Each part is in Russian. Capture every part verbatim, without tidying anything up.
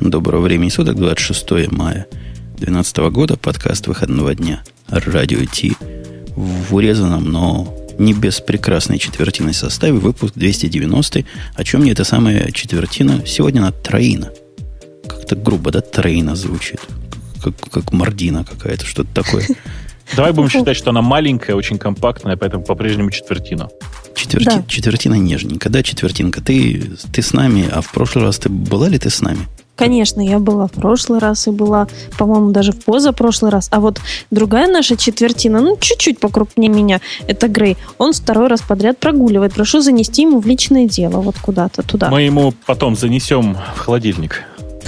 Доброго времени суток, двадцать шестого мая две тысячи двенадцатого года, подкаст выходного дня Радио Ти в урезанном, но не без прекрасной четвертиной составе, выпуск двести девяностый. О чем мне эта самая четвертина? Сегодня она троина. Как-то грубо, да, троина звучит. Как, как мордина какая-то, что-то такое. Давай будем считать, что она маленькая, очень компактная, поэтому по-прежнему четвертина. Четверти, да. Четвертина нежненько, да, четвертинка? Ты, ты с нами, а в прошлый раз ты была ли ты с нами? Конечно, я была в прошлый раз и была, по-моему, даже в позапрошлый раз. А вот другая наша четвертина, ну, чуть-чуть покрупнее меня, это Грей. Он второй раз подряд прогуливает. Прошу занести ему в личное дело, вот куда-то туда. Мы ему потом занесем в холодильник.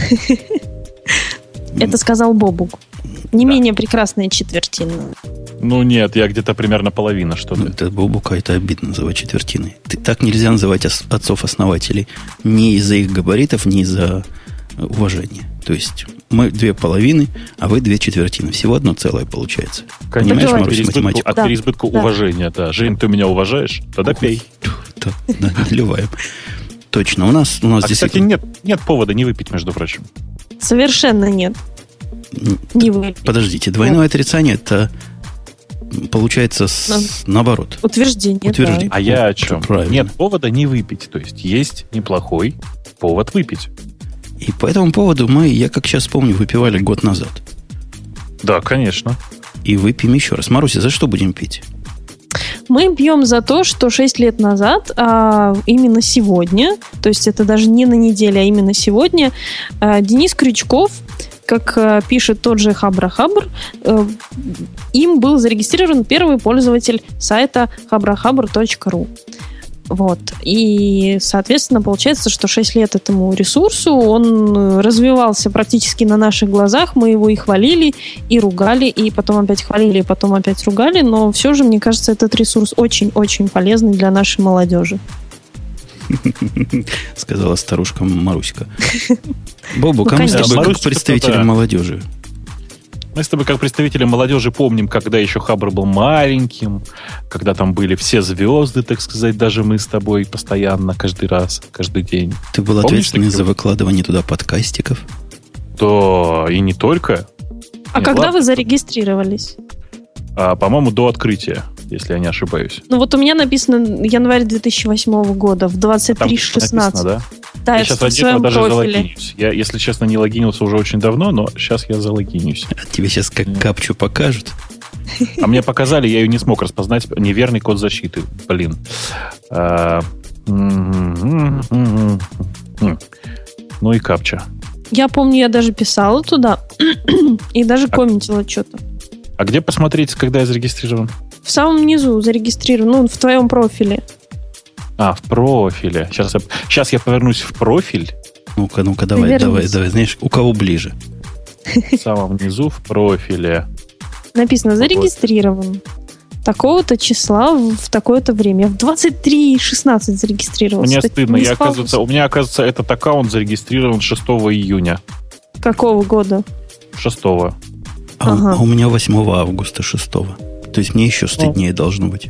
Это сказал Бобук. Не да. менее прекрасная четвертина. Ну нет, я где-то примерно половина что-то. Ну, это Бобука, это обидно называть четвертиной. Ты, так нельзя называть отцов-основателей. Не из-за их габаритов, не из-за уважения. То есть мы две половины, а вы две четвертины. Всего одно целое получается. Конечно, понимаешь, Марусь, математику? От да. переизбытка да. уважения, да. Жень, ты меня уважаешь? Тогда Ох, пей. Да, да, наливаем. Точно, у нас, у нас а, действительно... кстати, нет, нет повода не выпить, между прочим. Совершенно нет. Не выпить. Подождите, двойное нет. отрицание это получается с, наоборот. Утверждение. Утверждение. Да. А я о чем? Нет повода не выпить. То есть есть неплохой повод выпить. И по этому поводу мы, я как сейчас помню, выпивали год назад. Да, конечно. И выпьем еще раз. Маруся, за что будем пить? Мы пьем за то, что шесть лет назад, а именно сегодня, то есть это даже не на неделе, а именно сегодня, Денис Крючков, как пишет тот же Хабра-Хабр, им был зарегистрирован первый пользователь сайта хабра хабр точка ру. Вот. И, соответственно, получается, что шесть лет этому ресурсу, он развивался практически на наших глазах, мы его и хвалили, и ругали, и потом опять хвалили, и потом опять ругали, но все же, мне кажется, этот ресурс очень-очень полезный для нашей молодежи. Сказала старушка Маруська. Бобу, кому с тобой как представителем молодежи? Мы с тобой, как представители молодежи, помним, когда еще Хабр был маленьким, когда там были все звезды, так сказать, даже мы с тобой постоянно, каждый раз, каждый день. Ты был Помнишь, ответственный за выкладывание туда подкастиков? Да, и не только. А Нет, когда ладно. Вы зарегистрировались? А, по-моему, до открытия, если я не ошибаюсь. Ну вот у меня написано январь две тысячи восьмого года в двадцать три шестнадцать. Да? Да, я сейчас ради этого даже профиле. залогинюсь. Я, если честно, не логинился уже очень давно, но сейчас я залогинюсь. А тебе сейчас как капчу покажут? А мне показали, я ее не смог распознать. Неверный код защиты. Блин. Ну и капча. Я помню, я даже писала туда и даже комментила что-то. А где посмотреть, когда я зарегистрирован? В самом низу зарегистрирован, ну, в твоем профиле. А, в профиле. Сейчас я, сейчас я повернусь в профиль. Ну-ка, ну-ка, давай, Повернись. давай, давай. Знаешь, у кого ближе? В самом низу в профиле. Написано «Зарегистрирован». Такого-то числа в такое-то время. В двадцать три шестнадцать зарегистрировался. Мне стыдно. Я, оказывается, у меня, оказывается, этот аккаунт зарегистрирован шестого июня. Какого года? шестого. А, ага. а у меня восьмого августа шестого. То есть мне еще стыднее ну. должно быть.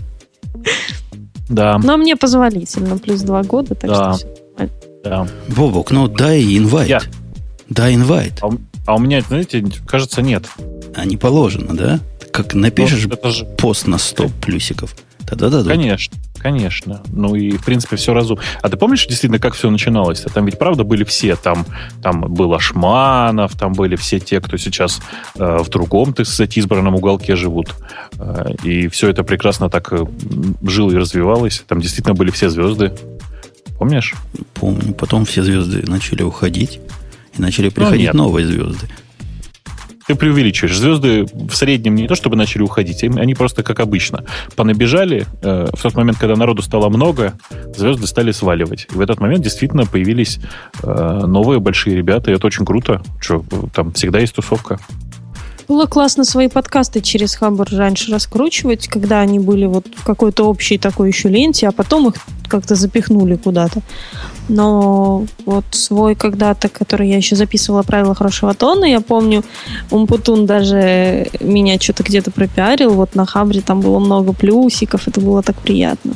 Да. Но мне позволительно, плюс два года, так да. что все. Да. Бобок, ну дай инвайт. Я. Дай инвайт. А, а у меня, знаете, кажется, нет. А не положено, да? Как напишешь ну, же... пост на сто плюсиков, тогда дадут. Конечно, конечно. Ну и, в принципе, все разумно. А ты помнишь, действительно, как все начиналось? Там ведь, правда, были все. Там, там был Ашманов, там были все те, кто сейчас э, в другом, так сказать, избранном уголке живут. Э, и все это прекрасно так э, жило и развивалось. Там действительно были все звезды. Помнишь? Помню. Потом все звезды начали уходить, и начали приходить ну, новые звезды. Ты преувеличиваешь. Звезды в среднем не то, чтобы начали уходить, они просто, как обычно, понабежали. Э, в тот момент, когда народу стало много, звезды стали сваливать. И в этот момент действительно появились э, новые большие ребята, и это очень круто. Что, там всегда есть тусовка. Было классно свои подкасты через Хабр раньше раскручивать, когда они были вот в какой-то общей такой еще ленте, а потом их как-то запихнули куда-то. Но вот свой когда-то, который я еще записывала «Правила хорошего тона», я помню, Умпутун даже меня что-то где-то пропиарил, вот на Хабре там было много плюсиков, это было так приятно.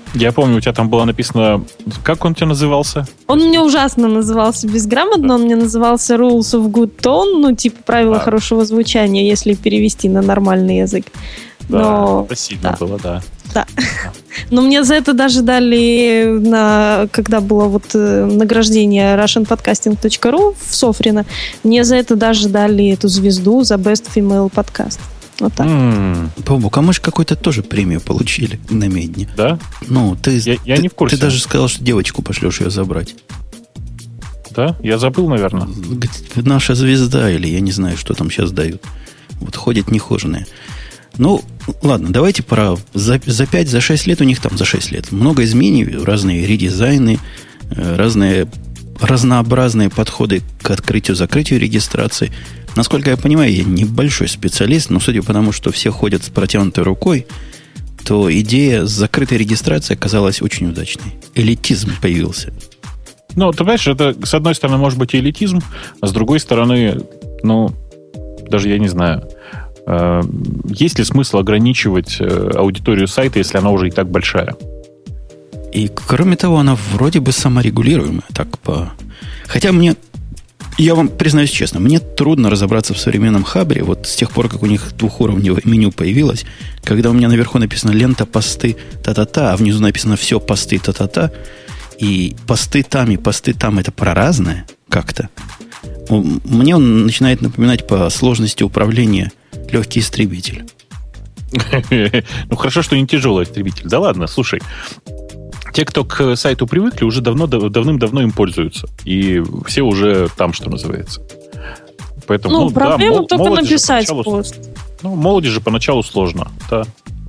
Я помню, у тебя там было написано... Как он у тебя назывался? Он у меня ужасно назывался безграмотно. Он мне назывался Rules of Good Tone. Ну, типа правила а. хорошего звучания, если перевести на нормальный язык. Но... Да, это сильно да. было, да. Да. Но мне за это даже дали, на, когда было вот награждение russian podcasting точка ру в Софрино, мне за это даже дали эту звезду за Best Female Podcast. Вот так. Mm. Бобук, а мы же какую-то тоже премию получили на Медне. Да? Ну, ты, я, я ты, не в курсе. Ты даже сказал, что девочку пошлешь ее забрать. Да? Я забыл, наверное. Наша звезда, или я не знаю, что там сейчас дают. Вот ходит нехоженая. Ну, ладно, давайте про... За, за пять, за шесть лет у них там, за шесть лет, много изменений, разные редизайны, разные разнообразные подходы к открытию-закрытию регистрации. Насколько я понимаю, я небольшой специалист, но судя по тому, что все ходят с протянутой рукой, то идея с закрытой регистрацией оказалась очень удачной. Элитизм появился. Ну, ты понимаешь, это, с одной стороны, может быть и элитизм, а с другой стороны, ну, даже я не знаю, э, есть ли смысл ограничивать э, аудиторию сайта, если она уже и так большая? И, кроме того, она вроде бы саморегулируемая. Так по... Хотя мне, я вам признаюсь честно, мне трудно разобраться в современном хабре. Вот с тех пор, как у них двухуровневое меню появилось, когда у меня наверху написано лента, посты, та-та-та, а внизу написано все, посты, та-та-та, и посты там, и посты там, это про разное как-то. Мне он начинает напоминать по сложности управления легкий истребитель. Ну, хорошо, что не тяжелый истребитель. Да ладно, слушай. Те, кто к сайту привыкли, уже давно, давным-давно им пользуются. И все уже там, что называется. Поэтому, ну, ну проблема да, только написать пост. Ну, молоди же поначалу сложно, да.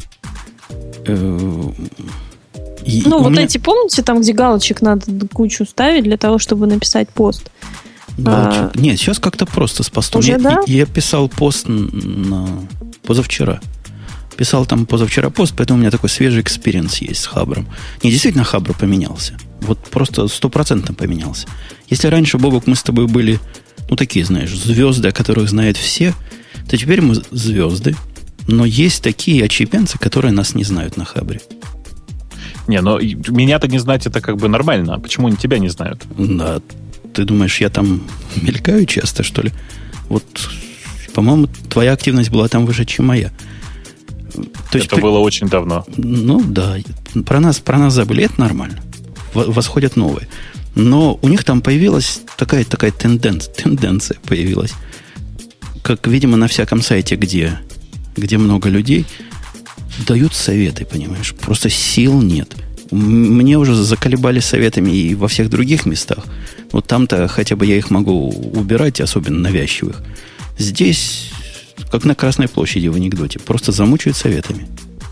И ну, вот меня... эти, помните, там, где галочек надо кучу ставить для того, чтобы написать пост? А... Нет, сейчас как-то просто с постом. Уже, я, да? я писал пост на... позавчера. Писал там позавчера пост, поэтому у меня такой свежий экспириенс есть с Хабром. Не, действительно, Хабр поменялся. Вот просто стопроцентно поменялся. Если раньше, Бобок, мы с тобой были, ну, такие, знаешь, звезды, о которых знают все, то теперь мы звезды, но есть такие отщепенцы, которые нас не знают на Хабре. Не, но меня-то не знать, это как бы нормально. Почему они тебя не знают? Да, ты думаешь, я там мелькаю часто, что ли? Вот, по-моему, твоя активность была там выше, чем моя. То есть, это при... было очень давно. Ну, да. Про нас, про нас забыли, это нормально. Восходят новые. Но у них там появилась такая, такая тенденция, тенденция появилась. Как, видимо, на всяком сайте, где, где много людей, дают советы, понимаешь. Просто сил нет. Мне уже заколебали советами и во всех других местах. Вот там-то хотя бы я их могу убирать, особенно навязчивых. Здесь... Как на Красной площади в анекдоте. Просто замучают советами.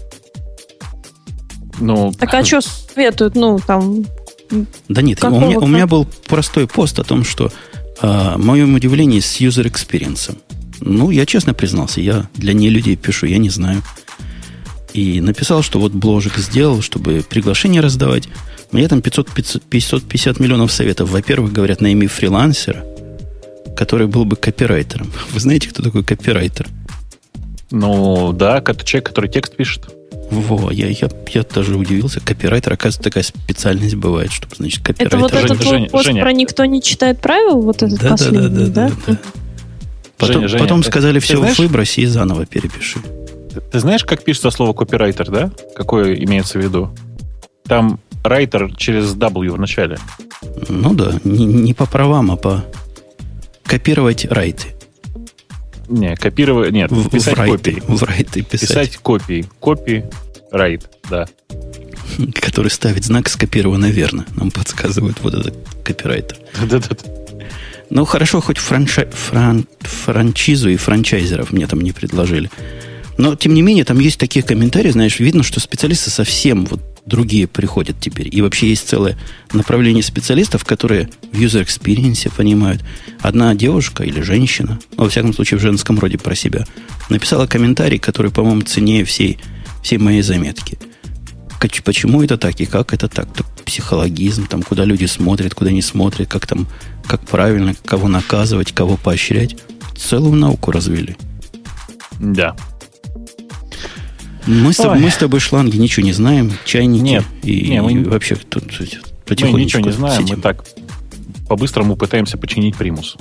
Ну, так а что советуют? Ну, там... Да нет, у меня, у меня был простой пост о том, что а, мое удивление с user experience. Ну, я честно признался, я для нелюдей пишу, я не знаю. И написал, что вот бложик сделал, чтобы приглашение раздавать. Мне там пятьсот пятьдесят миллионов советов. Во-первых, говорят, найми фрилансера, который был бы копирайтером. Вы знаете, кто такой копирайтер? Ну, да, это человек, который текст пишет. Во, я, я, я даже удивился. Копирайтер, оказывается, такая специальность бывает, чтобы, значит, копирайтер... Это вот Женя, этот Женя, пост Женя. Про «Никто не читает правил», вот этот да, последний, да? Да, да, да, да. Потом, Женя, Женя, потом ты, сказали, ты все, знаешь, выброси и заново перепиши. Ты, ты знаешь, как пишется слово «копирайтер», да? Какое имеется в виду? Там райтер через W в начале. Ну да, не, не по правам, а по... Копировать райты. Не, копировать... Нет, в, писать в райты, копии. В райты писать. Писать копии. Копи, райт, да. Который ставит знак «скопировано верно». Нам подсказывают вот этот копирайтер. Да-да-да. Ну, хорошо, хоть франши... фран... франчизу и франчайзеров мне там не предложили. Но, тем не менее, там есть такие комментарии, знаешь, видно, что специалисты совсем вот другие приходят теперь. И вообще есть целое направление специалистов, которые в user experience понимают. Одна девушка или женщина, ну, во всяком случае, в женском роде про себя, написала комментарий, который, по-моему, ценнее всей, всей моей заметки. Почему это так и как это так? так психологизм, там, куда люди смотрят, куда не смотрят, как там, как правильно, кого наказывать, кого поощрять. Целую науку развели. Да. Мы с, тобой, мы с тобой, шланги, ничего не знаем, чайники. Нет, и, не, мы, и вообще тут потихонечку. Мы ничего не знаем, сидим. Мы так по-быстрому пытаемся починить примус.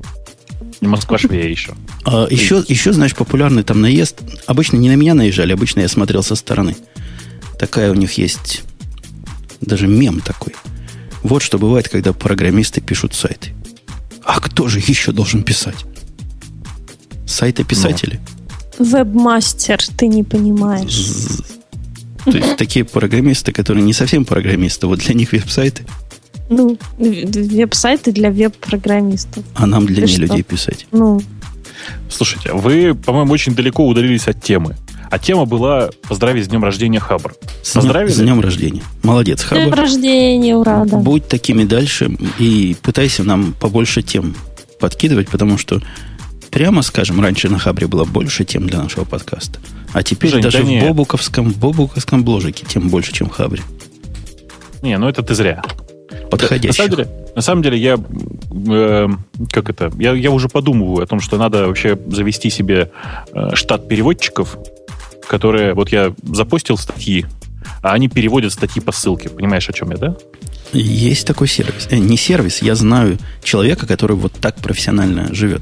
И Москва-Швея еще. А, еще. Еще, знаешь, популярный там наезд. Обычно не на меня наезжали, обычно я смотрел со стороны. Такая у них есть даже мем такой. Вот что бывает, когда программисты пишут сайты. А кто же еще должен писать? Сайты-писатели. Вебмастер, ты не понимаешь. То есть такие программисты, которые не совсем программисты, вот для них веб-сайты. Ну, веб-сайты для веб-программистов. А нам для не людей писать. Ну. Слушайте, вы, по-моему, очень далеко удалились от темы. А тема была «Поздравить с днем рождения, Хабр». Поздравили? С днем рождения. Молодец, Хабр. С днем рождения, ура, да. Будь такими дальше и пытайся нам побольше тем подкидывать, потому что, прямо скажем, раньше на Хабре было больше тем для нашего подкаста. А теперь Жень, даже да в нет. бобуковском, бобуковском бложике тем больше, чем в Хабре. Не, ну это ты зря. Подходящих. На самом деле, на самом деле я, э, как это, я, я уже подумываю о том, что надо вообще завести себе э, штат переводчиков, которые, вот я запостил статьи, а они переводят статьи по ссылке. Понимаешь, о чем я, да? Есть такой сервис. Э, не сервис, я знаю человека, который вот так профессионально живет.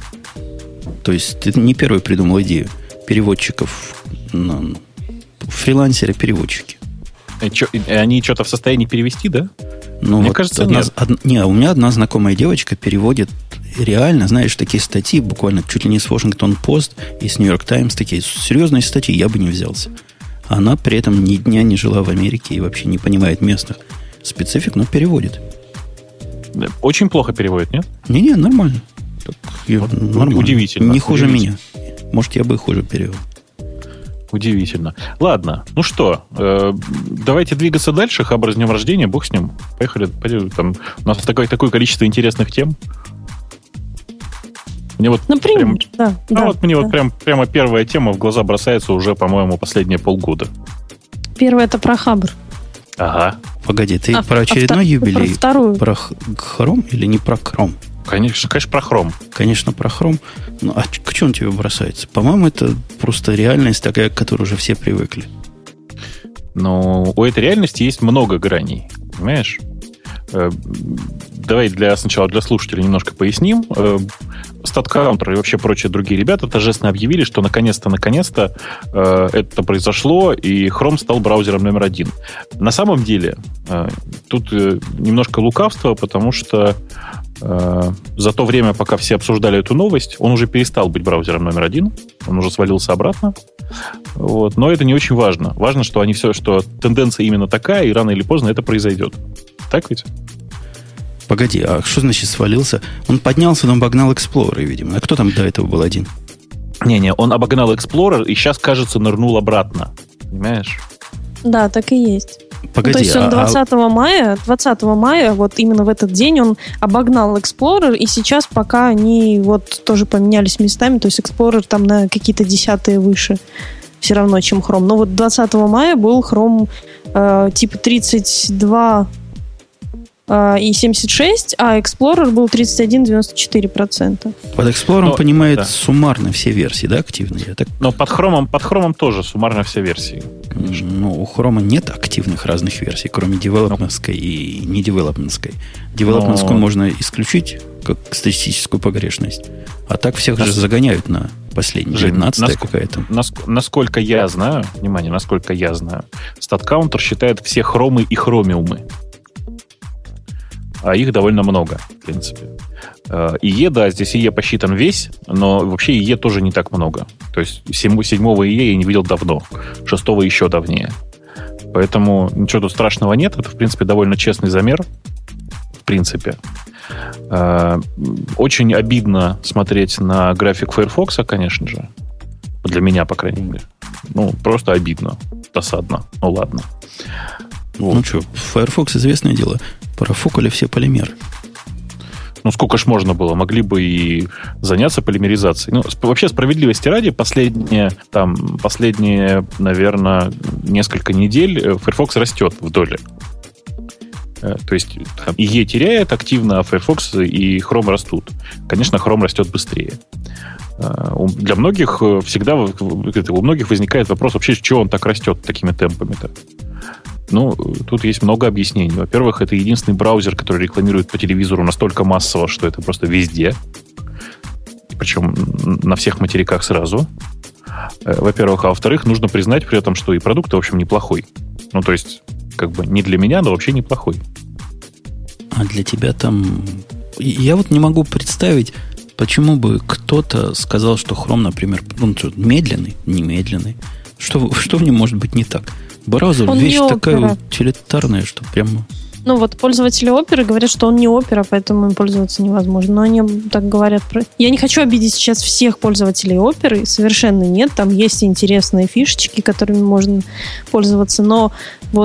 То есть ты не первый придумал идею переводчиков, ну, фрилансеры-переводчики. И чё, и они что-то в состоянии перевести, да? Ну, Мне вот кажется, одна, нет. Од, не, у меня одна знакомая девочка переводит реально, знаешь, такие статьи, буквально чуть ли не с Washington Post и с New York Times, такие серьезные статьи, я бы не взялся. Она при этом ни дня не жила в Америке и вообще не понимает местных специфик, но переводит. Очень плохо переводит, нет? Не-не, нормально. Так, вот, нормально. Удивительно. Не хуже удивительно. меня. Может, я бы и хуже перевел. Удивительно. Ладно, ну что, э, давайте двигаться дальше. Хабр с днем рождения, бог с ним. Поехали. Там, у нас такое, такое количество интересных тем. Мне вот Например, прям, да. Ну, да, вот мне да. вот прям, прямо первая тема в глаза бросается уже, по-моему, последние полгода. Первое это про Хабр. Ага. Погоди, ты а, про очередной а юбилей? Про вторую. Про Хром или не про Chrome? Конечно, конечно, про Хром. Конечно, про Хром. Ну, а к чему он тебе бросается? По-моему, это просто реальность такая, к которой уже все привыкли. Но у этой реальности есть много граней. Понимаешь? Давай для, сначала для слушателей немножко поясним. StatCounter и вообще прочие другие ребята торжественно объявили, что наконец-то, наконец-то э, это произошло, и Chrome стал браузером номер один. На самом деле, э, тут э, немножко лукавство, потому что э, за то время, пока все обсуждали эту новость, он уже перестал быть браузером номер один, он уже свалился обратно. Вот. Но это не очень важно. Важно, что они все, что тенденция именно такая, и рано или поздно это произойдет. Так ведь? Погоди, а что значит свалился? Он поднялся, но обогнал Explorer, видимо. А кто там до этого был один? Не-не, он обогнал Explorer и сейчас, кажется, нырнул обратно. Понимаешь? Да, так и есть. Погоди, ну, то есть он двадцатого мая, двадцатого мая, вот именно в этот день он обогнал Explorer, и сейчас пока они вот тоже поменялись местами, то есть Explorer там на какие-то десятые выше все равно, чем Chrome. Но вот двадцатого мая был Chrome э, типа тридцать два и семьдесят шесть, а Explorer был тридцать один и девяносто четыре процента. Под Explorer он понимает да. суммарно все версии, да, активные? Я так... Но под Chrome, под Chrome тоже суммарно все версии. Конечно. Ну, у Chrome нет активных разных версий, кроме девелопментской ну, и не девелопментской. Девелопментскую но... можно исключить как статистическую погрешность. А так всех Нас... же загоняют на последний, девятнадцатая наск... какая-то. Наск... Насколько я знаю, внимание, насколько я знаю, StatCounter считает все хромы и хромиумы. А их довольно много, в принципе. И и и, да, здесь и и посчитан весь, но вообще и и тоже не так много. То есть седьмого и и я не видел давно, шестого еще давнее. Поэтому ничего тут страшного нет. Это, в принципе, довольно честный замер. В принципе. Очень обидно смотреть на график Firefox, конечно же. Для меня, по крайней мере. Ну, просто обидно. Досадно. Ну, ладно. Вот. Ну что, Firefox известное дело. Профукали все полимеры. Ну, сколько ж можно было? Могли бы и заняться полимеризацией. Ну, вообще, справедливости ради, последние, там, последние, наверное, несколько недель Firefox растет в доле. То есть там, и и теряет активно, а Firefox и Chrome растут. Конечно, Chrome растет быстрее. Для многих всегда, у многих возникает вопрос вообще, чего он так растет такими темпами-то? Ну, тут есть много объяснений. Во-первых, это единственный браузер, который рекламирует по телевизору настолько массово, что это просто везде. Причем на всех материках сразу. Во-первых. А во-вторых, нужно признать при этом, что и продукт, в общем, неплохой. Ну, то есть, как бы не для меня, но вообще неплохой. А для тебя там... Я вот не могу представить, почему бы кто-то сказал, что Chrome, например, он что, медленный, немедленный. Что, что в нем может быть не так? Браузер он вещь такая утилитарная, что прямо... Ну вот пользователи Opera говорят, что он не Opera, поэтому им пользоваться невозможно. Но они так говорят про... Я не хочу обидеть сейчас всех пользователей Opera, совершенно нет. Там есть интересные фишечки, которыми можно пользоваться. Но вот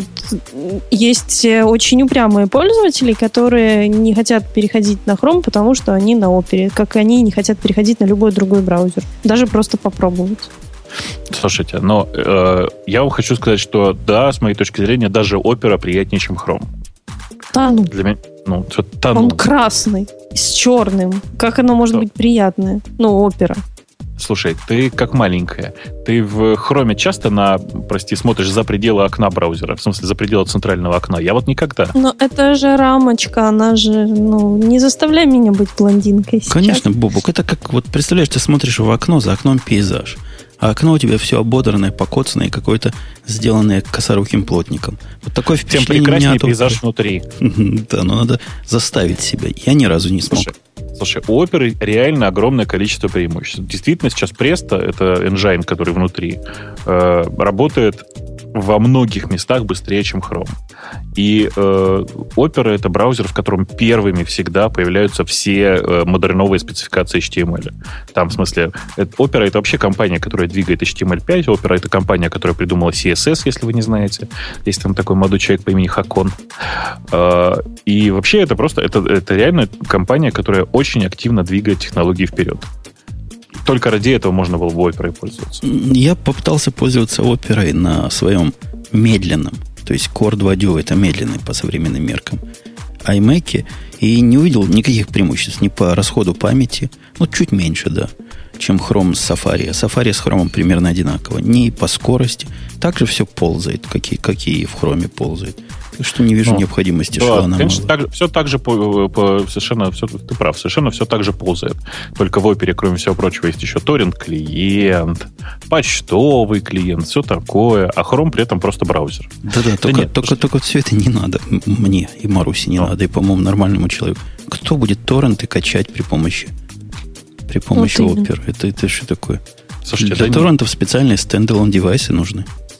есть очень упрямые пользователи, которые не хотят переходить на Chrome, потому что они на Opera. Как они не хотят переходить на любой другой браузер. Даже просто попробовать. Слушайте, но э, я вам хочу сказать, что да, с моей точки зрения, даже Opera приятнее, чем Chrome. Да, ну. Для меня, ну, что, да, он ну. красный, с черным. Как оно может Что? быть приятное? Ну, Opera. Слушай, ты как маленькая. Ты в Chrome часто на, прости, смотришь за пределы окна браузера? В смысле, за пределы центрального окна? Я вот никогда. Но это же рамочка, она же, ну, не заставляй меня быть блондинкой сейчас. Конечно, Бобук, это как, вот представляешь, ты смотришь в окно, за окном пейзаж. А окно у тебя все ободранное, покоцанное, какое-то сделанное косоруким плотником. Вот такое впечатление. Тем прекраснее меня пейзаж внутри. Да, но надо заставить себя. Я ни разу не смог. Слушай, слушай, у Opera реально огромное количество преимуществ. Действительно, сейчас Presto, это engine, который внутри, э, работает во многих местах быстрее, чем Chrome. И э, Opera — это браузер, в котором первыми всегда появляются все э, модерновые спецификации эйч ти эм эль. Там, в смысле, это, Opera — это вообще компания, которая двигает эйч ти эм эль пять. Opera — это компания, которая придумала си эс эс, если вы не знаете. Есть там такой молодой человек по имени Хакон. Э, и вообще это просто, это, это реально компания, которая очень активно двигает технологии вперед. Только ради этого можно было в Opera пользоваться. Я попытался пользоваться Opera на своем медленном, то есть Core два Duo, это медленный по современным меркам, iMac, и не увидел никаких преимуществ ни по расходу памяти, ну, чуть меньше, да, чем Chrome с Safari. Safari с Chrome примерно одинаково. Ни по скорости. Также все ползает, какие, какие в Chrome ползает. Так что не вижу ну, необходимости, да, что она... Конечно, так, все так же по, по, совершенно, все, ты прав, совершенно все так же ползает. Только в Opera, кроме всего прочего, есть еще торрент-клиент, почтовый клиент, все такое, а Chrome при этом просто браузер. Да-да, да только, нет, только, что... только все это не надо. Мне и Марусе не а. надо, и, по-моему, нормальному человеку. Кто будет торренты качать при помощи при помощи вот Opera? Это, это что такое? Слушайте, для торрентов не... специальные стендалон девайсы нужны.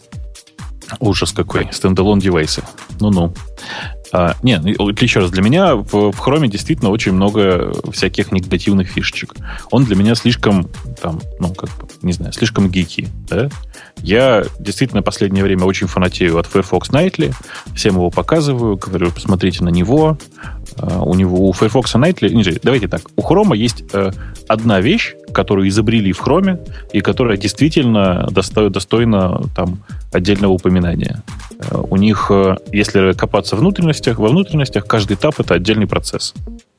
Ужас какой. Стендалон девайсы. Ну-ну. А, не, еще раз, для меня в, в Chrome действительно очень много всяких негативных фишечек. Он для меня слишком, там, ну, как бы, не знаю, слишком гики, да? Я действительно в последнее время очень фанатею от Firefox Nightly. Всем его показываю, говорю, посмотрите на него. Uh, у него, у Firefox Nightly... Не, давайте так. У Chrome есть uh, одна вещь, которую изобрели в Chrome, и которая действительно досто, достойна там, отдельного упоминания. Uh, у них, uh, если копаться в внутренностях, во внутренностях, каждый этап — это отдельный процесс.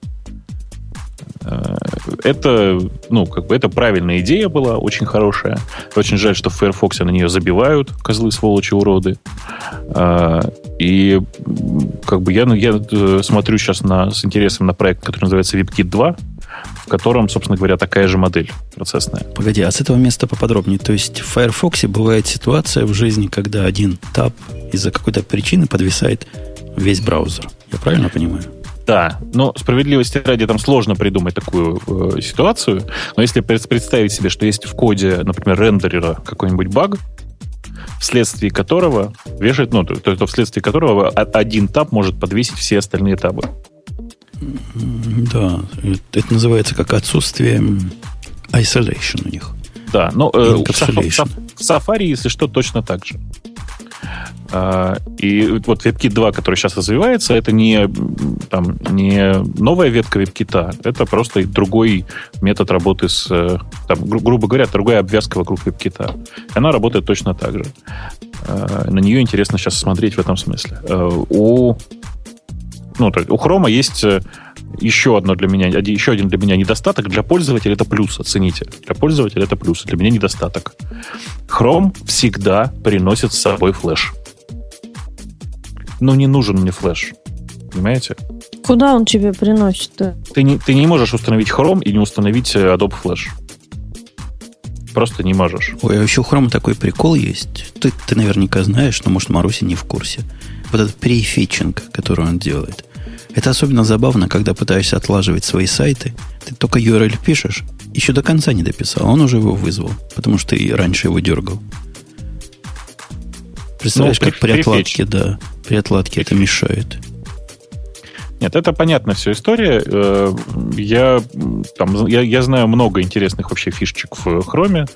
Это, ну, как бы это правильная идея была, очень хорошая. Очень жаль, что в Firefox на нее забивают, козлы, сволочи, уроды. И как бы я, я смотрю сейчас на, с интересом на проект, который называется WebKit два, в котором, собственно говоря, такая же модель процессная. Погоди, а с этого места поподробнее. То есть в Firefox бывает ситуация в жизни, когда один таб из-за какой-то причины подвисает весь браузер. Я правильно понимаю? Да, но справедливости ради там сложно придумать такую э, ситуацию. Но если представить себе, что есть в коде, например, рендерера какой-нибудь баг, вследствие которого вешает, ну, то, то вследствие которого один таб может подвесить все остальные табы. Да, это называется как отсутствие isolation у них. Да, но э, в, в Safari, если что, точно так же. Uh, и вот WebKit два, который сейчас развивается, это не, там, не новая ветка WebKit, это просто другой метод работы с, там, гру- грубо говоря, другая обвязка вокруг WebKit. Она работает точно так же. Uh, на нее интересно сейчас смотреть в этом смысле. Uh, у ну, то есть у Chrome есть еще одно для меня, еще один для меня недостаток. Для пользователя это плюс, оцените. Для пользователя это плюс, для меня недостаток. Chrome всегда приносит с собой флеш. Ну, не нужен мне флеш. Понимаете? Куда он тебе приносит-то? Ты не, ты не можешь установить Chrome и не установить Adobe Flash. Просто не можешь. Ой, а еще у Chrome такой прикол есть. Ты, ты наверняка знаешь, но, может, Маруся не в курсе. Вот этот префетчинг, который он делает. Это особенно забавно, когда пытаешься отлаживать свои сайты. Ты только ю ар эл пишешь, еще до конца не дописал, он уже его вызвал, потому что ты раньше его дергал. Представляешь, ну, как при отладке, да, при отладке это мешает. Нет, это понятная вся история. Я, там, я, я знаю много интересных вообще фишечек в Chrome,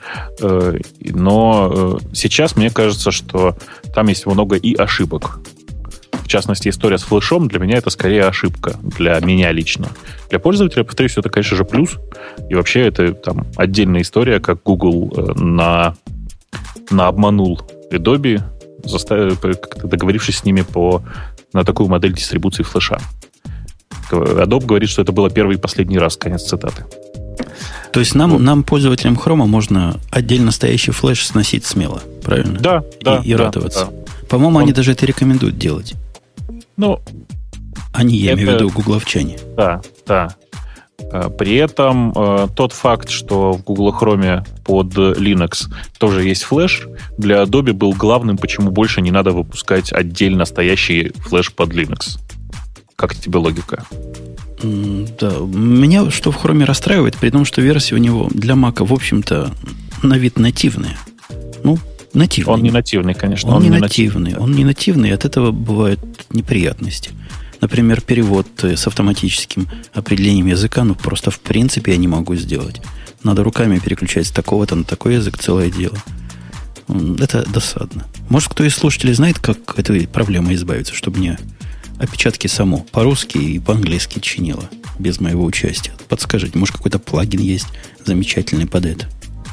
но сейчас мне кажется, что там есть много и ошибок. В частности, история с флешом для меня это скорее ошибка. Для меня лично. Для пользователя, повторюсь, это, конечно же, плюс. И вообще это там отдельная история, как Google на, на обманул Adobe, заставив, договорившись с ними по, на такую модель дистрибуции флеша. Adobe говорит, что это было первый и последний раз, конец цитаты. То есть нам, вот. нам пользователям Chrome, можно отдельно стоящий флеш сносить смело, правильно? Да, да. И, и да, радоваться. Да. По-моему, Он... они даже это рекомендуют делать. Ну, они, я это... имею в виду, гугловчане. Да, да. При этом тот факт, что в Google Chrome под Linux тоже есть флеш, для Adobe был главным, почему больше не надо выпускать отдельно стоящий флеш под Linux. Как тебе логика? Да, меня что в Chrome расстраивает, при том, что версия у него для Mac, в общем-то, на вид нативная. Ну, нативный. Он не нативный, конечно. Он, он не нативный. нативный. Он не нативный, и от этого бывают неприятности. Например, перевод с автоматическим определением языка, ну, просто в принципе я не могу сделать. Надо руками переключать с такого-то на такой язык, целое дело. Это досадно. Может, кто из слушателей знает, как от этой проблемы избавиться, чтобы мне опечатки само по-русски и по-английски чинило, без моего участия? Подскажите, может, какой-то плагин есть замечательный под это?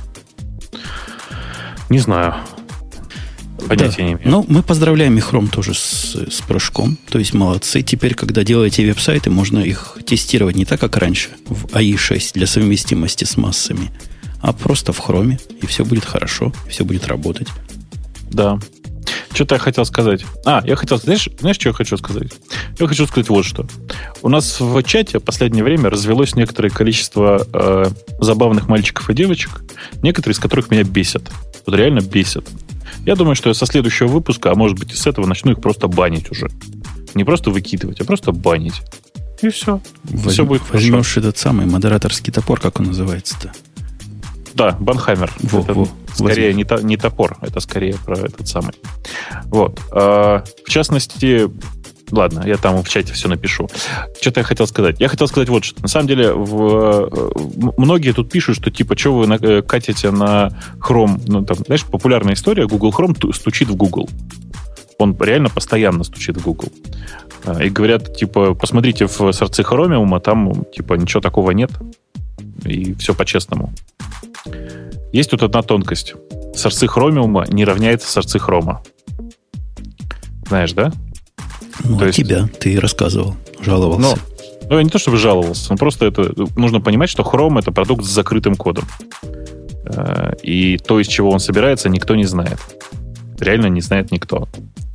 Не знаю. Понятия да. не имею. Ну, мы поздравляем и Chrome тоже с, с прыжком. То есть молодцы. Теперь, когда делаете веб-сайты, можно их тестировать не так, как раньше, в эй и и шесть для совместимости с массами, а просто в Chrome, и все будет хорошо, все будет работать. Да. Что-то я хотел сказать. А, я хотел... Знаешь, знаешь, что я хочу сказать? Я хочу сказать вот что. У нас в чате в последнее время развелось некоторое количество э, забавных мальчиков и девочек, некоторые из которых меня бесят. Вот реально бесят. Я думаю, что я со следующего выпуска, а может быть и с этого, начну их просто банить уже. Не просто выкидывать, а просто банить. И все. Возьм, все будет хорошо. Возьмешь этот самый модераторский топор, как он называется-то? Да, банхаммер. Во, это во, скорее не, то, не топор, это скорее про этот самый. Вот. А, в частности, ладно, я там в чате все напишу. Что-то я хотел сказать. Я хотел сказать вот что. На самом деле, в, многие тут пишут, что типа, что вы на, катите на Chrome. Ну, там, знаешь, популярная история. Google Chrome стучит в Google. Он реально постоянно стучит в Google. И говорят, типа, посмотрите в сорцы Chromium, там, типа, ничего такого нет. И все по-честному. Есть тут одна тонкость. Сорцы Chromium не равняется сорцы Хрома. Знаешь, да? Ну, от тебя. Ты рассказывал, жаловался. Ну, ну, я не то чтобы жаловался, но просто это нужно понимать, что Chrome — это продукт с закрытым кодом. И то, из чего он собирается, никто не знает. Реально не знает никто.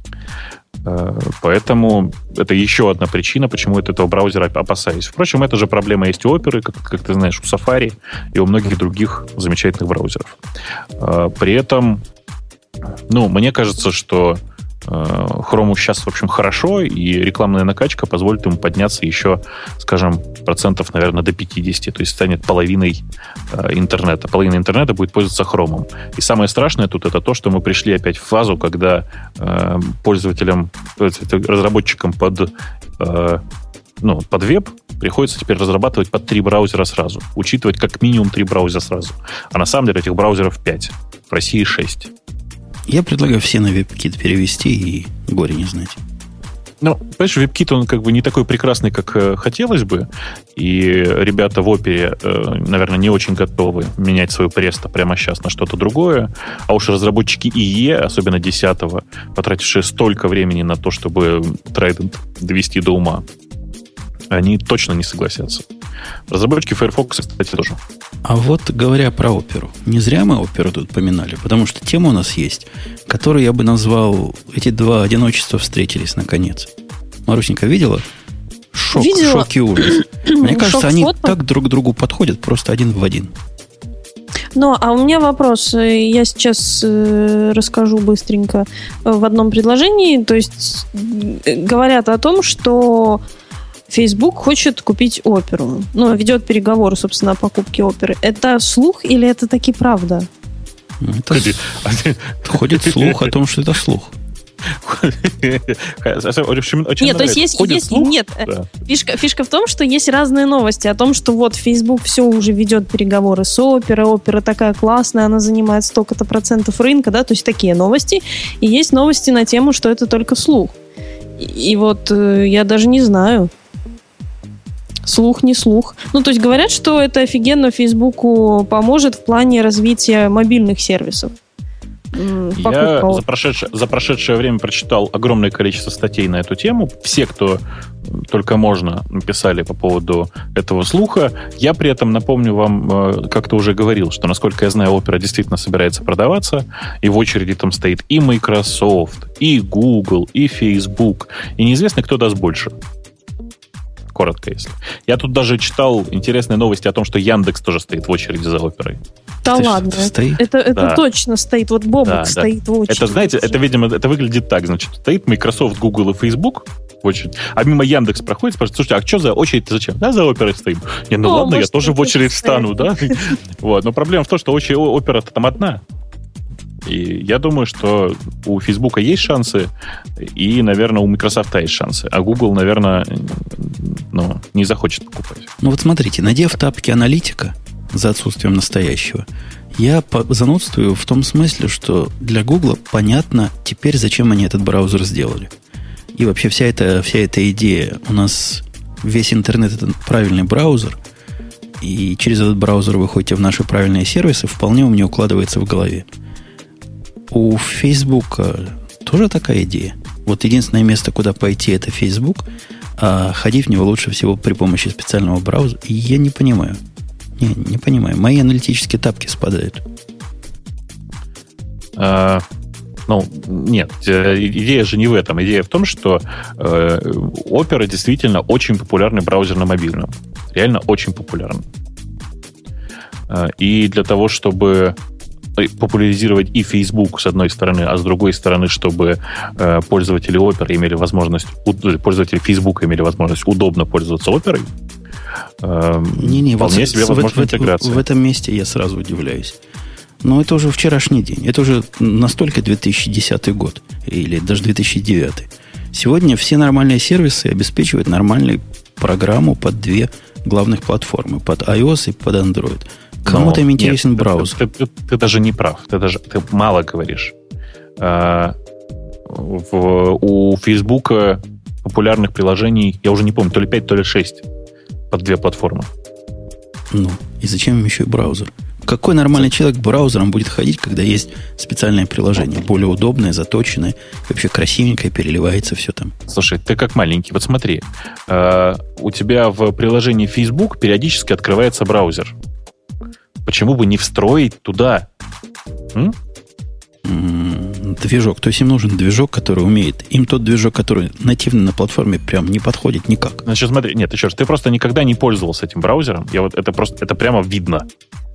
Поэтому это еще одна причина, почему я от этого браузера опасаюсь. Впрочем, эта же проблема есть у Opera, как, как ты знаешь, у Safari и у многих других замечательных браузеров. При этом, ну, мне кажется, что Chrome сейчас, в общем, хорошо, и рекламная накачка позволит ему подняться еще, скажем, процентов, наверное, до пятьдесят, то есть станет половиной интернета. Половина интернета будет пользоваться Chrome. И самое страшное тут это то, что мы пришли опять в фазу, когда пользователям, разработчикам под, ну, под веб приходится теперь разрабатывать под три браузера сразу, учитывать как минимум три браузера сразу. А на самом деле этих браузеров пять, в России шесть. Я предлагаю все на WebKit перевести и горе не знать. Ну, понимаешь, WebKit, он как бы не такой прекрасный, как э, хотелось бы. И ребята в Opera, э, наверное, не очень готовы менять свою Presto прямо сейчас на что-то другое. А уж разработчики и и, особенно десятого, потратившие столько времени на то, чтобы Trident довести до ума, Они точно не согласятся. Разработчики Firefox, кстати, тоже. А вот говоря про оперу, не зря мы оперу тут поминали, потому что тема у нас есть, которую я бы назвал, эти два одиночества встретились наконец. Марусенька, видела? Шок, видела. Шок и ужас. Мне кажется, Шок они фото. так друг к другу подходят, просто один в один. Ну, а у меня вопрос. Я сейчас э, расскажу быстренько в одном предложении. То есть э, говорят о том, что Facebook хочет купить оперу. Ну, ведет переговоры, собственно, о покупке оперы. Это слух или это таки правда? Это с- ходит слух о том, что это слух. Нет, то есть есть, есть нет. Да. Фишка, фишка в том, что есть разные новости о том, что вот Facebook все уже ведет переговоры с оперой, опера такая классная, она занимает столько-то процентов рынка, да, то есть такие новости. И есть новости на тему, что это только слух. И, и вот э, я даже не знаю. Слух, не слух. Ну, то есть говорят, что это офигенно Фейсбуку поможет в плане развития мобильных сервисов. М, Я покупка за прошедшее, за прошедшее время прочитал огромное количество статей на эту тему. Все, кто только можно, написали по поводу этого слуха. Я при этом, напомню вам, э, как-то уже говорил, что, насколько я знаю, Opera действительно собирается продаваться, и в очереди там стоит и Microsoft, и Google, и Facebook, и неизвестно, кто даст больше. Коротко, если. Я тут даже читал интересные новости о том, что Яндекс тоже стоит в очереди за Оперой. Да Ты ладно, что, стоит? это, это Да. точно стоит. Вот Бобок Да, да. стоит в очереди. Это, знаете, это, видимо, это выглядит так. Значит, стоит Microsoft, Google и Facebook в очередь, а мимо Яндекс проходит, спрашивает, слушайте, а что за очередь-то зачем? Да, за Оперой стоим. Не, ну О, ладно, я может, тоже в тоже очередь стоять. встану, да? Вот, но проблема в том, что очередь Опера-то там одна. И я думаю, что у Фейсбука есть шансы, и, наверное, у Microsoft есть шансы. А Google, наверное, ну, не захочет покупать. Ну вот смотрите, надев тапки аналитика за отсутствием настоящего, я по- занудствую в том смысле, что для Гугла понятно теперь, зачем они этот браузер сделали. И вообще вся эта, вся эта идея, у нас весь интернет это правильный браузер, и через этот браузер вы ходите в наши правильные сервисы, вполне у меня укладывается в голове. У Фейсбука тоже такая идея. Вот единственное место, куда пойти, это Facebook, а ходить в него лучше всего при помощи специального браузера. И я не понимаю. Не, не понимаю. Мои аналитические тапки спадают. А, ну, нет, э, идея же не в этом. Идея в том, что э, Opera действительно очень популярный браузер на мобильном. Реально очень популярный. Э, и для того, чтобы популяризировать и Facebook с одной стороны, а с другой стороны, чтобы э, пользователи Opera имели возможность, уд- пользователи Facebook имели возможность удобно пользоваться Opera, э, Не-не, вот вполне с- себе в, возможна в- интеграция. в, в этом месте я сразу удивляюсь. Но это уже вчерашний день. Это уже настолько две тысячи десятый год. Или даже две тысячи девятый. Сегодня все нормальные сервисы обеспечивают нормальную программу под две главных платформы. Под iOS и под Android. Кому-то им интересен нет, браузер. Ты, ты, ты, ты даже не прав. Ты, даже, ты мало говоришь. А, в, у Фейсбука популярных приложений, я уже не помню, то ли пять, то ли шесть под две платформы. Ну, и зачем им еще и браузер? Какой нормальный человек браузером будет ходить, когда есть специальное приложение, более удобное, заточенное, и вообще красивенькое, переливается все там? Слушай, ты как маленький. Вот смотри. А, у тебя в приложении Facebook периодически открывается браузер. Почему бы не встроить туда? М? М-м, Движок. То есть им нужен движок, который умеет. Им тот движок, который нативно на платформе, прям не подходит никак. Значит, смотри, нет, еще раз, ты просто никогда не пользовался этим браузером. Я вот это просто, это прямо видно.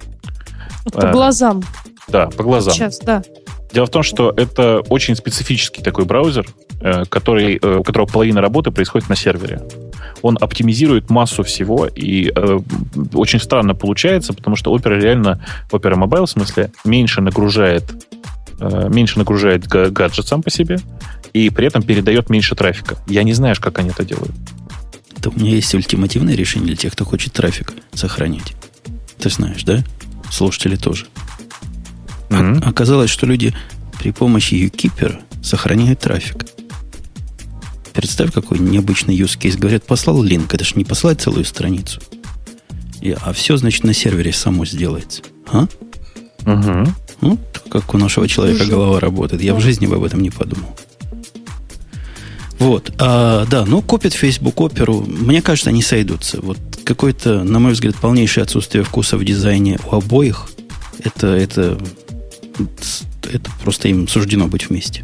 По А, глазам. Да, по глазам. Сейчас, да. Дело в том, что это очень специфический такой браузер, э, который, э, у которого половина работы происходит на сервере. Он оптимизирует массу всего, и э, очень странно получается, потому что Opera реально, Opera Mobile в смысле, меньше нагружает, э, меньше нагружает га- гаджет сам по себе, и при этом передает меньше трафика. Я не знаю, как они это делают. Это у меня есть ультимативное решение для тех, кто хочет трафик сохранить. Ты знаешь, да? Слушатели тоже. Мгм. А- оказалось, что люди при помощи юкипера сохраняют трафик. Представь, какой необычный use case. Говорят, послал линк. Это же не послать целую страницу. И- а все, значит, на сервере само сделается. А? Мгм. Ну, как у нашего человека Уже. голова работает. Я в жизни бы об этом не подумал. Вот, а, да, ну, купят Facebook Opera. Мне кажется, они сойдутся. Вот какое-то, на мой взгляд, полнейшее отсутствие вкуса в дизайне у обоих. Это, это, это просто им суждено быть вместе.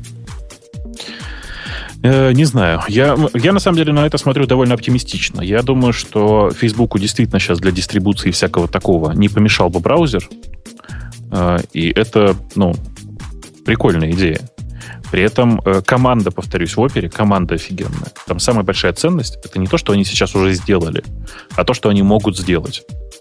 Не знаю. Я, я на самом деле на это смотрю довольно оптимистично. Я думаю, что Фейсбуку действительно сейчас для дистрибуции всякого такого не помешал бы браузер. И это, ну, прикольная идея. При этом команда, повторюсь, в Опере, команда офигенная. Там самая большая ценность — это не то, что они сейчас уже сделали, а то, что они могут сделать.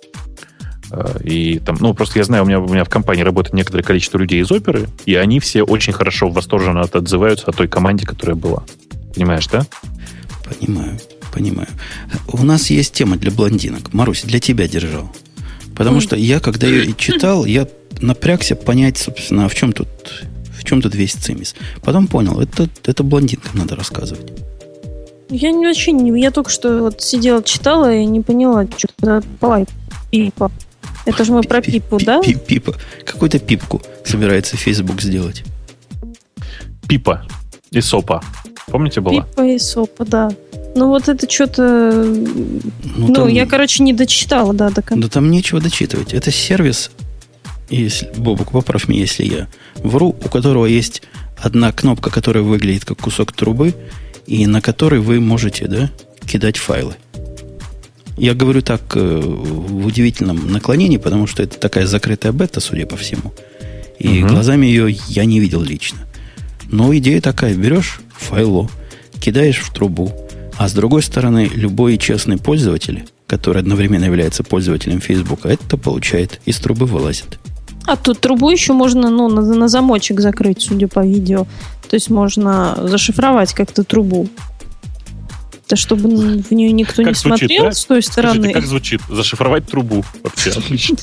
И там, ну, просто я знаю, у меня, у меня в компании работает некоторое количество людей из Оперы, и они все очень хорошо, восторженно отзываются о той команде, которая была. Понимаешь, да? Понимаю, понимаю. У нас есть тема для блондинок. Марусь, для тебя держал. Потому что я, когда ее читал, я напрягся понять, собственно, в чем тут, в чем тут весь цимис. Потом понял, это, это блондинкам надо рассказывать. Я не вообще не... Я только что вот сидела, читала и не поняла, что это пайп. Пипа. Это же мы про Пипу, да? Пипа. Какую-то пипку собирается Facebook сделать. Пипа и Сопа. Помните, была? Пипа и Сопа, да. Ну, вот это что-то... Ну, ну там... я, короче, не дочитала, да, до конца. Да там нечего дочитывать. Это сервис, если, Бобук, поправь меня, если я вру, у которого есть одна кнопка, которая выглядит как кусок трубы, и на которой вы можете, да, кидать файлы. Я говорю так в удивительном наклонении, потому что это такая закрытая бета, судя по всему. И угу. глазами ее я не видел лично. Но идея такая. Берешь файло, кидаешь в трубу, а с другой стороны, любой честный пользователь, который одновременно является пользователем Фейсбука, это получает, из трубы вылазит. А тут трубу еще можно, ну, на, на замочек закрыть, судя по видео. То есть можно зашифровать как-то трубу. Да, чтобы в нее никто как не звучит, смотрел, да? С той стороны. Слушайте, как звучит? Зашифровать трубу. Вообще отлично.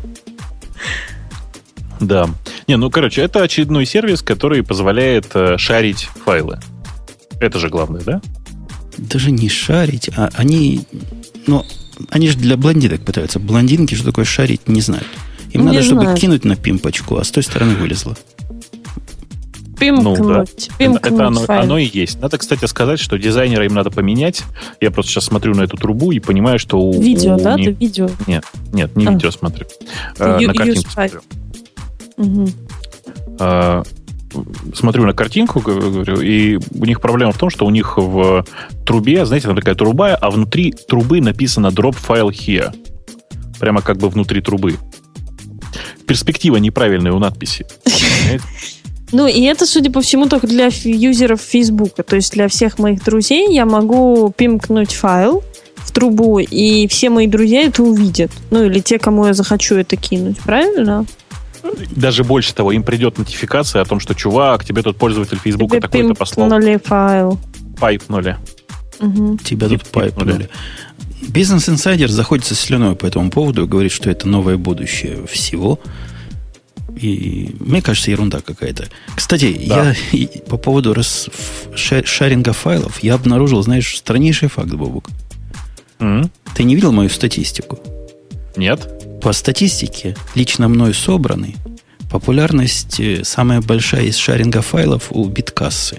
Да. Не, ну, короче, это очередной сервис, который позволяет э, шарить файлы. Это же главное, да? Даже не шарить, а они... Ну, они же для блондинок пытаются. Блондинки, что такое шарить, не знают. Им не надо, знаю. Чтобы кинуть на пимпочку, а с той стороны вылезло. Пимкнуть. Ну, да. Пимкнуть это оно, оно и есть. Надо, кстати, сказать, что дизайнера им надо поменять. Я просто сейчас смотрю на эту трубу и понимаю, что у... Видео, у, да? Не... Ты видео? Нет, нет, не а. видео смотрю. А, на картинку смотрю. Угу. А, смотрю на картинку, говорю, и у них проблема в том, что у них в трубе, знаете, там такая труба, а внутри трубы написано drop file here. Прямо как бы внутри трубы. Перспектива неправильная у надписи. Ну, и это, судя по всему, только для юзеров Фейсбука. То есть для всех моих друзей я могу пимкнуть файл в трубу, и все мои друзья это увидят. Ну, или те, кому я захочу это кинуть. Правильно? Даже больше того, им придет нотификация о том, что, чувак, тебе тут пользователь Фейсбука такой-то послал. Пимкнули файл. Пайпнули. Угу. Тебя тут пайпнули. Бизнес Инсайдер заходится слюной по этому поводу и говорит, что это новое будущее всего. И мне кажется, ерунда какая-то. Кстати, да. я по поводу рас, шаринга файлов я обнаружил, знаешь, страннейший факт, Бобук. Mm-hmm. Ты не видел мою статистику? Нет. По статистике, лично мной собранной, популярность самая большая из шаринга файлов у Биткассы.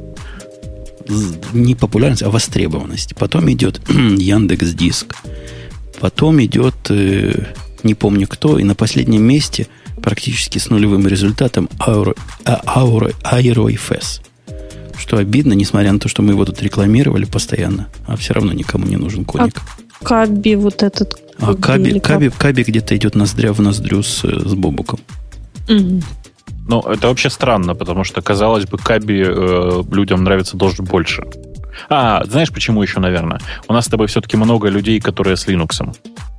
Не популярность, а востребованность. Потом идет Яндекс.Диск. Потом идет, э, не помню кто, и на последнем месте практически с нулевым результатом Aero, Aero, AeroFS. Что обидно, несмотря на то, что мы его тут рекламировали постоянно, а все равно никому не нужен коник. А Каби вот этот... А Каби, Каби, Каби где-то идет ноздря в ноздрю с, с Бобуком. Mm-hmm. Ну, это вообще странно, потому что, казалось бы, Каби э, людям нравится должен больше. А, знаешь, почему еще, наверное? У нас с тобой все-таки много людей, которые с Linux.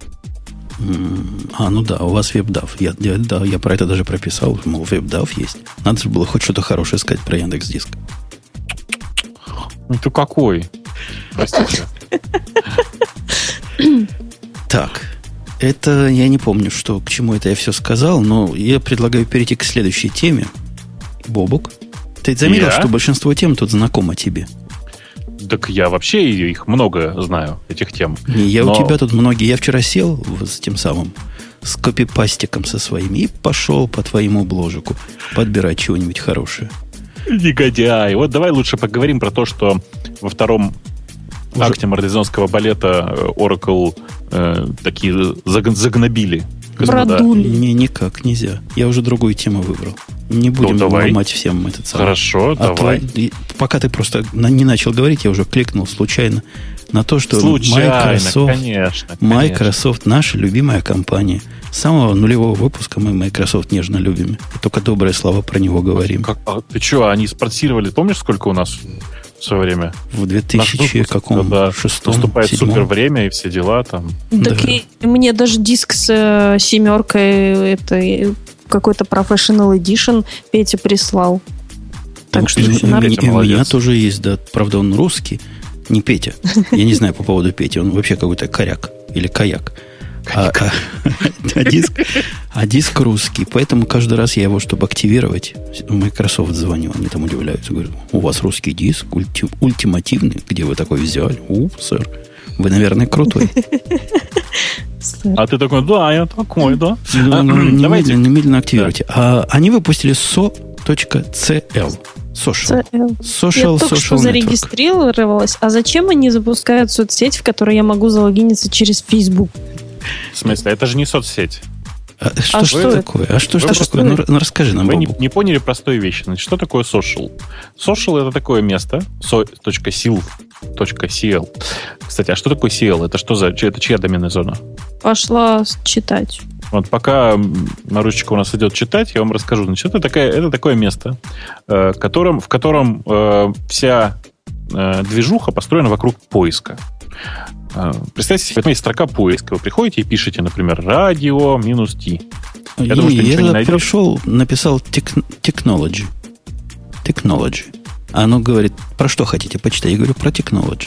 А, ну да, у вас WebDAV. Я, я, да, я про это даже прописал, мол, WebDAV есть. Надо же было хоть что-то хорошее сказать про Яндекс.Диск. Ну ты какой? Простите. Так, это я не помню, что, к чему это я все сказал, но я предлагаю перейти к следующей теме. Бобук, ты заметил, я? что большинство тем тут знакомо тебе? Так я вообще их много знаю, этих тем. Не, я но... у тебя тут многие. Я вчера сел с тем самым, с копипастиком со своими и пошел по твоему бложику подбирать чего-нибудь хорошее. Негодяй. Вот давай лучше поговорим про то, что во втором Уже... акте марлезонского балета Oracle э, такие загнобили. Продули. Не, никак нельзя. Я уже другую тему выбрал. Не будем ну, ломать всем этот самый. Хорошо, а давай. Твой, пока ты просто не начал говорить, я уже кликнул случайно на то, что случайно, Microsoft, конечно, конечно. Microsoft наша любимая компания. С самого нулевого выпуска мы Microsoft нежно любим. И только добрые слова про него говорим. Как, а ты что, они спортировали, помнишь, сколько у нас в свое время? В две тысячи каком? Да, шестом, наступает седьмом. Супер время и все дела там. Так да. И мне даже диск с э, семеркой это какой-то Professional Edition Петя прислал. Так ну, что и, все и, нормально. и у меня тоже есть, да. Правда, он русский, не Петя. Я не знаю по поводу Пети. Он вообще какой-то коряк или каяк. А, а, а, диск, а диск русский. Поэтому каждый раз я его, чтобы активировать, в Microsoft звоню. Они там удивляются. Говорят, у вас русский диск ульти, ультимативный. Где вы такой взяли? У, сэр. Вы, наверное, крутой. А ты такой, да, я такой, да. Ну, ну, немедленно, немедленно активируйте. А они выпустили so.cl. Social. Social, я только что зарегистрировалась. А зачем они запускают соцсеть, в которой я могу залогиниться через Facebook? В смысле? Это же не соцсеть. А что а что такое? А что, что такое? Ну, ну, расскажи нам, Вы не, Бобук. не поняли простой вещи. Значит, что такое social? Social — это такое место, so.sil.cl. Кстати, а что такое си эл? Это что за... Это чья доменная зона? Пошла читать. Вот пока Марусечка у нас идет читать, я вам расскажу. Значит, это, такая, это такое место, э, которым, в котором э, вся э, движуха построена вокруг поиска. Э, представьте себе, есть строка поиска. Вы приходите и пишете, например, радио минус T. Я думаю, что ничего не найдете. Пришел, написал tech, technology. Technology. А оно говорит, про что хотите почитать? Я говорю, про technology.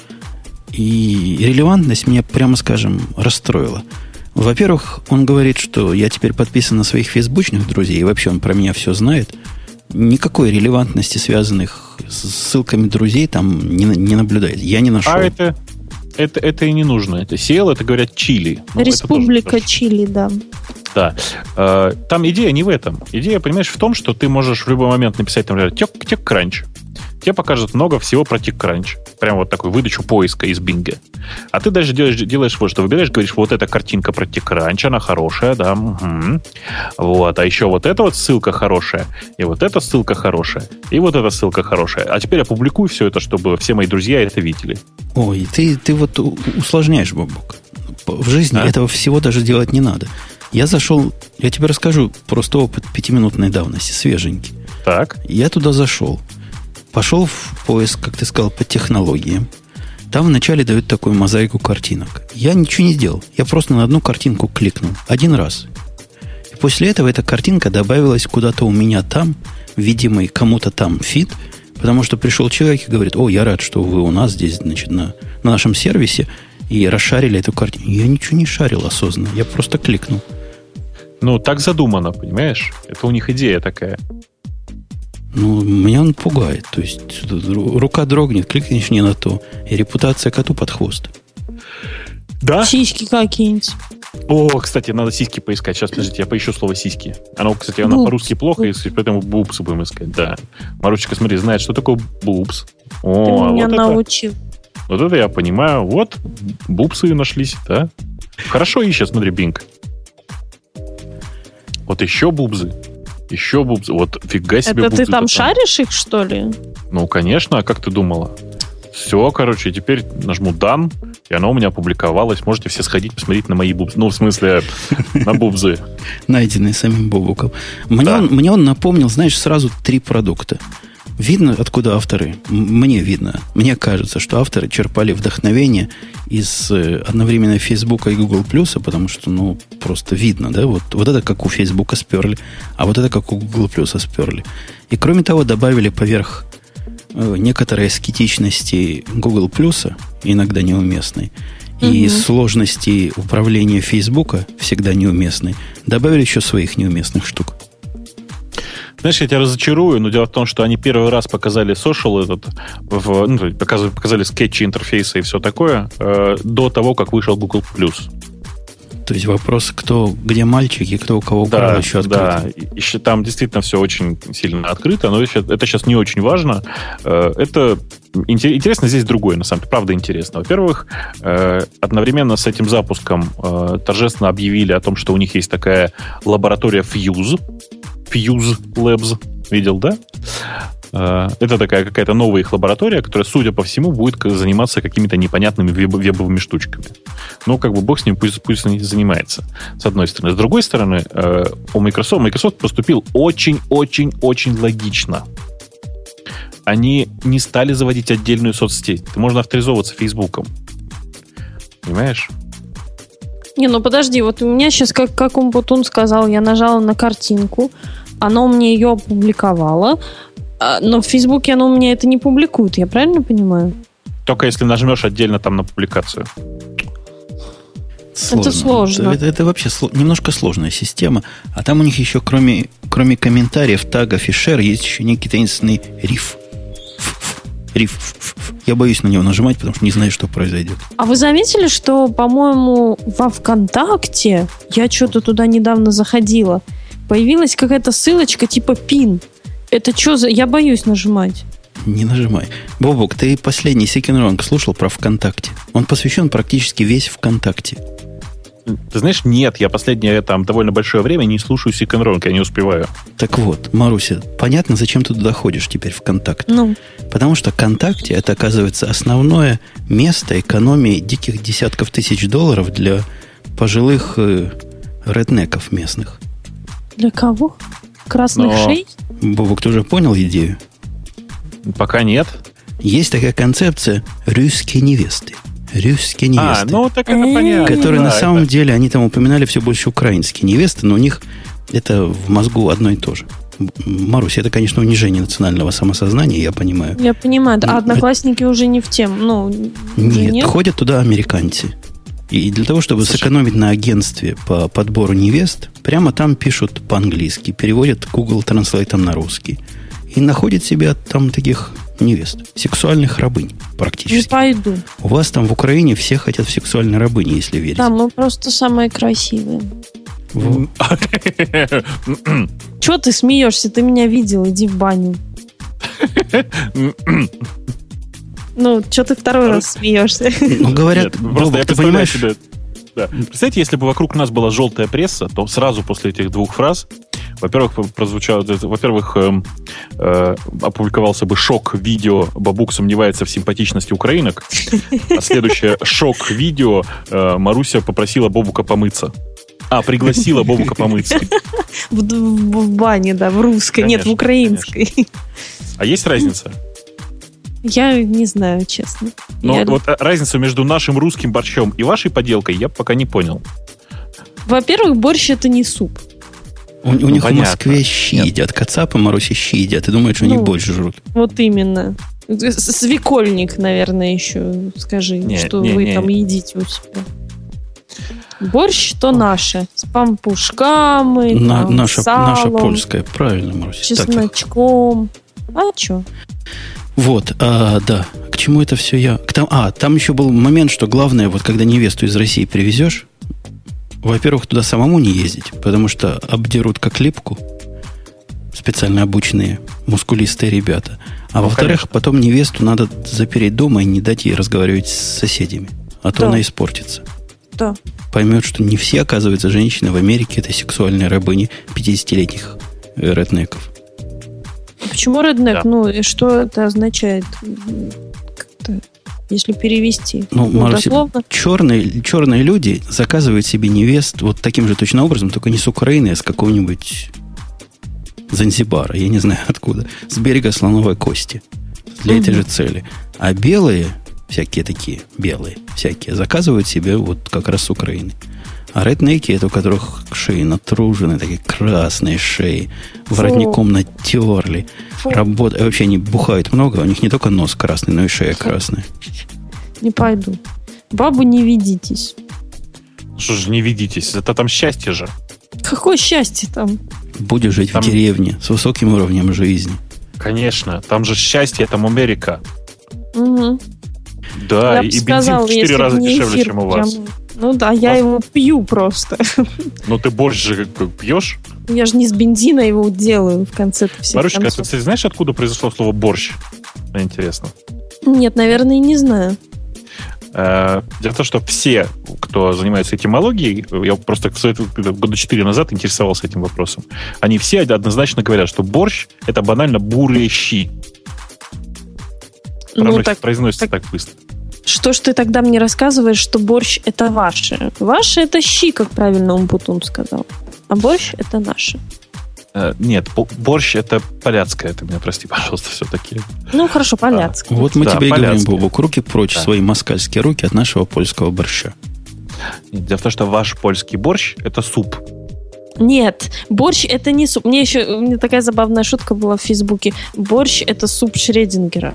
И релевантность меня, прямо скажем, расстроила. Во-первых, он говорит, что я теперь подписан на своих фейсбучных друзей, и вообще он про меня все знает. Никакой релевантности, связанных с ссылками друзей, там не, не наблюдает. Я не нашел. А это, это, это и не нужно. Это си эл, это, говорят, Чили. Ну, Республика тоже, Чили, да. Да. Там идея не в этом. Идея, понимаешь, в том, что ты можешь в любой момент написать, например, TechCrunch. Тебе покажет много всего про TechCrunch. Прям вот такую выдачу поиска из Bing. А ты даже делаешь, делаешь вот что. Выбираешь, говоришь, вот эта картинка про TechCrunch, она хорошая, да. Угу. Вот. А еще вот эта вот ссылка хорошая, и вот эта ссылка хорошая, и вот эта ссылка хорошая. А теперь опубликуй все это, чтобы все мои друзья это видели. Ой, ты, ты вот усложняешь, Бобок. В жизни а? этого всего даже делать не надо. Я зашел, я тебе расскажу просто опыт пятиминутной давности, свеженький. Так. Я туда зашел. Пошел в поиск, как ты сказал, по технологиям. Там вначале дают такую мозаику картинок. Я ничего не сделал. Я просто на одну картинку кликнул. Один раз. И после этого эта картинка добавилась куда-то у меня там, видимый кому-то там фид, потому что пришел человек и говорит, о, я рад, что вы у нас здесь, значит, на, на нашем сервисе, и расшарили эту картинку. Я ничего не шарил осознанно. Я просто кликнул. Ну, так задумано, понимаешь? Это у них идея такая. Ну, меня он пугает. То есть, рука дрогнет, кликнешь не на то. И репутация коту под хвост. Да? Сиськи какие-нибудь. О, кстати, надо сиськи поискать. Сейчас, подождите, я поищу слово сиськи. Оно, кстати, оно бупс. По-русски плохо, и поэтому бупсы будем искать. Да. Марусечка, смотри, знает, что такое бупс. О, Ты меня вот научил. Это, вот это я понимаю. Вот, бупсы нашлись, да? Хорошо ищет, смотри, Bing. Вот еще бубзы. Еще бубзы. Вот фига себе это бубзы. ты там шаришь их, что ли? Ну, конечно. А как ты думала? Все, короче, теперь нажму «Дан», и оно у меня опубликовалось. Можете все сходить, посмотреть на мои бубзы. Ну, в смысле, на бубзы. Найденные самим Бобуком. Мне, он, мне он напомнил, знаешь, сразу три продукта. Видно, откуда авторы? Мне видно. Мне кажется, что авторы черпали вдохновение из одновременно Фейсбука и Google Плюса, потому что, ну, просто видно, да? Вот, вот это как у Фейсбука сперли, а вот это как у Google Плюса сперли. И кроме того, добавили поверх некоторой аскетичности Google Плюса, иногда неуместной, и угу. сложности управления Фейсбука, всегда неуместной, добавили еще своих неуместных штук. Знаешь, я тебя разочарую, но дело в том, что они первый раз показали social этот, в, ну, показали, показали скетчи интерфейса и все такое э, до того, как вышел Google+. То есть вопрос, кто, где мальчики, кто у кого украл, да, еще открыт. Да, еще там действительно все очень сильно открыто, но это сейчас не очень важно. Это интересно здесь другое, на самом деле, правда интересно. Во-первых, одновременно с этим запуском торжественно объявили о том, что у них есть такая лаборатория Fuse, Fuse Labs, видел, да? Это такая какая-то новая их лаборатория, которая, судя по всему, будет заниматься какими-то непонятными веб- вебовыми штучками. Ну, как бы бог с ним, пусть, пусть занимается, с одной стороны. С другой стороны, у Microsoft, Microsoft поступил очень-очень-очень логично. Они не стали заводить отдельную соцсеть. Ты можно авторизовываться Фейсбуком. Понимаешь? Не, ну подожди, вот у меня сейчас, как, как Умпутун сказал, я нажала на картинку, оно мне ее опубликовало, но в Фейсбуке оно у меня это не публикует, я правильно понимаю? Только если нажмешь отдельно там на публикацию. Сложно. Это сложно. Это, это, это вообще сло, немножко сложная система. А там у них еще, кроме, кроме комментариев, тагов и шер, есть еще некий таинственный риф. Риф. Я боюсь на него нажимать, потому что не знаю, что произойдет. А вы заметили, что, по-моему, во ВКонтакте, я что-то туда недавно заходила, появилась какая-то ссылочка типа пин. Это что за... Я боюсь нажимать. Не нажимай. Бобок, ты последний Second Wrong слушал про ВКонтакте? Он посвящен практически весь ВКонтакте. Ты знаешь, нет, я последнее там довольно большое время не слушаю Second Wrong, я не успеваю. Так вот, Маруся, понятно, зачем ты туда ходишь теперь ВКонтакте? Ну. Потому что ВКонтакте это, оказывается, основное место экономии диких десятков тысяч долларов для пожилых э, реднеков местных. Для кого? Красных Но... шей? Бобок, ты уже понял идею? Пока нет. Есть такая концепция русские невесты. Русские невесты. А, ну так это понятно. Которые да, на самом это... деле, они там упоминали все больше украинские невесты, но у них это в мозгу одно и то же. Марусь, это, конечно, унижение национального самосознания, я понимаю. Я понимаю. А одноклассники уже не в тем. Ну, нет, нет, ходят туда американцы. И для того, чтобы Слушай. сэкономить на агентстве по подбору невест, прямо там пишут по-английски, переводят Google Translate на русский. И находят себе там таких невест. Сексуальных рабынь практически. Не пойду. У вас там в Украине все хотят в сексуальной рабыне, если верить. Да, мы просто самые красивые. Чего ты смеешься? Ты меня видел, иди в баню. Ну, что ты второй раз смеешься? Ну, говорят, Бобок, ты понимаешь... Да. Представляете, если бы вокруг нас была желтая пресса, то сразу после этих двух фраз, во-первых, прозвучало, во-первых, э, э, опубликовался бы шок-видео «Бабук сомневается в симпатичности украинок», а следующее шок-видео э, Маруся попросила Бобука помыться. А, пригласила Бобука помыться. В, в, в бане, да, в русской, конечно, нет, в украинской. Конечно. А есть разница? Я не знаю, честно. Но я... вот разницу между нашим русским борщом и вашей поделкой я пока не понял. Во-первых, борщ — это не суп. У, у ну, них понятно. В Москве щи Нет. едят. Кацапы, Маруси щи едят. И думают, что ну, они больше жрут. Вот именно. Свекольник, наверное, еще скажи, не, что не, вы не. там едите у себя. Борщ то наше. С пампушками, На, там, наша, салом, наша польская, правильно, Маруся. Чесночком. А что? Вот, а, да. К чему это все я? К там, а, там еще был момент, что главное, вот когда невесту из России привезешь, во-первых, туда самому не ездить, потому что обдерут как липку специально обученные мускулистые ребята. А ну, во-вторых, конечно. Потом невесту надо запереть дома и не дать ей разговаривать с соседями. А то да. она испортится. Да. Поймет, что не все, оказывается, женщины в Америке это сексуальные рабыни пятидесятилетних реднеков. Почему реднек? Да. Ну, и что это означает? Как-то, если перевести. Ну, ну Маруся, черные, черные люди заказывают себе невест вот таким же точно образом, только не с Украины, а с какого-нибудь Занзибара, я не знаю откуда, с берега слоновой кости. Для угу. этой же цели. А белые, всякие такие, белые, всякие, заказывают себе вот как раз с Украины. А реднеки, это у которых шеи натружены, такие красные шеи, Фу. воротником натерли. Работа, вообще они бухают много, у них не только нос красный, но и шея Фу. красная. Не пойду. Бабу не ведитесь. Что же не ведитесь? Это там счастье же. Какое счастье там? Будешь жить там... в деревне с высоким уровнем жизни. Конечно, там же счастье, там Америка. Угу. Да, Я и сказал, бензин в четыре раза дешевле, чем у вас. Ну да, я Вас... его пью просто. Ну ты борщ же пьешь? Я же не с бензина его делаю в конце всех Марусечка, концов. ты, кстати, знаешь, откуда произошло слово борщ? Мне интересно. Нет, наверное, не знаю. Дело в том, что все, кто занимается этимологией, я просто года четыре назад интересовался этим вопросом, они все однозначно говорят, что борщ — это банально бурые щи. Ну, так, произносится так, так быстро. Что ж ты тогда мне рассказываешь, что борщ — это ваше? Ваше — это щи, как правильно Умпутун сказал. А борщ — это наше. Uh, нет, борщ — это поляцкое. Ты меня прости, пожалуйста, все-таки. Ну, хорошо, поляцкое. А, вот мы да, тебе и поляцкое. говорим, Бобок, руки прочь, да. Свои москальские руки от нашего польского борща. Нет, дело в том, что ваш польский борщ — это суп. Нет, борщ — это не суп. Мне еще у меня такая забавная шутка была в Фейсбуке. Борщ — это суп Шрёдингера.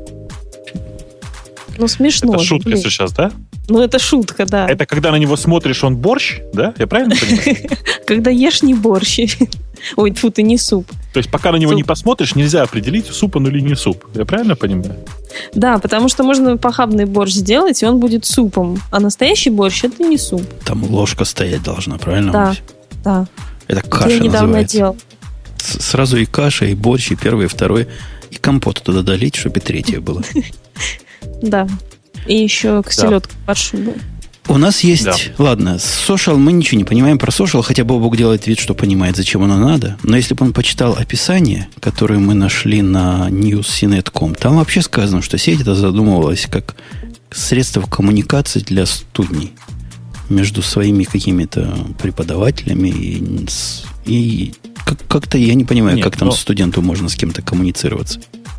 Ну, смешно. Это шутка блин. Сейчас, да? Ну, это шутка, да. Это когда на него смотришь, он борщ, да? Я правильно понимаю? Когда ешь не борщ. Ой, тьфу, ты не суп. То есть, пока на него суп. Не посмотришь, нельзя определить, суп он или не суп. Я правильно понимаю? Да, потому что можно похабный борщ сделать, и он будет супом. А настоящий борщ — это не суп. Там ложка стоять должна, правильно? Да, да. Это каша я недавно называется. Делал. Сразу и каша, и борщ, и первый, и второй. И компот туда долить, чтобы и третье было. Да. И еще селедка под шубу. У нас есть... Да. Ладно, social мы ничего не понимаем про social, хотя Бобук делает вид, что понимает, зачем оно надо. Но если бы он почитал описание, которое мы нашли на ньюс си нет точка ком, там вообще сказано, что сеть это задумывалась как средство коммуникации для студней между своими какими-то преподавателями. И, и как- как-то я не понимаю, Нет, как там но... студенту можно с кем-то коммуницироваться.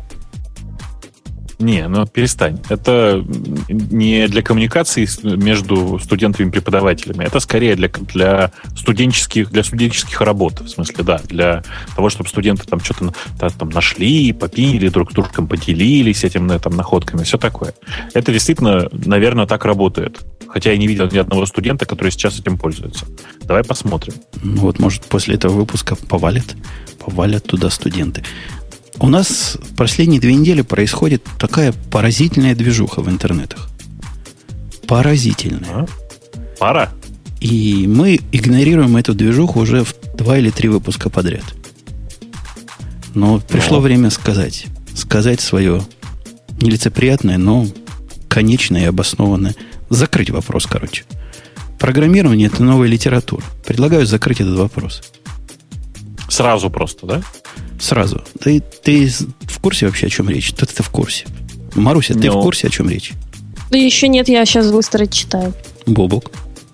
Не, ну перестань. Это не для коммуникации между студентами и преподавателями. Это скорее для, для, студенческих, для студенческих работ. В смысле, да, для того, чтобы студенты там что-то там нашли, попили, друг с другом поделились этим там, находками, все такое. Это действительно, наверное, так работает. Хотя я не видел ни одного студента, который сейчас этим пользуется. Давай посмотрим. Вот, может, после этого выпуска повалят, повалят туда студенты. У нас в последние две недели происходит такая поразительная движуха в интернетах. Поразительная. А? Пора. И мы игнорируем эту движуху уже в два или три выпуска подряд. Но пришло но. время сказать. Сказать свое нелицеприятное, но конечное и обоснованное. Закрыть вопрос, короче. Программирование – это новая литература. Предлагаю закрыть этот вопрос. Сразу просто, да? Сразу. Ты, ты в курсе вообще, о чем речь? Ты, ты в курсе. Маруся, ты Но... в курсе, о чем речь? Да еще нет, я сейчас быстро читаю. Бобок.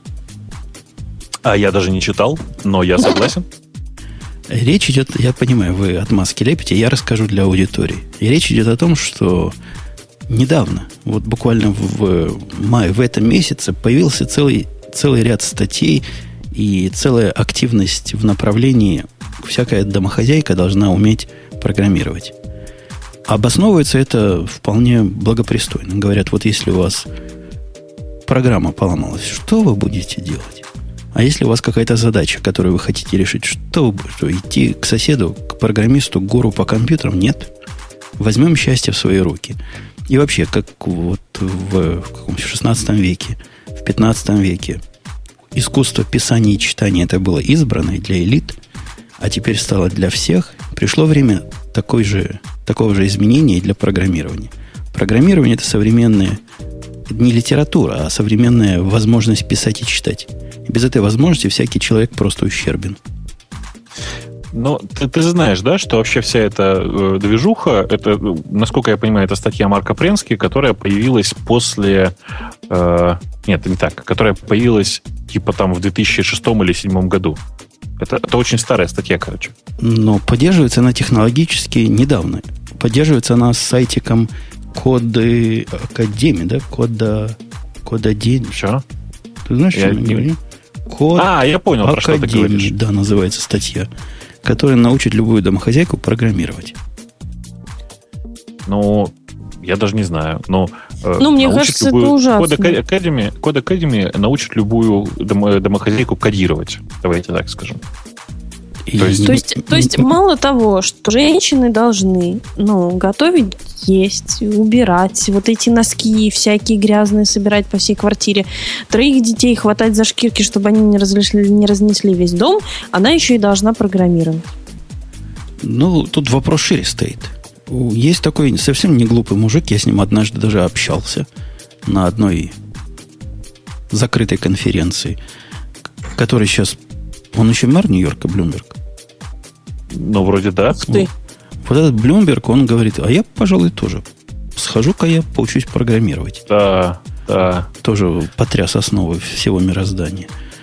А я даже не читал, но я согласен. Речь идет, я понимаю, вы отмазки лепите, я расскажу для аудитории. И речь идет о том, что недавно, вот буквально в мае, в этом месяце, появился целый, целый ряд статей и целая активность в направлении всякая домохозяйка должна уметь программировать. Обосновывается это вполне благопристойно. Говорят, вот если у вас программа поломалась, что вы будете делать? А если у вас какая-то задача, которую вы хотите решить, что вы будете? Идти к соседу, к программисту, к гуру по компьютерам? Нет. Возьмем счастье в свои руки. И вообще, как вот в, в каком шестнадцатом веке, в пятнадцатом веке искусство писания и читания это было избрано для элит, а теперь стало для всех, пришло время такой же, такого же изменения и для программирования. Программирование – это современная не литература, а современная возможность писать и читать. И без этой возможности всякий человек просто ущербен. Ну, ты, ты знаешь, да, что вообще вся эта э, движуха, это, насколько я понимаю, это статья Марка Пренски, которая появилась после... Э, нет, не так, которая появилась типа там в две тысячи шестом или две тысячи седьмом году. Это, это очень старая статья, короче. Но поддерживается она технологически недавно. Поддерживается она с сайтиком Коды Академии, да? Кода... Кода один. Что? Ты знаешь, я что я не... говорю? Код а, я понял, Академии, про что ты говоришь. Да, называется статья, которая научит любую домохозяйку программировать. Ну, я даже не знаю. Но, ну, мне кажется, любую... это ужасно. Код Академии, Код Академии научит любую дом... домохозяйку кодировать. Давайте так скажем. И... То, есть, то, есть, то есть мало того, что женщины должны ну, готовить, есть, убирать, вот эти носки всякие грязные собирать по всей квартире, троих детей хватать за шкирки, чтобы они не, разлишли, не разнесли весь дом, она еще и должна программировать. Ну, тут вопрос шире стоит. Есть такой совсем не глупый мужик, я с ним однажды даже общался на одной закрытой конференции, который сейчас... Он еще мэр Нью-Йорка, Блумберг. Ну, вроде да. Ух ты. Вот этот Блумберг, он говорит, а я, пожалуй, тоже. Схожу-ка я поучусь программировать. Да, да. Тоже потряс основы всего мироздания.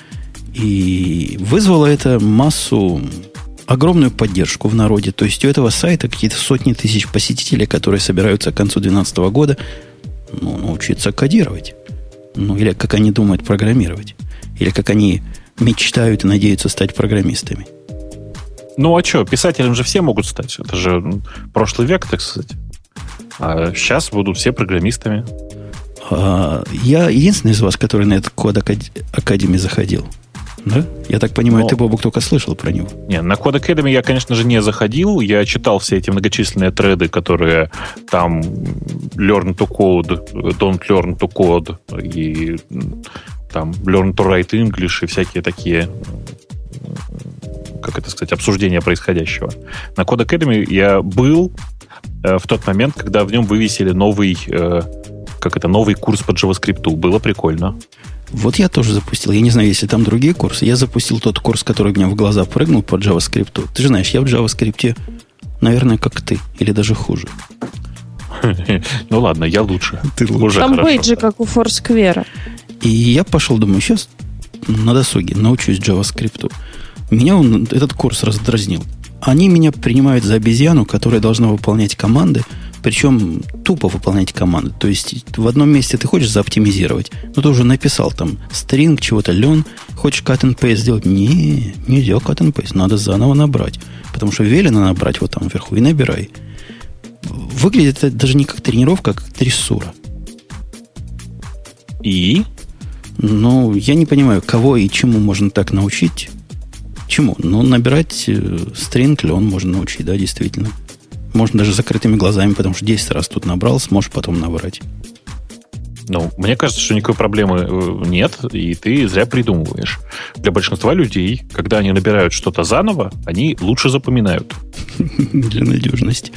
И вызвало это массу, огромную поддержку в народе. То есть у этого сайта какие-то сотни тысяч посетителей, которые собираются к концу две тысячи двенадцатого года ну, научиться кодировать. Ну, или как они думают программировать. Или как они мечтают и надеются стать программистами. Ну, а что, писателям же все могут стать. Это же прошлый век, так сказать. А сейчас будут все программистами. А, я единственный из вас, который на этот код Академии заходил. Да? Я так понимаю, Но... ты, Бобук, только слышал про него. Не, на Code Academy я, конечно же, не заходил. Я читал все эти многочисленные треды, которые там learn to code, don't learn to code, и там learn to write English, и всякие такие, как это сказать, обсуждения происходящего. На Code Academy я был э, в тот момент, когда в нем вывесили новый, э, как это, новый курс по JavaScript. Было прикольно. Вот я тоже запустил. Я не знаю, если там другие курсы. Я запустил тот курс, который у меня в глаза прыгнул по JavaScript. Ты же знаешь, я в JavaScript, наверное, как ты. Или даже хуже. Ну ладно, я лучше. Ты лучше. Там бейджи, как у Foursquare. И я пошел, думаю, сейчас на досуге научусь JavaScript. Меня он, этот курс раздразнил. Они меня принимают за обезьяну, которая должна выполнять команды, причем тупо выполнять команды. То есть в одном месте ты хочешь заоптимизировать, но ты уже написал там string, чего-то learn, хочешь cut and paste сделать. Не, нельзя cut and paste, надо заново набрать. Потому что велено набрать вот там вверху и набирай. Выглядит это даже не как тренировка, а как дрессура. И? Ну, я не понимаю, кого и чему можно так научить. Чему? Ну, набирать string learn можно научить, да, действительно. Можно даже закрытыми глазами, потому что десять раз тут набрал, сможешь потом набрать. Ну, мне кажется, что никакой проблемы нет, и ты зря придумываешь. Для большинства людей, когда они набирают что-то заново, они лучше запоминают. Для надежности.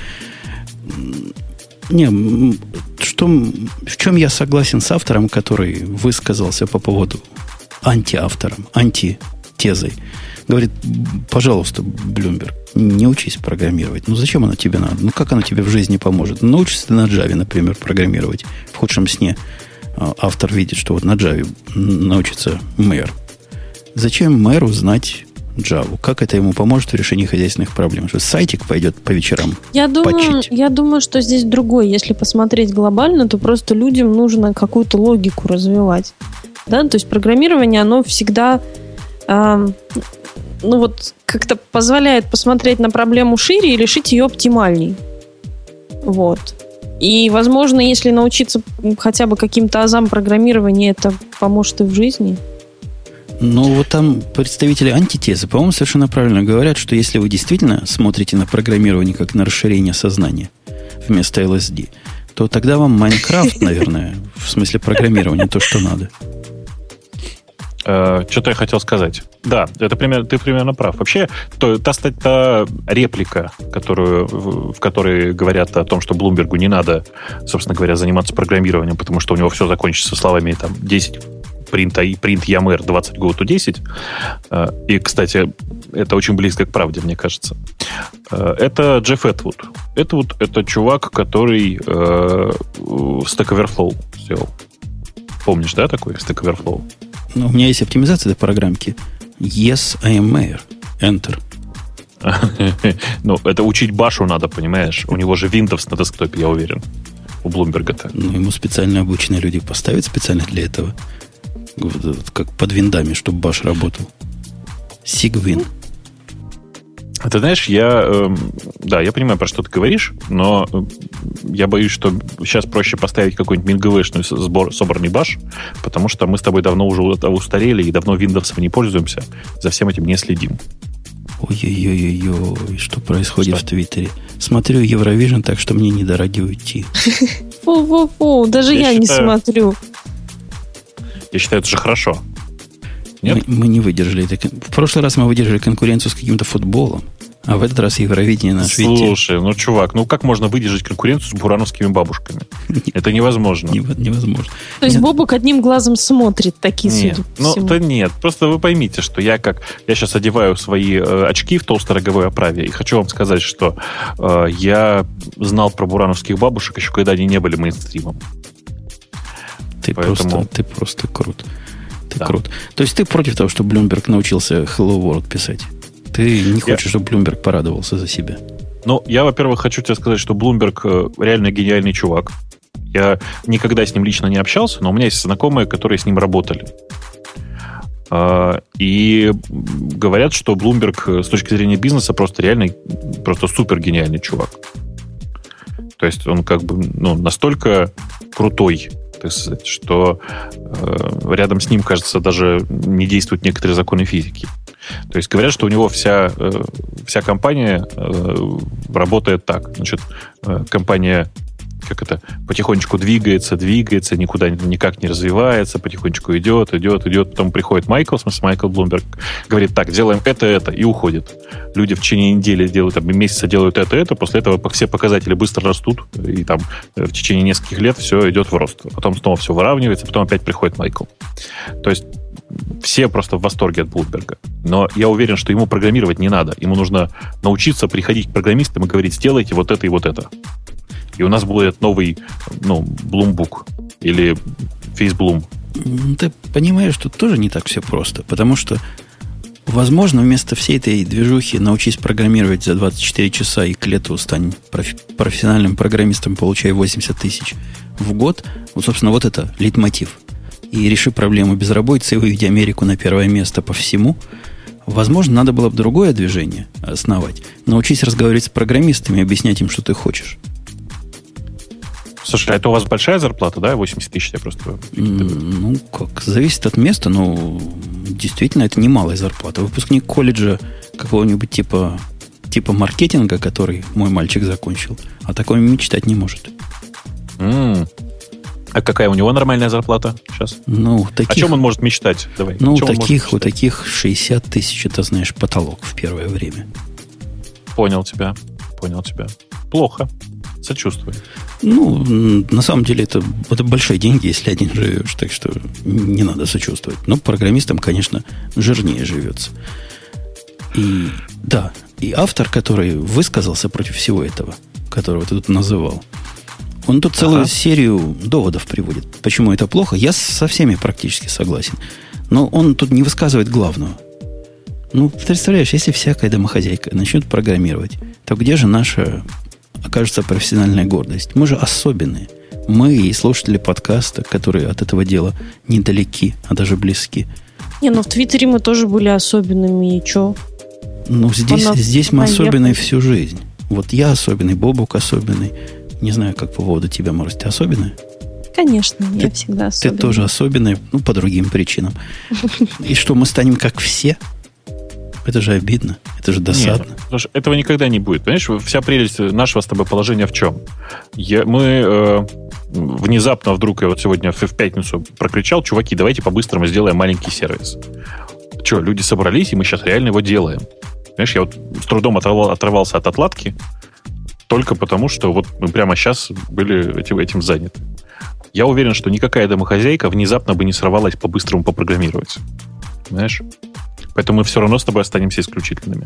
Не, что, в чем я согласен с автором, который высказался по поводу антиавтором, антитезой. Говорит, пожалуйста, Блумберг, не учись программировать. Ну, зачем оно тебе надо? Ну, как оно тебе в жизни поможет? Ну, научишься ты на Java, например, программировать. В худшем сне автор видит, что вот на Java научится мэр. Зачем мэру знать Java? Как это ему поможет в решении хозяйственных проблем? Что сайтик пойдет по вечерам я думаю, я думаю, что здесь другое. Если посмотреть глобально, то просто людям нужно какую-то логику развивать. Да? То есть программирование, оно всегда... Э, ну вот как-то позволяет посмотреть на проблему шире и решить ее оптимальней. Вот. И, возможно, если научиться хотя бы каким-то азам программирования, это поможет и в жизни. Ну, вот там представители антитезы, по-моему, совершенно правильно говорят, что если вы действительно смотрите на программирование как на расширение сознания вместо эл эс ди, то тогда вам Майнкрафт, наверное, в смысле программирования, то, что надо. Что-то я хотел сказать. Да, это пример, ты примерно прав. Вообще, то, та, та реплика, которую, в которой говорят о том, что Блумбергу не надо, собственно говоря, заниматься программированием, потому что у него все закончится словами там десять print, print yamr двадцать go to десять. И, кстати, это очень близко к правде, мне кажется. Это Джефф Этвуд. Этвуд — это чувак, который э, Stack Overflow сделал. Помнишь, да, такой Stack Overflow? Ну, у меня есть оптимизация этой программки. Yes, I am mayor. Enter. Ну, это учить Башу надо, понимаешь? У него же Windows на десктопе, я уверен. У Блумберга-то. Ну, ему специально обученные люди поставят специально для этого. Как под виндами, чтобы Баш работал. Sigwin. А ты знаешь, я, э, да, я понимаю, про что ты говоришь, но я боюсь, что сейчас проще поставить какой-нибудь мингвэшный сбор, собранный баш, потому что мы с тобой давно уже устарели и давно Windows не пользуемся, за всем этим не следим. Ой-ой-ой-ой, что происходит что? в Твиттере? Смотрю Евровижн, так что мне не до радио идти. Фу-фу-фу, даже я, я считаю, не смотрю. Я считаю, это же хорошо. Нет? Мы, мы не выдержали. В прошлый раз мы выдержали конкуренцию с каким-то футболом, а в этот раз Евровидение на свете. Слушай, ну, чувак, ну как можно выдержать конкуренцию с бурановскими бабушками? Это невозможно. Невозможно. То есть Бобук одним глазом смотрит такие судьи. Ну, да нет. Просто вы поймите, что я как... Я сейчас одеваю свои э, очки в толстороговой оправе, и хочу вам сказать, что э, я знал про бурановских бабушек еще когда они не были мейнстримом. Ты, Поэтому... просто, ты просто крут. Ты да. крут. То есть ты против того, чтобы Bloomberg научился Hello World писать? Ты не хочешь, я... чтобы Bloomberg порадовался за себя? Ну, я, во-первых, хочу тебе сказать, что Bloomberg реально гениальный чувак. Я никогда с ним лично не общался, но у меня есть знакомые, которые с ним работали. И говорят, что Bloomberg с точки зрения бизнеса просто реально просто супер гениальный чувак. То есть он как бы ну, настолько крутой, так сказать, что рядом с ним, кажется, даже не действуют некоторые законы физики. То есть говорят, что у него вся, вся компания работает так. Значит, компания как это, потихонечку двигается, двигается, никуда никак не развивается, потихонечку идет, идет, идет. Потом приходит Майкл, в смысле Майкл Блумберг, говорит, так, делаем это, это, и уходит. Люди в течение недели делают, там, месяца делают это, это, после этого все показатели быстро растут, и там в течение нескольких лет все идет в рост. Потом снова все выравнивается, потом опять приходит Майкл. То есть все просто в восторге от Блумберга. Но я уверен, что ему программировать не надо. Ему нужно научиться приходить к программистам и говорить, сделайте вот это и вот это. И у нас будет новый, ну, Bloombook или FaceBloom. Ты понимаешь, что тоже не так все просто. Потому что, возможно, вместо всей этой движухи научись программировать за двадцать четыре часа и к лету стань профи- профессиональным программистом, получая восемьдесят тысяч в год. Вот, собственно, вот это лейтмотив. И реши проблему безработицы и выведи Америку на первое место по всему. Возможно, надо было бы другое движение основать. Научись разговаривать с программистами и объяснять им, что ты хочешь. Слушай, а это у вас большая зарплата, да? восемьдесят тысяч, я просто... Ну, как, зависит от места, но действительно это немалая зарплата. Выпускник колледжа какого-нибудь типа, типа маркетинга, который мой мальчик закончил, о таком мечтать не может. Mm. А какая у него нормальная зарплата сейчас? Ну, таких, о чем он может мечтать? Давай. Ну, у таких, у таких шестьдесят тысяч, это, знаешь, потолок в первое время. Понял тебя, понял тебя. Плохо. Сочувствую. Ну, на самом деле, это, это большие деньги, если один живешь, так что не надо сочувствовать. Но программистам, конечно, жирнее живется. И да, и автор, который высказался против всего этого, которого ты тут называл, он тут целую ага. серию доводов приводит. Почему это плохо? Я со всеми практически согласен. Но он тут не высказывает главного. Ну, представляешь, если всякая домохозяйка начнет программировать, то где же наша... окажется профессиональная гордость. Мы же особенные. Мы и слушатели подкаста, которые от этого дела недалеки, а даже близки. Не, ну в Твиттере мы тоже были особенными, и что? Ну, здесь, здесь мы особенные всю жизнь. Вот я особенный, Бобук особенный. Не знаю, как по поводу тебя, Марс, ты особенная? Конечно, ты, я всегда особенная. Ты тоже особенная, ну, по другим причинам. И что, мы станем как все? Это же обидно, это же досадно. Нет, слушай, этого никогда не будет. Понимаешь, вся прелесть нашего с тобой положения в чем? Я, мы э, внезапно вдруг, я вот сегодня в, в пятницу прокричал, чуваки, давайте по-быстрому сделаем маленький сервис. Че, люди собрались, и мы сейчас реально его делаем. Понимаешь, я вот с трудом оторвал, оторвался от отладки, только потому, что вот мы прямо сейчас были этим, этим заняты. Я уверен, что никакая домохозяйка внезапно бы не сорвалась по-быстрому попрограммировать. Понимаешь? Поэтому мы все равно с тобой останемся исключительными.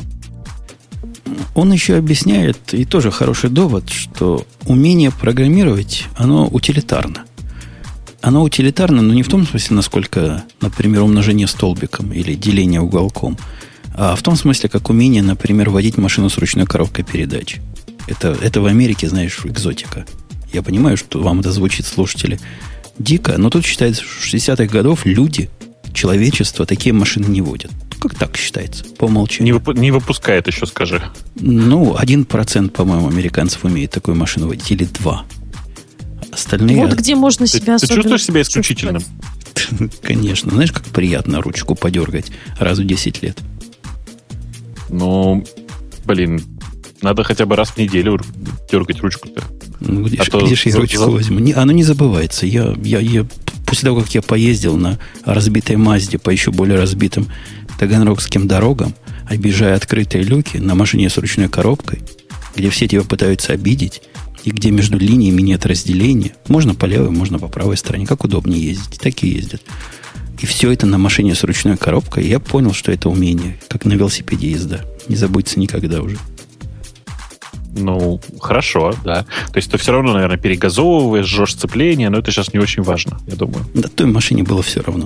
Он еще объясняет, и тоже хороший довод, что умение программировать, оно утилитарно. Оно утилитарно, но не в том смысле, насколько, например, умножение столбиком или деление уголком, а в том смысле, как умение, например, водить машину с ручной коробкой передач. Это, это в Америке, знаешь, экзотика. Я понимаю, что вам это звучит, слушатели, дико, но тут считается, что в шестидесятых годах люди, человечество такие машины не водят. Как так считается? По умолчанию. Не, выпу- не выпускает еще, скажи. Ну, один процент, по-моему, американцев умеет такую машину водить. Или два. Остальные... Вот где можно себя ты, ты чувствуешь себя исключительным? Конечно. Знаешь, как приятно ручку подергать раз в десять лет. Ну, блин, надо хотя бы раз в неделю дергать ручку-то. Ну, где, а ж, где ж я за, ручку за... возьму? Не, оно не забывается. Я, я, я, после того, как я поездил на разбитой Мазде по еще более разбитым таганрогским дорогам, объезжая открытые люки на машине с ручной коробкой, где все тебя пытаются обидеть, и где между линиями нет разделения, можно по левой, можно по правой стороне, как удобнее ездить. Так и ездят. И все это на машине с ручной коробкой. Я понял, что это умение, как на велосипеде езда. Не забудется никогда уже. Ну, хорошо, да. То есть ты все равно, наверное, перегазовываешь, жжешь сцепление, но это сейчас не очень важно, я думаю. Да, той машине было все равно.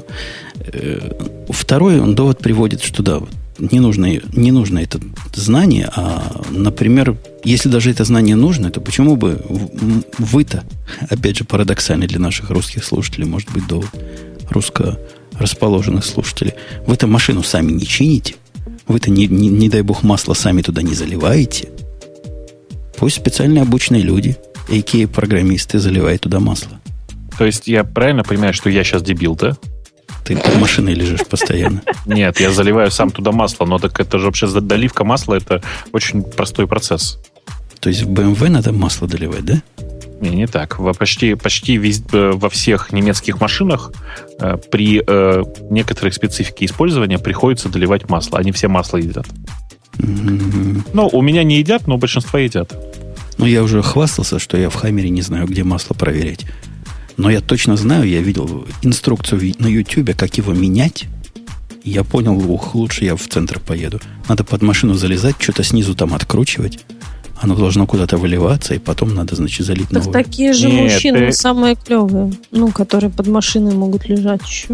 Второй он довод приводит, что да, не нужно, не нужно это знание, а, например, если даже это знание нужно, то почему бы вы-то, опять же, парадоксально для наших русских слушателей, может быть, довод русско расположенных слушателей, вы-то машину сами не чините, вы-то, не, не, не дай бог, масло сами туда не заливаете. Пусть специально обученные люди, а кей программисты, заливают туда масло. То есть я правильно понимаю, что я сейчас дебил, да? Ты под машиной лежишь постоянно. Нет, я заливаю сам туда масло, но так это же вообще доливка масла, это очень простой процесс. То есть в бэ эм вэ надо масло доливать, да? Не, не так. Во почти, почти весь, во всех немецких машинах э, при э, некоторой специфике использования приходится доливать масло. Они все масло едят. Mm-hmm. Ну, у меня не едят, но большинство едят. Ну, я уже хвастался, что я в Хаммере не знаю, где масло проверять. Но я точно знаю, я видел инструкцию на Ютубе, как его менять. И я понял, ух, лучше я в центр поеду. Надо под машину залезать, что-то снизу там откручивать. Оно должно куда-то выливаться, и потом надо, значит, залить так новое. Такие же Нет, мужчины ты... самые клевые, ну, которые под машиной могут лежать еще.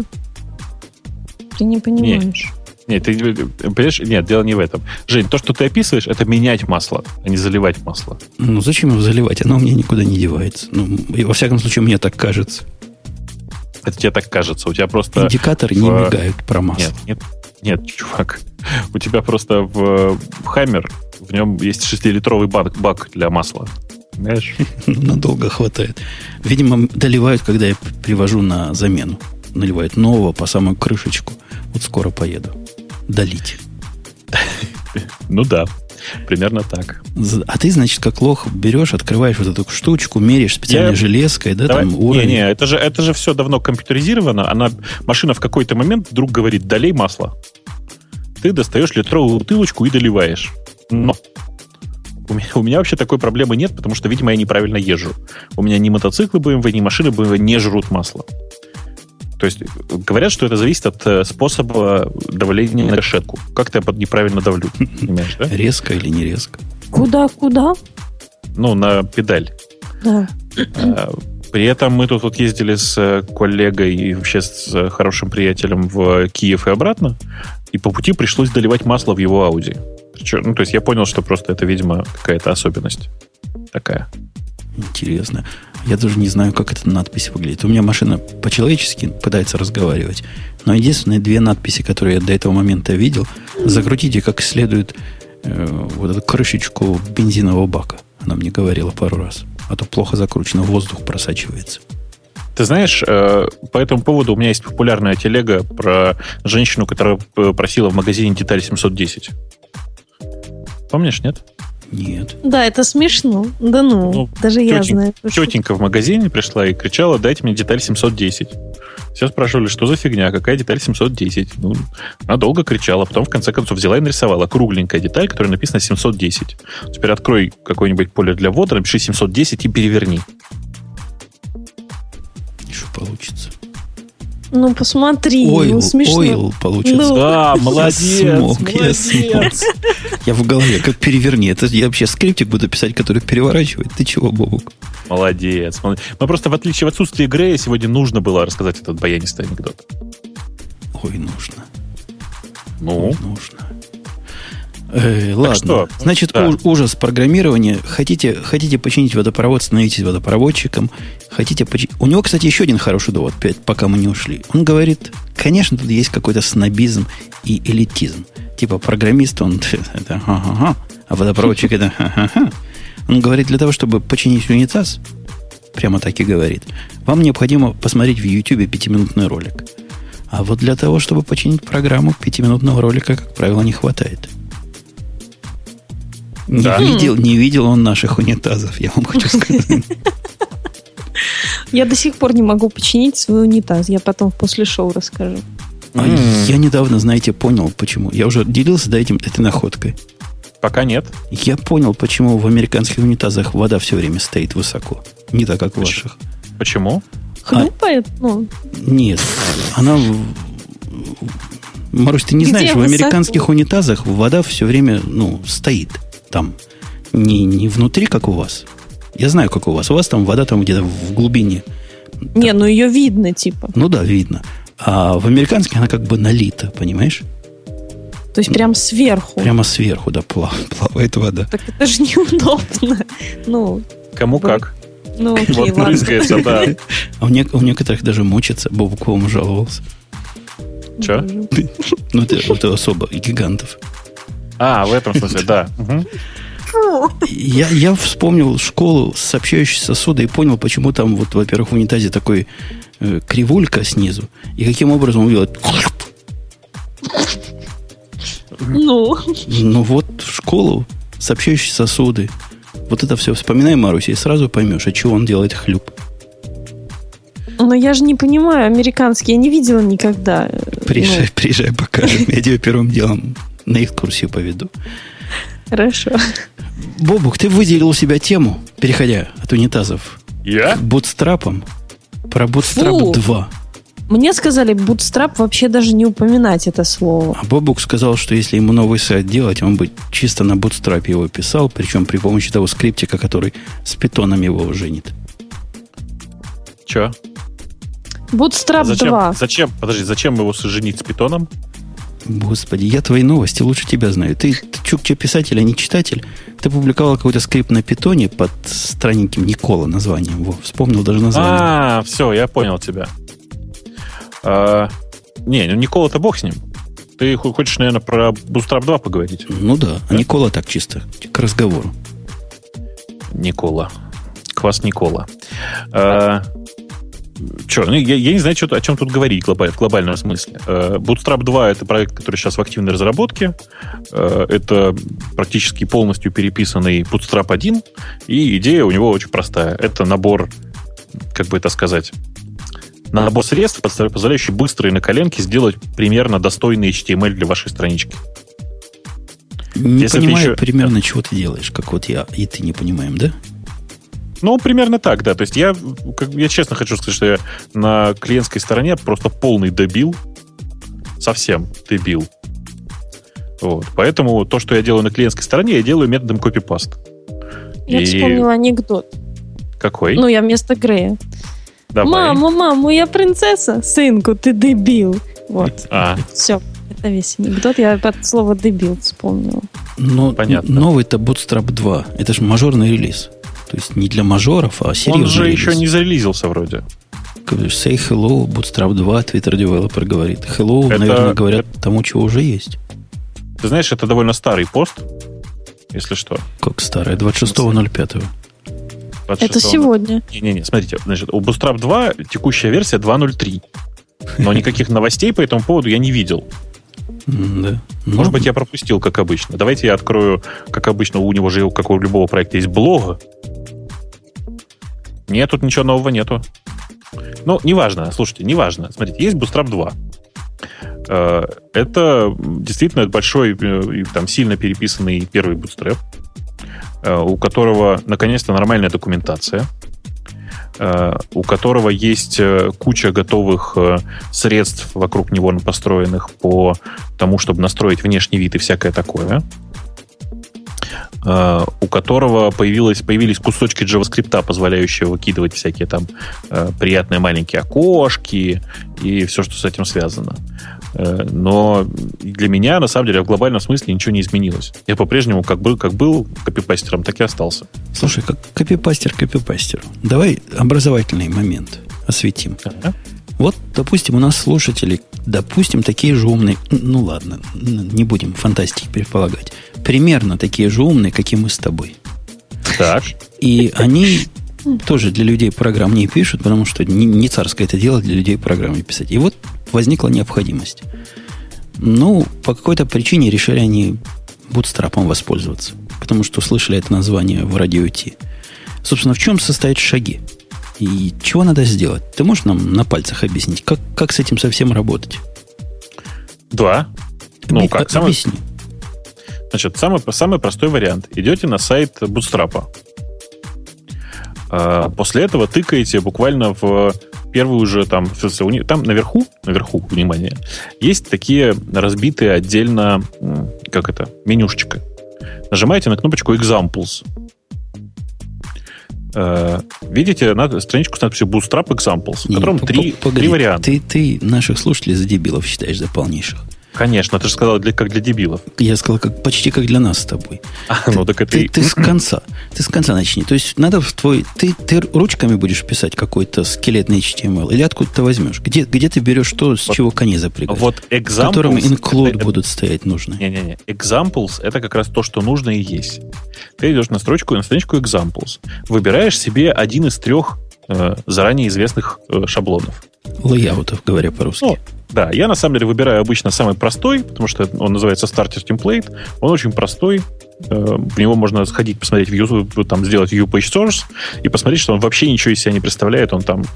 Ты не понимаешь. Нет, ты понимаешь? Нет, дело не в этом. Жень, то, что ты описываешь, это менять масло, а не заливать масло. Ну, зачем его заливать? Оно у меня никуда не девается. Ну, и во всяком случае, мне так кажется. Это тебе так кажется. У тебя просто... Индикаторы в... не мигают про масло. Нет, нет, нет, чувак. У тебя просто в, в Хаммер, в нем есть шестилитровый бак, бак для масла. Понимаешь? Надолго хватает. Видимо, доливают, когда я привожу на замену. Наливают нового по самую крышечку. Вот скоро поеду. Долить. Ну да, примерно так. А ты, значит, как лох берешь, открываешь вот эту штучку, меряешь специальной я... железкой, да, Давай... там уровень. Не-не, это же, это же все давно компьютеризировано. Она, машина в какой-то момент вдруг говорит, долей масло. Ты достаешь литровую бутылочку и доливаешь. Но у меня, у меня вообще такой проблемы нет, потому что, видимо, я неправильно езжу. У меня ни мотоциклы бэ эм вэ, ни машины бэ эм вэ не жрут масло. То есть говорят, что это зависит от способа давления на гашетку. Как-то я под неправильно давлю. Понимаешь, да? Резко или не резко? Куда-куда? Ну, на педаль. Да. При этом мы тут вот ездили с коллегой и вообще с хорошим приятелем в Киев и обратно, и по пути пришлось доливать масло в его Audi. Ну, то есть я понял, что просто это, видимо, какая-то особенность такая. Интересно. Я даже не знаю, как эта надпись выглядит. У меня машина по-человечески пытается разговаривать. Но единственные две надписи, которые я до этого момента видел, закрутите как следует э, вот эту крышечку бензинового бака. Она мне говорила пару раз. А то плохо закручено, воздух просачивается. Ты знаешь, э, по этому поводу у меня есть популярная телега про женщину, которая просила в магазине деталь семьсот десять. Помнишь, нет? Нет. Да, это смешно. Да ну, ну даже тетенька, я знаю. Тетенька в магазине пришла и кричала, дайте мне деталь семьсот десять. Все спрашивали, что за фигня, какая деталь семьсот десять? Ну, она долго кричала, потом в конце концов взяла и нарисовала кругленькая деталь, которая написана семьсот десять. Теперь открой какое-нибудь поле для ввода, напиши семьсот десять и переверни. И что получится? Ну, посмотри, ойл, ну, смешно. Ойл получится. Ну. Да, молодец, я смог, молодец. Я, я в голове, как переверни. Это я вообще скриптик буду писать, который переворачивает. Ты чего, Бобук? Молодец. Мы просто, в отличие от отсутствия Грея, сегодня нужно было рассказать этот баянистый анекдот. Ой, нужно. Ну? Ой, нужно. Э, ладно. Что? Значит, да. у, ужас программирования. Хотите, хотите починить водопровод, становитесь водопроводчиком. Хотите поч... У него, кстати, еще один хороший довод, пока мы не ушли. Он говорит, конечно, тут есть какой-то снобизм и элитизм. Типа программист, он это ха-ха-ха, а водопроводчик это ха-ха-ха. Он говорит, для того, чтобы починить унитаз, прямо так и говорит, вам необходимо посмотреть в Ютубе пятиминутный ролик. А вот для того, чтобы починить программу, пятиминутного ролика, как правило, не хватает. Не, Да. видел, не видел он наших унитазов, я вам хочу сказать. Я до сих пор не могу починить свой унитаз. Я потом после шоу расскажу. А Я недавно, знаете, понял, почему. Я уже делился до этим, этой находкой. Пока нет. Я понял, почему в американских унитазах вода все время стоит высоко. Не так, как в ваших. Почему? Хлюпает? Ну, Нет, она... Марусь, ты не Где знаешь, в высоко? американских унитазах вода все время, ну, стоит там. Не, не внутри, как у вас. Я знаю, как у вас. У вас там вода там где-то в глубине. не, ну ее видно, типа. Ну да, видно. А в американских она как бы налита, понимаешь? То есть прям сверху. Прямо сверху, да, плав- плавает вода. Так это же неудобно. Ну, Кому Вы- как? ну окей, Вот ладно. брызгается, да. А у, не- у некоторых даже мочится. Бобук вам жаловался. Чё? Ну, это, это особо гигантов. А, в этом смысле, да. Мгм. Я, я вспомнил школу с сообщающей сосудой и понял, почему там, вот, во-первых, в унитазе такой э, кривулька снизу. И каким образом он делает... Ну, Ну вот, в школу, сообщающие сосуды. Вот это все вспоминай, Маруся, и сразу поймешь, от чего он делает хлюп. но я же не понимаю американский, я не видела никогда. Приезжай, Ну, приезжай, покажем. Я тебе первым делом на экскурсию поведу. хорошо. Бобук, ты выделил у себя тему, переходя от унитазов Я? к бутстрапам, про Фу. Bootstrap два. Мне сказали, Bootstrap вообще даже не упоминать это слово. А Бобук сказал, что если ему новый сайт делать, он бы чисто на Bootstrap его писал, причем при помощи того скриптика, который с питоном его женит. Чё? Bootstrap Зачем? два. Зачем? Подожди, зачем его соженить с питоном? Господи, я твои новости лучше тебя знаю. Ты, ты чукча писатель, а не читатель. Ты публиковал какой-то скрипт на питоне под странненьким Никола названием. Во, вспомнил даже название. А, все, я понял тебя. А, не, ну Никола-то бог с ним. Ты хо- хочешь, наверное, про Bootstrap два поговорить? Ну да, а Никола так чисто, к разговору. Никола. Квас Никола. А, Че, ну, я, я не знаю, что, о чем тут говорить глобаль- в глобальном смысле. Э, Bootstrap два — это проект, который сейчас в активной разработке. Э, Это практически полностью переписанный Bootstrap один. И идея у него очень простая. Это набор, как бы это сказать, набор средств, позволяющий быстро и на коленке сделать примерно достойный эйч ти эм эль для вашей странички. Не Если ты понимаю еще- примерно, чего ты делаешь, как вот я и ты не понимаем, да? Ну, примерно так, да. То есть я, как, я честно хочу сказать, что я на клиентской стороне просто полный дебил. Совсем дебил. Вот. Поэтому то, что я делаю на клиентской стороне, я делаю методом копипаст. Я И- вспомнила анекдот. Какой? Ну, я вместо Грея. Давай. Мама, мама, я принцесса. Сынку, ты дебил. Вот. А, Все. Это весь анекдот. Я под слово дебил вспомнила. Но Понятно. новый-то Bootstrap два. Это же мажорный релиз. То есть не для мажоров, а серьезный он же релиз. еще не зарелизился вроде. Говоришь, say hello, Bootstrap два, Twitter Developer говорит. Hello, Это- наверное, говорят тому, чего уже есть. Ты знаешь, это довольно старый пост, если что. Как старое, двадцать шестого ноль пятого. Это двадцать шестого. сегодня. Не-не-не, смотрите, значит, у Bootstrap два текущая версия два ноль три. Но никаких новостей по этому поводу я не видел. М, Да. Может Ну, быть, я пропустил, как обычно. Давайте я открою, как обычно, у него же, как у любого проекта, есть блог. Нет, тут ничего нового нету. Ну, неважно, слушайте, неважно. Смотрите, есть Bootstrap два. Э, Это действительно большой э, и там сильно переписанный первый Bootstrap, э, у которого наконец-то нормальная документация, э, у которого есть э, куча готовых э, средств вокруг него построенных по тому, чтобы настроить внешний вид и всякое такое, э, у которого появилось, появились кусочки JavaScript, позволяющие выкидывать всякие там э, приятные маленькие окошки и все, что с этим связано. Э, но для меня, на самом деле, в глобальном смысле ничего не изменилось. Я по-прежнему как был, как был копипастером, так и остался. Слушай, как копипастер копипастеру. Давай образовательный момент осветим. Ага. Вот, допустим, у нас слушатели, допустим, такие же умные, ну ладно, не будем фантастики предполагать, примерно такие же умные, как и мы с тобой. Так. И они тоже для людей программ не пишут, потому что не, не царское это дело для людей программы писать. И вот возникла необходимость. Ну, по какой-то причине решили они бутстрапом воспользоваться. потому что услышали это название в радио Ти. Собственно, в чем состоят шаги? И чего надо сделать? Ты можешь нам на пальцах объяснить, как, как с этим совсем работать? Да. Ну, Объ... как? Самый... Объясни. Значит, самый, самый простой вариант. Идете на сайт Bootstrap. После этого тыкаете буквально в первую же там, там наверху, наверху, внимание, есть такие разбитые отдельно, как это, менюшечка. Нажимаете на кнопочку Examples. Видите на, страничку с надписью Bootstrap Examples, в котором три, три варианта. Ты, ты наших слушателей за дебилов считаешь, за полнейших. Конечно, ты же сказал, для, как для дебилов. Я сказал, как, почти как для нас с тобой. А, ты, ну, так это ты, и... ты с конца. Ты с конца начни. То есть надо в твой... Ты, ты ручками будешь писать какой-то скелетный эйч ти эм эл? Или откуда ты возьмешь? Где, где ты берешь то, с вот, чего коней запрягать? Вот examples... В котором include это, будут стоять нужные. Не-не-не. Examples — это как раз то, что нужно и есть. Ты идешь на строчку, на страничку Examples. Выбираешь себе один из трех э, заранее известных э, шаблонов. Лейаутов, говоря по-русски. Ну, да, я на самом деле выбираю обычно самый простой, потому что он называется Starter Template. Он очень простой. В него можно сходить, посмотреть, view, там, сделать view page source и посмотреть, что он вообще ничего из себя не представляет. Он там,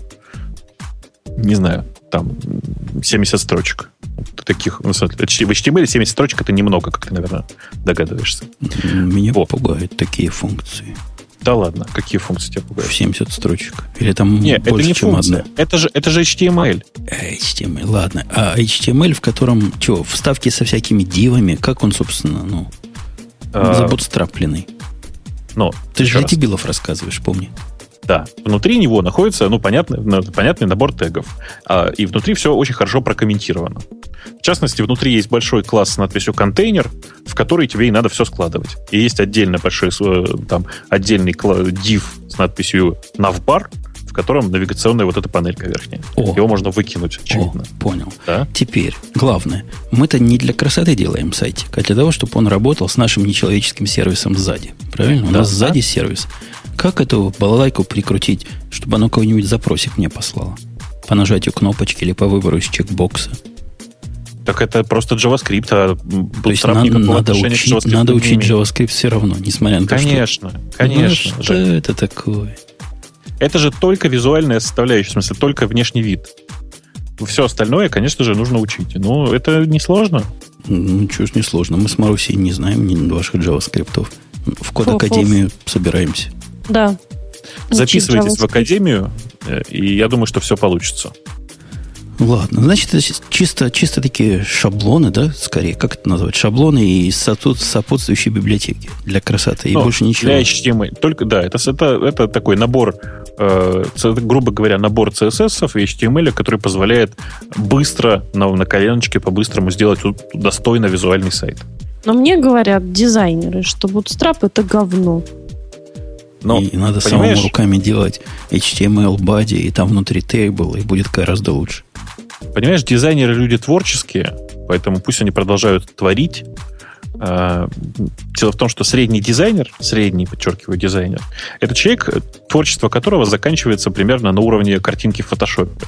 не знаю, там семьдесят строчек. Таких, в эйч ти эм эл семьдесят строчек — это немного, как ты, наверное, догадываешься. Меня вот. пугают такие функции. Да ладно, какие функции тебя пугают? В семьдесят строчек. Или там Нет, больше, это не чем функция. одна. Это же, это же эйч ти эм эл. эйч ти эм эл, ладно. А эйч ти эм эл, в котором, что, вставки со всякими дивами, как он, собственно, ну, а, забутстрапленный? Ну, ты же для раз. Дебилов рассказываешь, помни. Да, внутри него находится, ну, понятный, понятный набор тегов. А, и внутри все очень хорошо прокомментировано. В частности, внутри есть большой класс с надписью «контейнер», в который тебе и надо все складывать. И есть отдельно большой, там, отдельный div с надписью «navbar», в котором навигационная вот эта панелька верхняя. О, его можно выкинуть, очевидно. О, понял. Да? Теперь, главное, мы-то не для красоты делаем сайтик, а для того, чтобы он работал с нашим нечеловеческим сервисом сзади. Правильно? У да, нас да? сзади сервис. Как эту балалайку прикрутить, чтобы оно какой-нибудь запросик мне послало? По нажатию кнопочки или по выбору из чекбокса? Так это просто JavaScript, а то есть надо, надо учить, надо учить JavaScript все равно, несмотря на то, конечно, что... Конечно, ну, что это такое? Это же только визуальная составляющая, в смысле, только внешний вид. Все остальное, конечно же, нужно учить. Но это несложно. Ну, чего ж несложно. Мы с Марусей не знаем ни ваших JavaScript'ов. В Код-академию собираемся. Да. Записывайтесь в академию, и я думаю, что все получится. Ладно, значит, это чисто, чисто такие шаблоны, да, скорее, как это назвать? Шаблоны и сопутствующие библиотеки для красоты, и ну, больше ничего. Для эйч ти эм эл, только, да, это, это, это такой набор, э, грубо говоря, набор си эс эс и эйч ти эм эл, который позволяет быстро, на, на коленочке по-быстрому сделать достойно визуальный сайт. Но мне говорят дизайнеры, что Bootstrap — это говно. Но, и надо самому руками делать эйч ти эм эл body, и там внутри тейбл, и будет гораздо лучше. Понимаешь, дизайнеры люди творческие, поэтому пусть они продолжают творить. Дело в том, что средний дизайнер, средний, подчеркиваю, дизайнер, это человек, творчество которого заканчивается примерно на уровне картинки в фотошопе.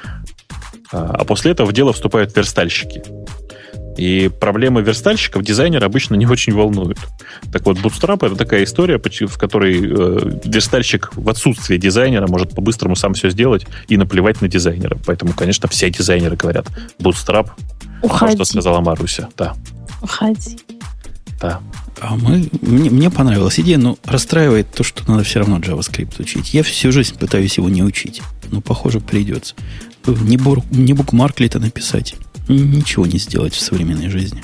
А после этого в дело вступают верстальщики. И проблемы верстальщиков дизайнера обычно не очень волнуют. Так вот, Bootstrap — это такая история, в которой э, верстальщик в отсутствие дизайнера может по-быстрому сам все сделать и наплевать на дизайнера. Поэтому, конечно, все дизайнеры говорят Bootstrap. Уходи. То, что сказала Маруся. Да. Уходи. Да. А мы, мне, мне понравилась идея, но расстраивает то, что надо все равно JavaScript учить. Я всю жизнь пытаюсь его не учить. Но, похоже, придется. Не, бур, не букмаркли-то написать. Ничего не сделать в современной жизни.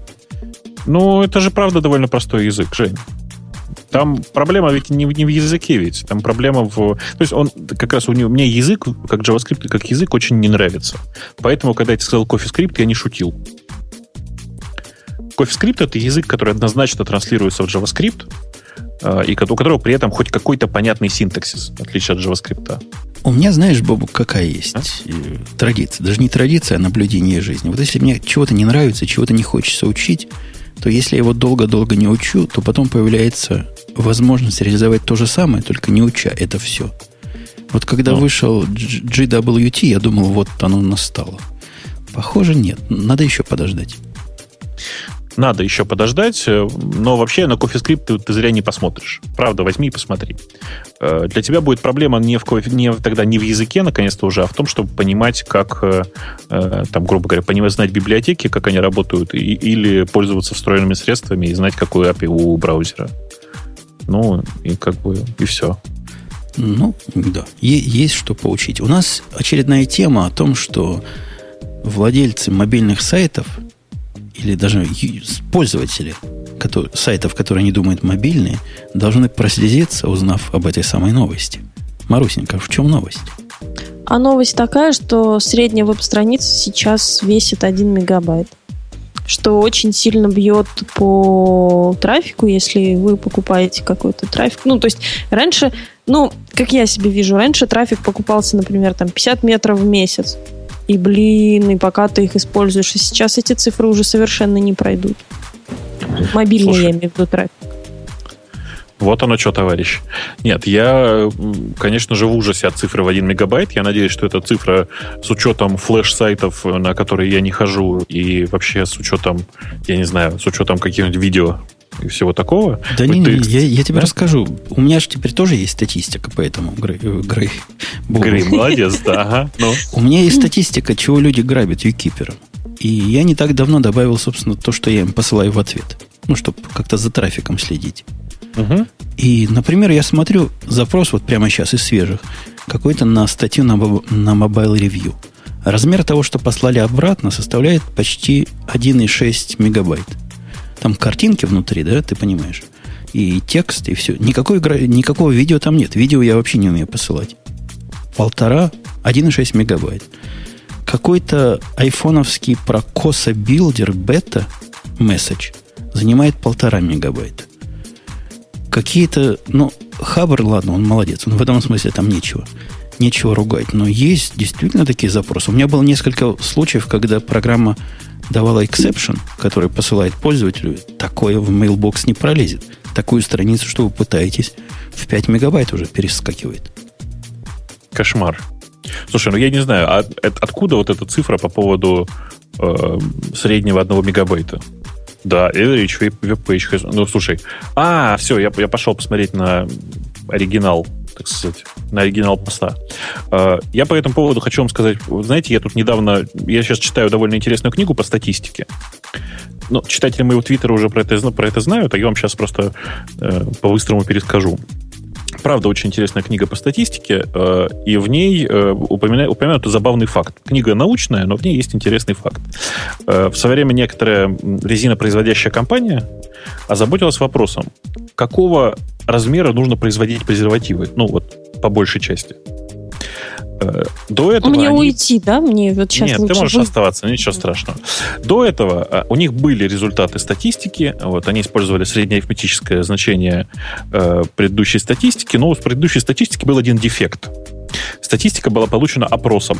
Ну, это же, правда, довольно простой язык, Жень. Там проблема ведь не, не в языке, ведь. Там проблема в... То есть он как раз у него... Мне язык, как JavaScript, как язык, очень не нравится. Поэтому, когда я тебе сказал CoffeeScript, я не шутил. CoffeeScript — это язык, который однозначно транслируется в JavaScript, и у которого при этом хоть какой-то понятный синтаксис, в отличие от JavaScript. У меня, знаешь, Бобу, какая есть а? традиция. Даже не традиция, а наблюдение жизни. Вот если мне чего-то не нравится, чего-то не хочется учить, то если я его долго-долго не учу, то потом появляется возможность реализовать то же самое, только не уча это все. Вот когда ну. вышел джи дабл ю ти, я думал, вот оно настало. Похоже, нет. Надо еще подождать. надо еще подождать, но вообще на CoffeeScript ты, ты зря не посмотришь. Правда, возьми и посмотри. Для тебя будет проблема не, в, не тогда не в языке, наконец-то уже, а в том, чтобы понимать, как, там, грубо говоря, понимать, знать библиотеки, как они работают, и, или пользоваться встроенными средствами и знать, какой эй пи ай у браузера. Ну, и как бы, и все. Ну, да, е- есть что поучить. У нас очередная тема о том, что владельцы мобильных сайтов или даже пользователи которые, сайтов, которые не думают мобильные, должны прослезиться, узнав об этой самой новости. Марусенька, в чем новость? А новость такая, что средняя веб-страница сейчас весит один мегабайт. Что очень сильно бьет по трафику, если вы покупаете какой-то трафик. Ну, то есть раньше, ну, как я себе вижу, раньше трафик покупался, например, там пятьдесят метров в месяц. И, блин, и пока ты их используешь. И сейчас эти цифры уже совершенно не пройдут. Мобильный, Слушай, я имею в виду трафик. Вот оно что, товарищ. Нет, я, конечно же, в ужасе от цифры в один мегабайт. Я надеюсь, что эта цифра с учетом флеш-сайтов, на которые я не хожу, и вообще с учетом, я не знаю, с учетом каких-нибудь видео и всего такого. Да не, не, я, я тебе да? расскажу. У меня же теперь тоже есть статистика по этому. Грей, Грей, Грей молодец, да. Ага, ну. У меня есть статистика, чего люди грабят юкипером. И я не так давно добавил, собственно, то, что я им посылаю в ответ. Ну, чтобы как-то за трафиком следить. Угу. И, например, я смотрю запрос вот прямо сейчас из свежих, какой-то на статью на, на Mobile Review. Размер того, что послали обратно, составляет почти один и шесть мегабайт. Там картинки внутри, да, ты понимаешь? И текст, и все. Никакой, никакого видео там нет. Видео я вообще не умею посылать. Полтора, один и шесть мегабайт. Какой-то айфоновский прокоса билдер бета месседж занимает полтора мегабайта. Какие-то, ну, Хабр, ладно, он молодец, он в этом смысле там нечего, нечего ругать, но есть действительно такие запросы. У меня было несколько случаев, когда программа давала exception, который посылает пользователю, такое в mailbox не пролезет. Такую страницу, что вы пытаетесь, в пять мегабайт уже перескакивает. Кошмар. Слушай, ну я не знаю, а откуда вот эта цифра по поводу э, среднего одного мегабайта? Да, average web page has... Ну, слушай. А, все, я, я пошел посмотреть на оригинал, так сказать, на оригинал поста. Я по этому поводу хочу вам сказать, знаете, я тут недавно, я сейчас читаю довольно интересную книгу по статистике. Ну, читатели моего твиттера уже про это, про это знают, а я вам сейчас просто э, по-быстрому перескажу. Правда, очень интересная книга по статистике, э, и в ней э, упоминают, упоминают забавный факт. Книга научная, но в ней есть интересный факт. Э, в свое время некоторая резинопроизводящая компания озаботилась вопросом, какого размера нужно производить презервативы, ну вот, по большей части. До этого Мне они... уйти, да? Мне вот сейчас Нет, лучше ты можешь вы... оставаться, ничего страшного. До этого у них были результаты статистики. Вот, они использовали среднеарифметическое значение э, предыдущей статистики, но в предыдущей статистике был один дефект. Статистика была получена опросом.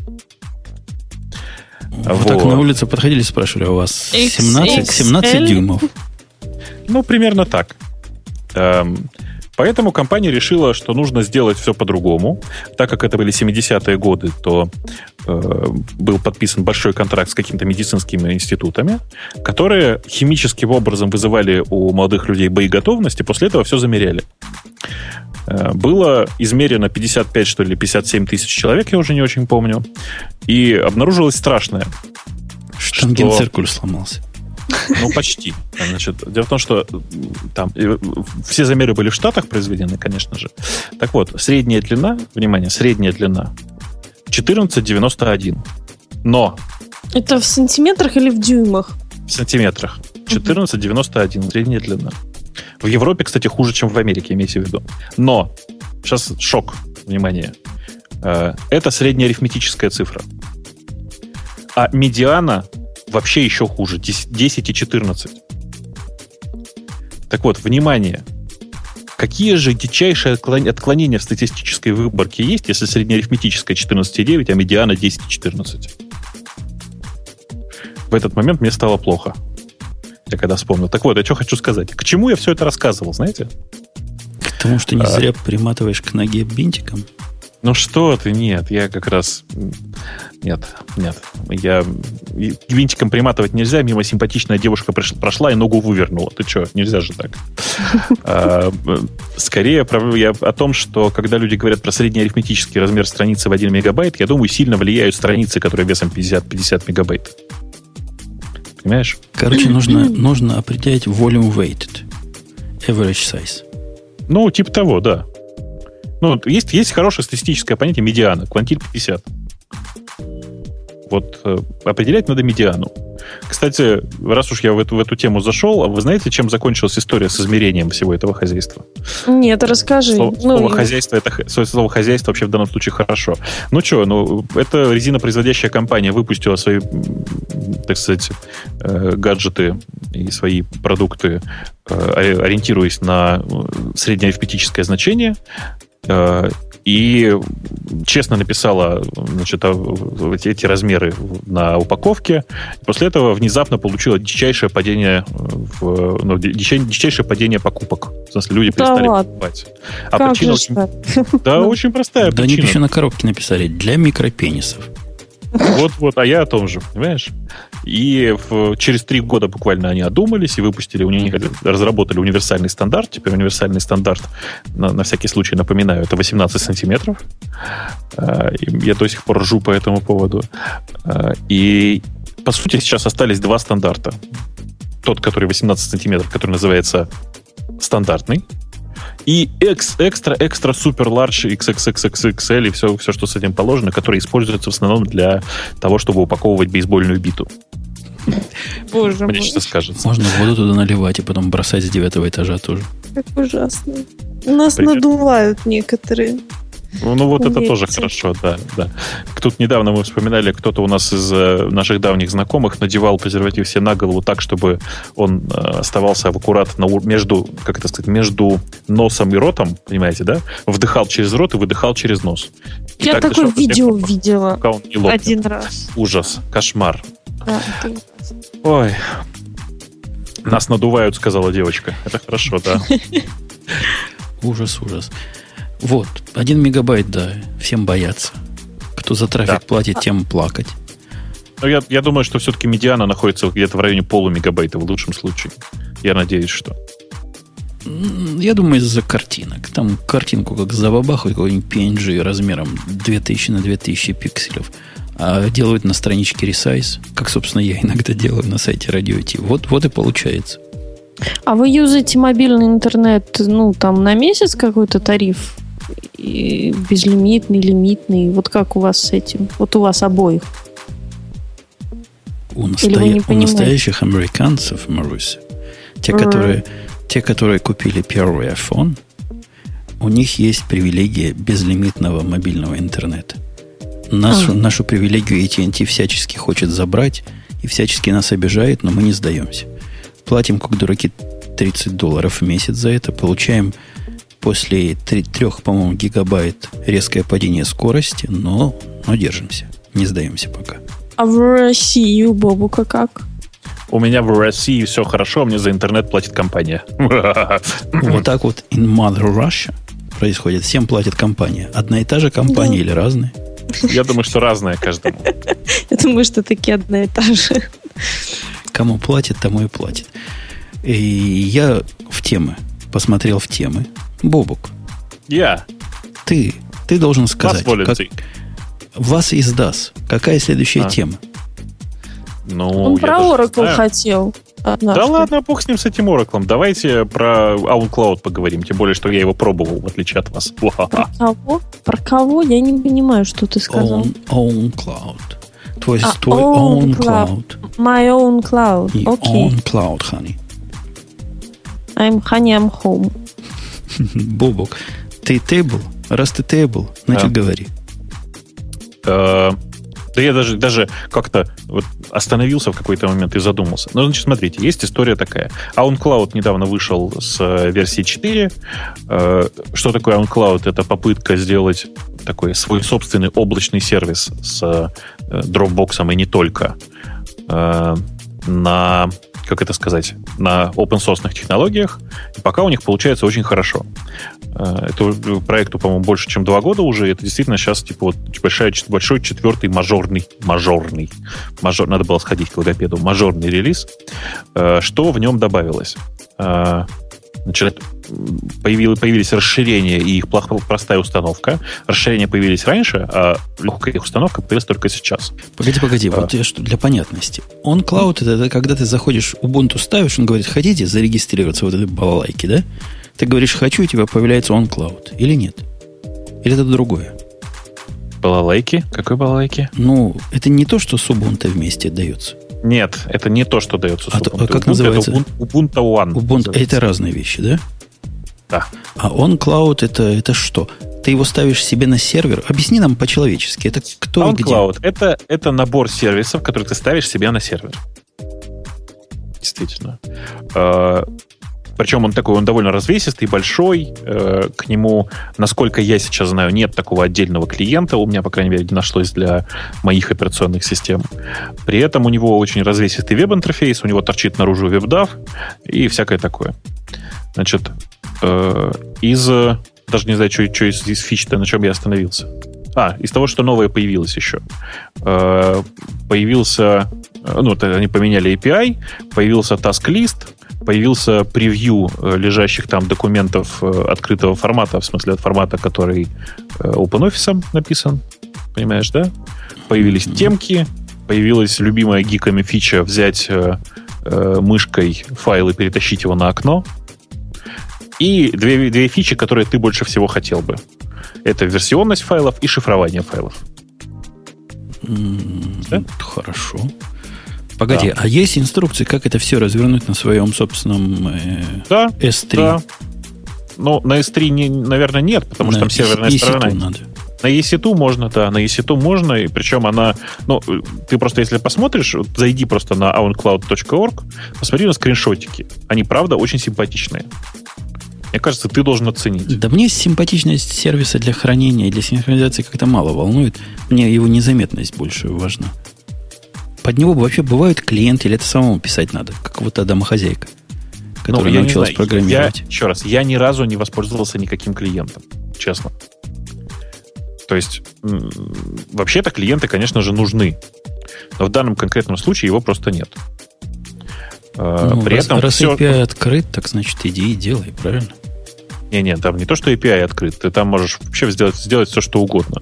Вы вот. Так на улице подходили, спрашивали, у вас семнадцать, семнадцать дюймов? Ну, примерно так. Эм, Поэтому компания решила, что нужно сделать все по-другому. Так как это были семидесятые годы, то э, был подписан большой контракт с какими-то медицинскими институтами, которые химическим образом вызывали у молодых людей боеготовность, и после этого все замеряли. Э, было измерено пятьдесят пять, что ли, пятьдесят семь тысяч человек, я уже не очень помню, и обнаружилось страшное. Штангенциркуль что... сломался. Ну, почти. Значит, дело в том, что там все замеры были в Штатах произведены, конечно же. Так вот, средняя длина, внимание, средняя длина четырнадцать девяносто один. Но... Это в сантиметрах или в дюймах? В сантиметрах. четырнадцать девяносто один средняя длина. В Европе, кстати, хуже, чем в Америке, имейте в виду. Но, сейчас шок, внимание. Это среднеарифметическая цифра. А медиана вообще еще хуже. десять и четырнадцать. Так вот, внимание. Какие же дичайшие отклонения в статистической выборке есть, если среднеарифметическая четырнадцать и девять, а медиана десять и четырнадцать? В этот момент мне стало плохо. Я когда вспомнил. Так вот, я что хочу сказать. К чему я все это рассказывал, знаете? К тому, что не зря а... приматываешь к ноге бинтиком? Ну что ты, нет, я как раз... Нет, нет. Я... Винтиком приматывать нельзя, мимо симпатичная девушка прошла и ногу вывернула. Ты что, нельзя же так. Скорее, я о том, что когда люди говорят про средний арифметический размер страницы в один мегабайт, я думаю, сильно влияют страницы, которые весом пятьдесят мегабайт. Понимаешь? Короче, нужно, нужно определять volume weighted. Average size. Ну, типа того, да. Ну, есть, есть хорошее статистическое понятие медиана, квантиль пятьдесят. Вот э, определять надо медиану. Кстати, раз уж я в эту, в эту тему зашел, а вы знаете, чем закончилась история с измерением всего этого хозяйства? Нет, расскажи. Слово, ну, слово, хозяйство, это, слово хозяйство вообще в данном случае хорошо. Ну что, ну, эта резинопроизводящая компания выпустила свои, так сказать, э, гаджеты и свои продукты, э, ориентируясь на среднеарифметическое значение, и честно написала, значит, эти размеры на упаковке. После этого внезапно получила дичайшее падение в, ну, дичайшее падение покупок. В смысле, люди да перестали ладно. покупать. А как причина очень, да, очень простая да, причина. они еще на коробке написали для микропенисов. Вот-вот, а я о том же, понимаешь? И в, через три года буквально они одумались и выпустили, у них разработали универсальный стандарт. Теперь универсальный стандарт, на, на всякий случай напоминаю, это восемнадцать сантиметров. Я до сих пор ржу по этому поводу. И, по сути, сейчас остались два стандарта. Тот, который восемнадцать сантиметров, который называется стандартный, и экстра-экстра супер ларж икс икс икс икс икс эль и все, все, что с этим положено, которые используются в основном для того, чтобы упаковывать бейсбольную биту. Боже Мне мой. что скажется. Можно воду туда наливать и потом бросать с девятого этажа тоже. Как ужасно. У нас Привет. надувают некоторые. Ну, ну вот это Умеете. тоже хорошо, да, да. Тут недавно мы вспоминали, кто-то у нас из э, наших давних знакомых надевал презерватив себе на голову так, чтобы он э, оставался аккуратно между, как это сказать, между носом и ротом, понимаете, да? Вдыхал через рот и выдыхал через нос. И Я так такое дышал до тех видео пор, видела пока он не лопнет. один раз. Ужас, кошмар. Да, это ужасно. Ой. Нас надувают, сказала девочка. Это хорошо, да. Ужас, ужас. Вот, один мегабайт, да, всем боятся. Кто за трафик Да. платит, тем плакать. Но я, я думаю, что все-таки медиана находится где-то в районе полумегабайта в лучшем случае. Я надеюсь, что. М, Я думаю, из-за картинок. Там картинку как забабахают, какой-нибудь пи эн джи размером две тысячи на две тысячи пикселев. А делают на страничке Resize, как, собственно, я иногда делаю на сайте Radio ти. Вот, вот и получается. А вы юзаете мобильный интернет, ну, там, на месяц какой-то тариф? И безлимитный, лимитный? Вот как у вас с этим? Вот у вас обоих. У, Или настоя- вы не у понимаете? настоящих американцев, Маруся, те, Ага. которые, те, которые купили первый iPhone, у них есть привилегия безлимитного мобильного интернета. Нашу, Ага. нашу привилегию эй ти энд ти всячески хочет забрать и всячески нас обижает, но мы не сдаемся. Платим, как дураки, тридцать долларов в месяц за это, получаем после трех, по-моему, гигабайт резкое падение скорости, но, но держимся, не сдаемся пока. А в России у Бобука как? У меня в России все хорошо, мне за интернет платит компания. Вот так вот in Mother Russia происходит. Всем платит компания. Одна и та же компания Да. или разные? Я думаю, что разное каждому. Я думаю, что такие одна и та же. Кому платит, тому и платит. И я в темы, посмотрел в темы. Бобук, Я. ты, ты должен сказать, Вас как, вас издаст. Какая следующая А. тема? Ну, Он я про даже не Oracle знаю. хотел. однажды. Да ладно, бог с ним, с этим Oracle. Давайте про OwnCloud поговорим. Тем более, что я его пробовал, в отличие от вас. Про кого? Про кого? Я не понимаю, что ты сказал. Own, own cloud. Твой, А, твой own own cloud. My own cloud. И Окей. own cloud, honey. I'm honey, I'm home. Бобук, ты тейбл? Раз ты тейбл, значит, Да. говори. Э, Да я даже, даже как-то вот остановился в какой-то момент и задумался. Ну, значит, смотрите, есть история такая. OwnCloud недавно вышел с э, версии четыре. Э, Что такое OwnCloud? Это попытка сделать такой свой собственный облачный сервис с э, Dropbox и не только. Э, На, как это сказать, на open-source технологиях, и пока у них получается очень хорошо. Это проекту, по-моему, больше, чем два года уже. Это действительно сейчас типа вот большой, большой четвертый мажорный, мажорный, мажор, надо было сходить к логопеду, мажорный релиз. Что в нем добавилось? Значит, появилось, появились расширения и их плохо, простая установка. Расширения появились раньше, а легкая их установка появилась только сейчас. Погоди, погоди, а. вот я что для понятности. OnCloud это, это когда ты заходишь, Ubuntu ставишь, он говорит, хотите зарегистрироваться в вот этой балалайке, да? Ты говоришь, хочу, у тебя появляется OnCloud. Или нет? Или это другое? Балалайки? Какой балалайки? Ну, это не то, что с Ubuntu вместе дается. Нет, это не то, что дается с а Ubuntu. А как Ubuntu называется? Это Ubuntu One. Ubuntu, это разные вещи, да? Да. А OnCloud это, это что? Ты его ставишь себе на сервер? Объясни нам по-человечески. Это кто и где? OnCloud это, это набор сервисов, которые ты ставишь себе на сервер. Действительно. Причем он такой, он довольно развесистый, большой. К нему, насколько я сейчас знаю, нет такого отдельного клиента. У меня, по крайней мере, не нашлось для моих операционных систем. При этом у него очень развесистый веб-интерфейс, у него торчит наружу WebDAV и всякое такое. Значит, из... Даже не знаю, что, что из, из фич-то, на чем я остановился. А, из того, что новое появилось еще. Появился... Ну, они поменяли эй пи ай, появился task-list, появился превью лежащих там документов открытого формата, в смысле от формата, который OpenOffice написан. Понимаешь, да? Появились mm-hmm. темки, появилась любимая гиками фича взять э, э, мышкой файл и перетащить его на окно. И две, две фичи, которые ты больше всего хотел бы. Это версионность файлов и шифрование файлов. Mm-hmm. Да? Хорошо. Погоди, да. А есть инструкции, как это все развернуть на своем собственном э, да, эс три? Да. Ну, на эс три, не, наверное, нет, потому на что там серверная и- сторона. Надо. На и си два можно, да, на и си два можно, и причем она... Ну, ты просто, если посмотришь, вот зайди просто на oncloud точка орг, посмотри на скриншотики. Они, правда, очень симпатичные. Мне кажется, ты должен оценить. Да мне симпатичность сервиса для хранения и для синхронизации как-то мало волнует. Мне его незаметность больше важна. Под него вообще бывают клиенты, или это самому писать надо, как вот та домохозяйка, которая ну, научилась программировать. Я, еще раз, я ни разу не воспользовался никаким клиентом, честно. То есть, м- вообще-то клиенты, конечно же, нужны. Но в данном конкретном случае его просто нет. Ну, При раз, этом раз все... эй пи ай открыт, так значит, иди и делай, правильно? Не-не, там не то, что эй пи ай открыт. Ты там можешь вообще сделать, сделать все, что угодно.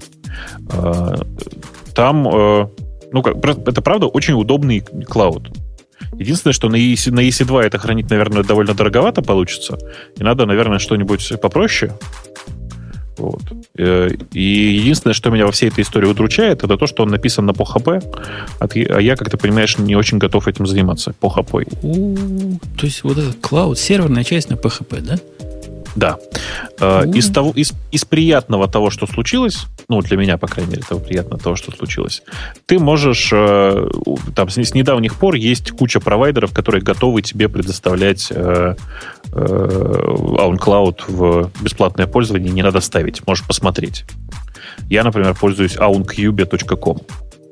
Там... Ну, как, это, правда, очень удобный клауд. Единственное, что на и си, на и си два это хранить, наверное, довольно дороговато получится. И надо, наверное, что-нибудь попроще. Вот. И единственное, что меня во всей этой истории удручает, это то, что он написан на PoHP, а я, как ты понимаешь, не очень готов этим заниматься. PoHP. То есть вот этот клауд, серверная часть на пи эйч пи, да? Да. Mm-hmm. Из, того, из, из приятного того, что случилось, ну, для меня, по крайней мере, того приятного того, что случилось, ты можешь, там, с, с недавних пор есть куча провайдеров, которые готовы тебе предоставлять э, э, OwnCloud в бесплатное пользование, не надо ставить, можешь посмотреть. Я, например, пользуюсь owncube точка ком.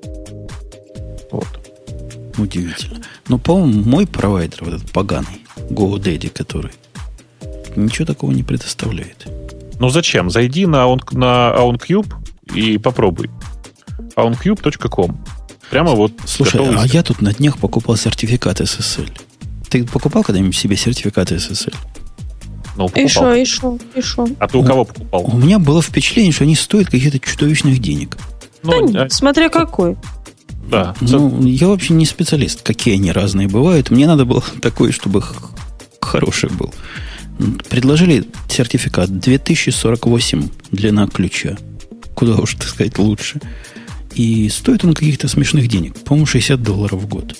Вот. Удивительно. Но, по-моему, мой провайдер, вот этот поганый, GoDaddy, который ничего такого не предоставляет. Ну зачем? Зайди на, на OwnCube и попробуй. owncube точка ком. Прямо вот. Слушай, а я тут на днях покупал сертификат эс эс эль. Ты покупал когда-нибудь себе сертификат эс эс эль? Ну, покупал. И шо, и шо, и шо? А ты у, у кого покупал? У меня было впечатление, что они стоят каких-то чудовищных денег. Ну, да, а... смотря какой. Да. Ну, я вообще не специалист, какие они разные бывают. Мне надо было такой, чтобы хороший был. Предложили сертификат две тысячи сорок восемь длина ключа. Куда уж, так сказать, лучше. И стоит он каких-то смешных денег. По-моему, шестьдесят долларов в год.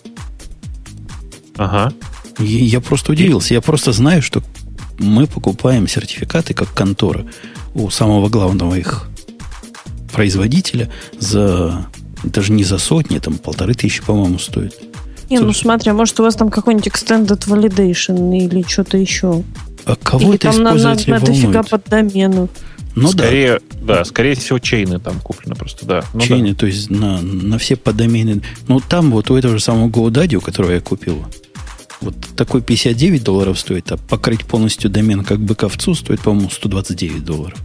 Ага. И я просто удивился. Я просто знаю, что мы покупаем сертификаты как контора у самого главного их производителя за... Даже не за сотни, там полторы тысячи, по-моему, стоит. Не, ну смотри, может у вас там какой-нибудь extended validation или что-то еще. А кого или это там использователя на, на, на дофига под домену. Ну, скорее, да. да, скорее всего, чейны там куплены просто, да. Ну, чейны, да. То есть на, на все поддомены. Ну, там вот у этого же самого GoDaddy, у которого я купил, Вот такой пятьдесят девять долларов стоит, а покрыть полностью домен как бы ковцу стоит, по-моему, сто двадцать девять долларов.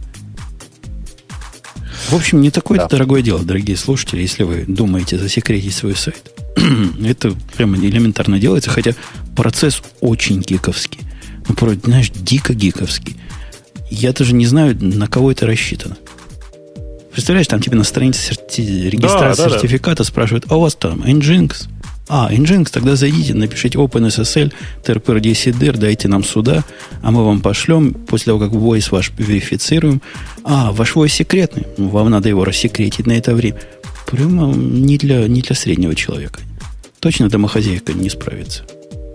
В общем, не такое-то да. дорогое дело, дорогие слушатели, если вы думаете засекретить свой сайт. Это прямо элементарно делается, хотя процесс очень гиковский. Ну, просто, знаешь, дико гиковский. Я даже не знаю, на кого это рассчитано. Представляешь, там тебе на странице серти... регистрации да, да, сертификата да. спрашивают, а у вас там Nginx? А, Nginx, тогда зайдите, напишите OpenSSL, trprdcdir, дайте нам сюда, а мы вам пошлем, после того, как voice ваш верифицируем. А, ваш voice секретный, вам надо его рассекретить на это время. Прямо не для, не для среднего человека. Точно домохозяйка не справится.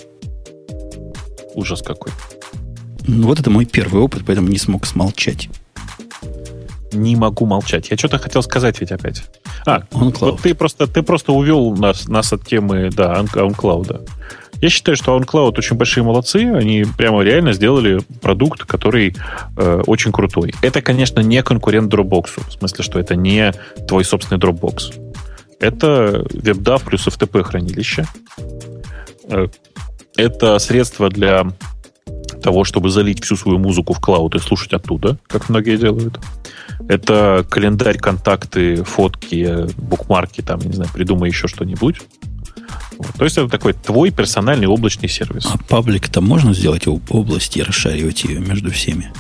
Ужас какой. Ну, вот это мой первый опыт, поэтому не смог смолчать. Не могу молчать. Я что-то хотел сказать ведь опять. А, OnCloud. Вот ты просто, ты просто увел нас, нас от темы, да, OnCloud. Я считаю, что OnCloud очень большие молодцы. Они прямо реально сделали продукт, который э, очень крутой. Это, конечно, не конкурент Dropbox. В смысле, что это не твой собственный Dropbox. Это WebDAV плюс эф ти пи хранилище. Э, это средство для того, чтобы залить всю свою музыку в клауд и слушать оттуда, как многие делают. Это календарь, контакты, фотки, букмарки, там, не знаю, придумай еще что-нибудь. Вот. То есть это такой твой персональный облачный сервис. А паблик-то можно сделать в области и расшаривать ее между всеми?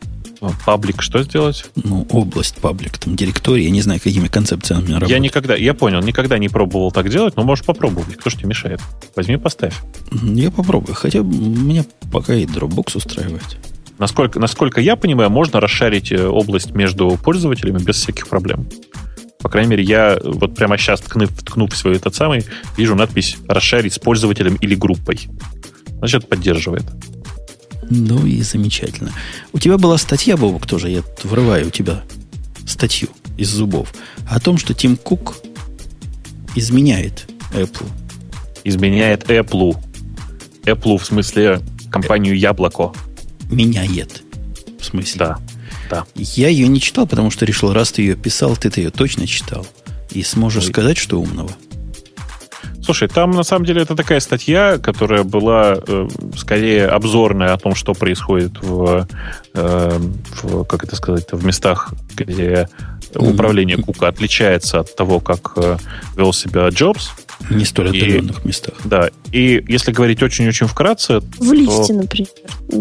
Паблик что сделать? Ну, область паблик, там, директория, я не знаю, какими концепциями работает. Я никогда, я понял, никогда не пробовал так делать, но можешь попробовать. Кто ж тебе мешает? Возьми, поставь. Я попробую, хотя меня пока и Dropbox устраивает. Насколько, насколько я понимаю, можно расшарить область между пользователями без всяких проблем. По крайней мере, я вот прямо сейчас, ткнув, ткнув в свой этот самый, вижу надпись «Расшарить с пользователем или группой». Значит, поддерживает. Ну и замечательно. У тебя была статья, Бобок, тоже, я врываю у тебя статью из зубов, о том, что Тим Кук изменяет Apple. Изменяет Apple. Apple в смысле компанию Яблоко. Меняет. В смысле? Да, да. Я ее не читал, потому что решил, раз ты ее писал, ты-то ее точно читал. И сможешь Ой. сказать, что умного. Слушай, там на самом деле это такая статья, которая была э, скорее обзорная о том, что происходит в, э, в как это сказать, в местах, где mm-hmm. управление Кука отличается от того, как э, вел себя Джобс. Не столь отдаленных и, местах. Да. И если говорить очень-очень вкратце... В лифте, то, например.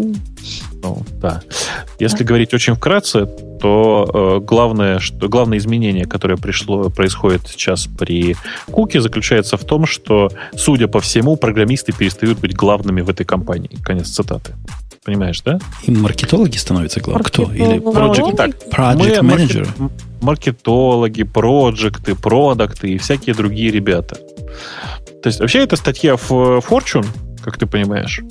Ну, да. Если да. говорить очень вкратце, то э, главное, что, главное изменение, которое пришло, происходит сейчас при Куке, заключается в том, что, судя по всему, программисты перестают быть главными в этой компании. Конец цитаты. Понимаешь, да? И маркетологи становятся главными. Кто? Или project, так, project менеджеры? Маркетологи, проекты, продукты и всякие другие ребята. То есть, вообще, это статья в Fortune, как ты понимаешь.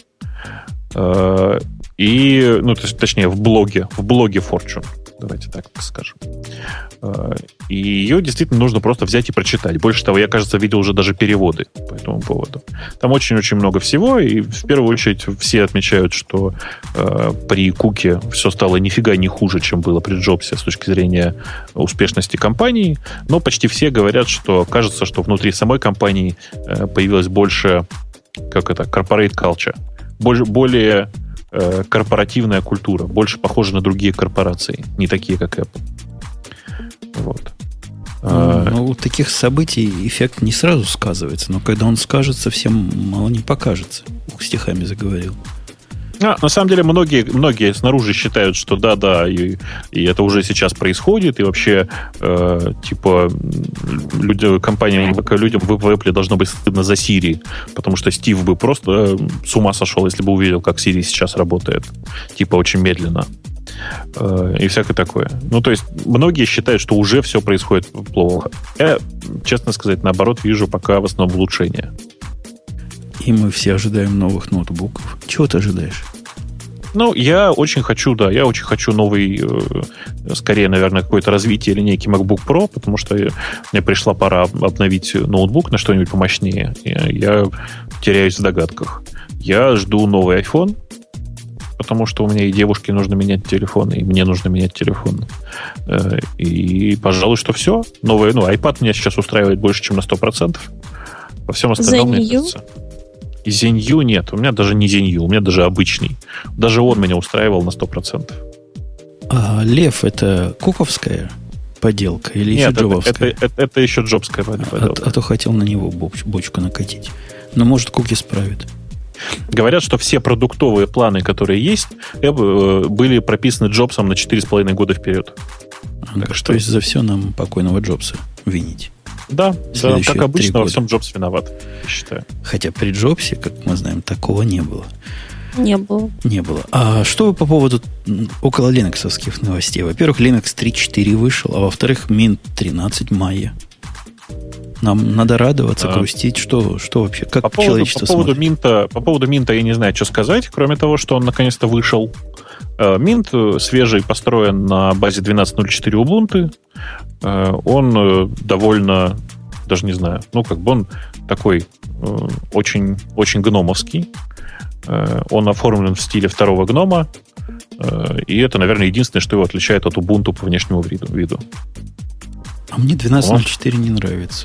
И, ну, то есть, точнее, в блоге, в блоге Fortune. Давайте так скажем. И ее действительно нужно просто взять и прочитать. Больше того, я, кажется, видел уже даже переводы по этому поводу. Там очень-очень много всего, и в первую очередь все отмечают, что э, при Куке все стало нифига не хуже, чем было при Джобсе с точки зрения успешности компании, но почти все говорят, что кажется, что внутри самой компании э, появилось больше, как это, corporate culture, больше, более э, корпоративная культура, больше похожа на другие корпорации, не такие, как Apple. Вот. Ну, ну, у таких событий эффект не сразу сказывается, но когда он скажется, всем мало не покажется. Ух, стихами заговорил. А, на самом деле, многие, многие снаружи считают, что да-да, и, и это уже сейчас происходит, и вообще, э, типа, люди, компаниям, людям в Apple должно быть стыдно за Siri, потому что Стив бы просто с ума сошел, если бы увидел, как Siri сейчас работает. Типа, очень медленно. И всякое такое. Ну, то есть, многие считают, что уже все происходит плохо. Я, честно сказать, наоборот, вижу пока в основном улучшение. И мы все ожидаем новых ноутбуков. Чего ты ожидаешь? Ну, я очень хочу, да, я очень хочу новый, э, скорее, наверное, какое-то развитие линейки MacBook Pro, потому что мне пришла пора обновить ноутбук на что-нибудь помощнее. Я теряюсь в догадках. Я жду новый iPhone, потому что у меня и девушке нужно менять телефон, и мне нужно менять телефон. И, пожалуй, что все. Новый, ну, iPad меня сейчас устраивает больше, чем на сто процентов. Во всем остальном, мне кажется... И Zenyu нет. У меня даже не Zenyu, у меня даже обычный. Даже он меня устраивал на сто процентов. А Лев это куковская поделка или нет, еще джобовская? Это, это, это, это еще джобская поделка. А, а то хотел на него боч, бочку накатить. Но может куки справит. Говорят, что все продуктовые планы, которые есть, были прописаны Джобсом на четыре с половиной года вперед. А, так что... То есть за все нам покойного Джобса винить. Да, да, как обычно, во всем Джобс виноват, я считаю. Хотя при Джобсе, как мы знаем, такого не было. Не было. Не было. А что вы по поводу около линоксовских новостей? Во-первых, Linux три точка четыре вышел, а во-вторых, Mint тринадцать мая. Нам надо радоваться, а, грустить. Что, что вообще? Как по поводу, человечество по поводу, смотрит? Минта, по поводу Минта я не знаю, что сказать, кроме того, что он наконец-то вышел. Минт свежий, построен на базе двенадцать ноль четыре Ubuntu. Он довольно, даже не знаю, ну, как бы он такой очень, очень гномовский. Он оформлен в стиле второго гнома. И это, наверное, единственное, что его отличает от Ubuntu по внешнему виду. А мне двенадцать ноль четыре не нравится.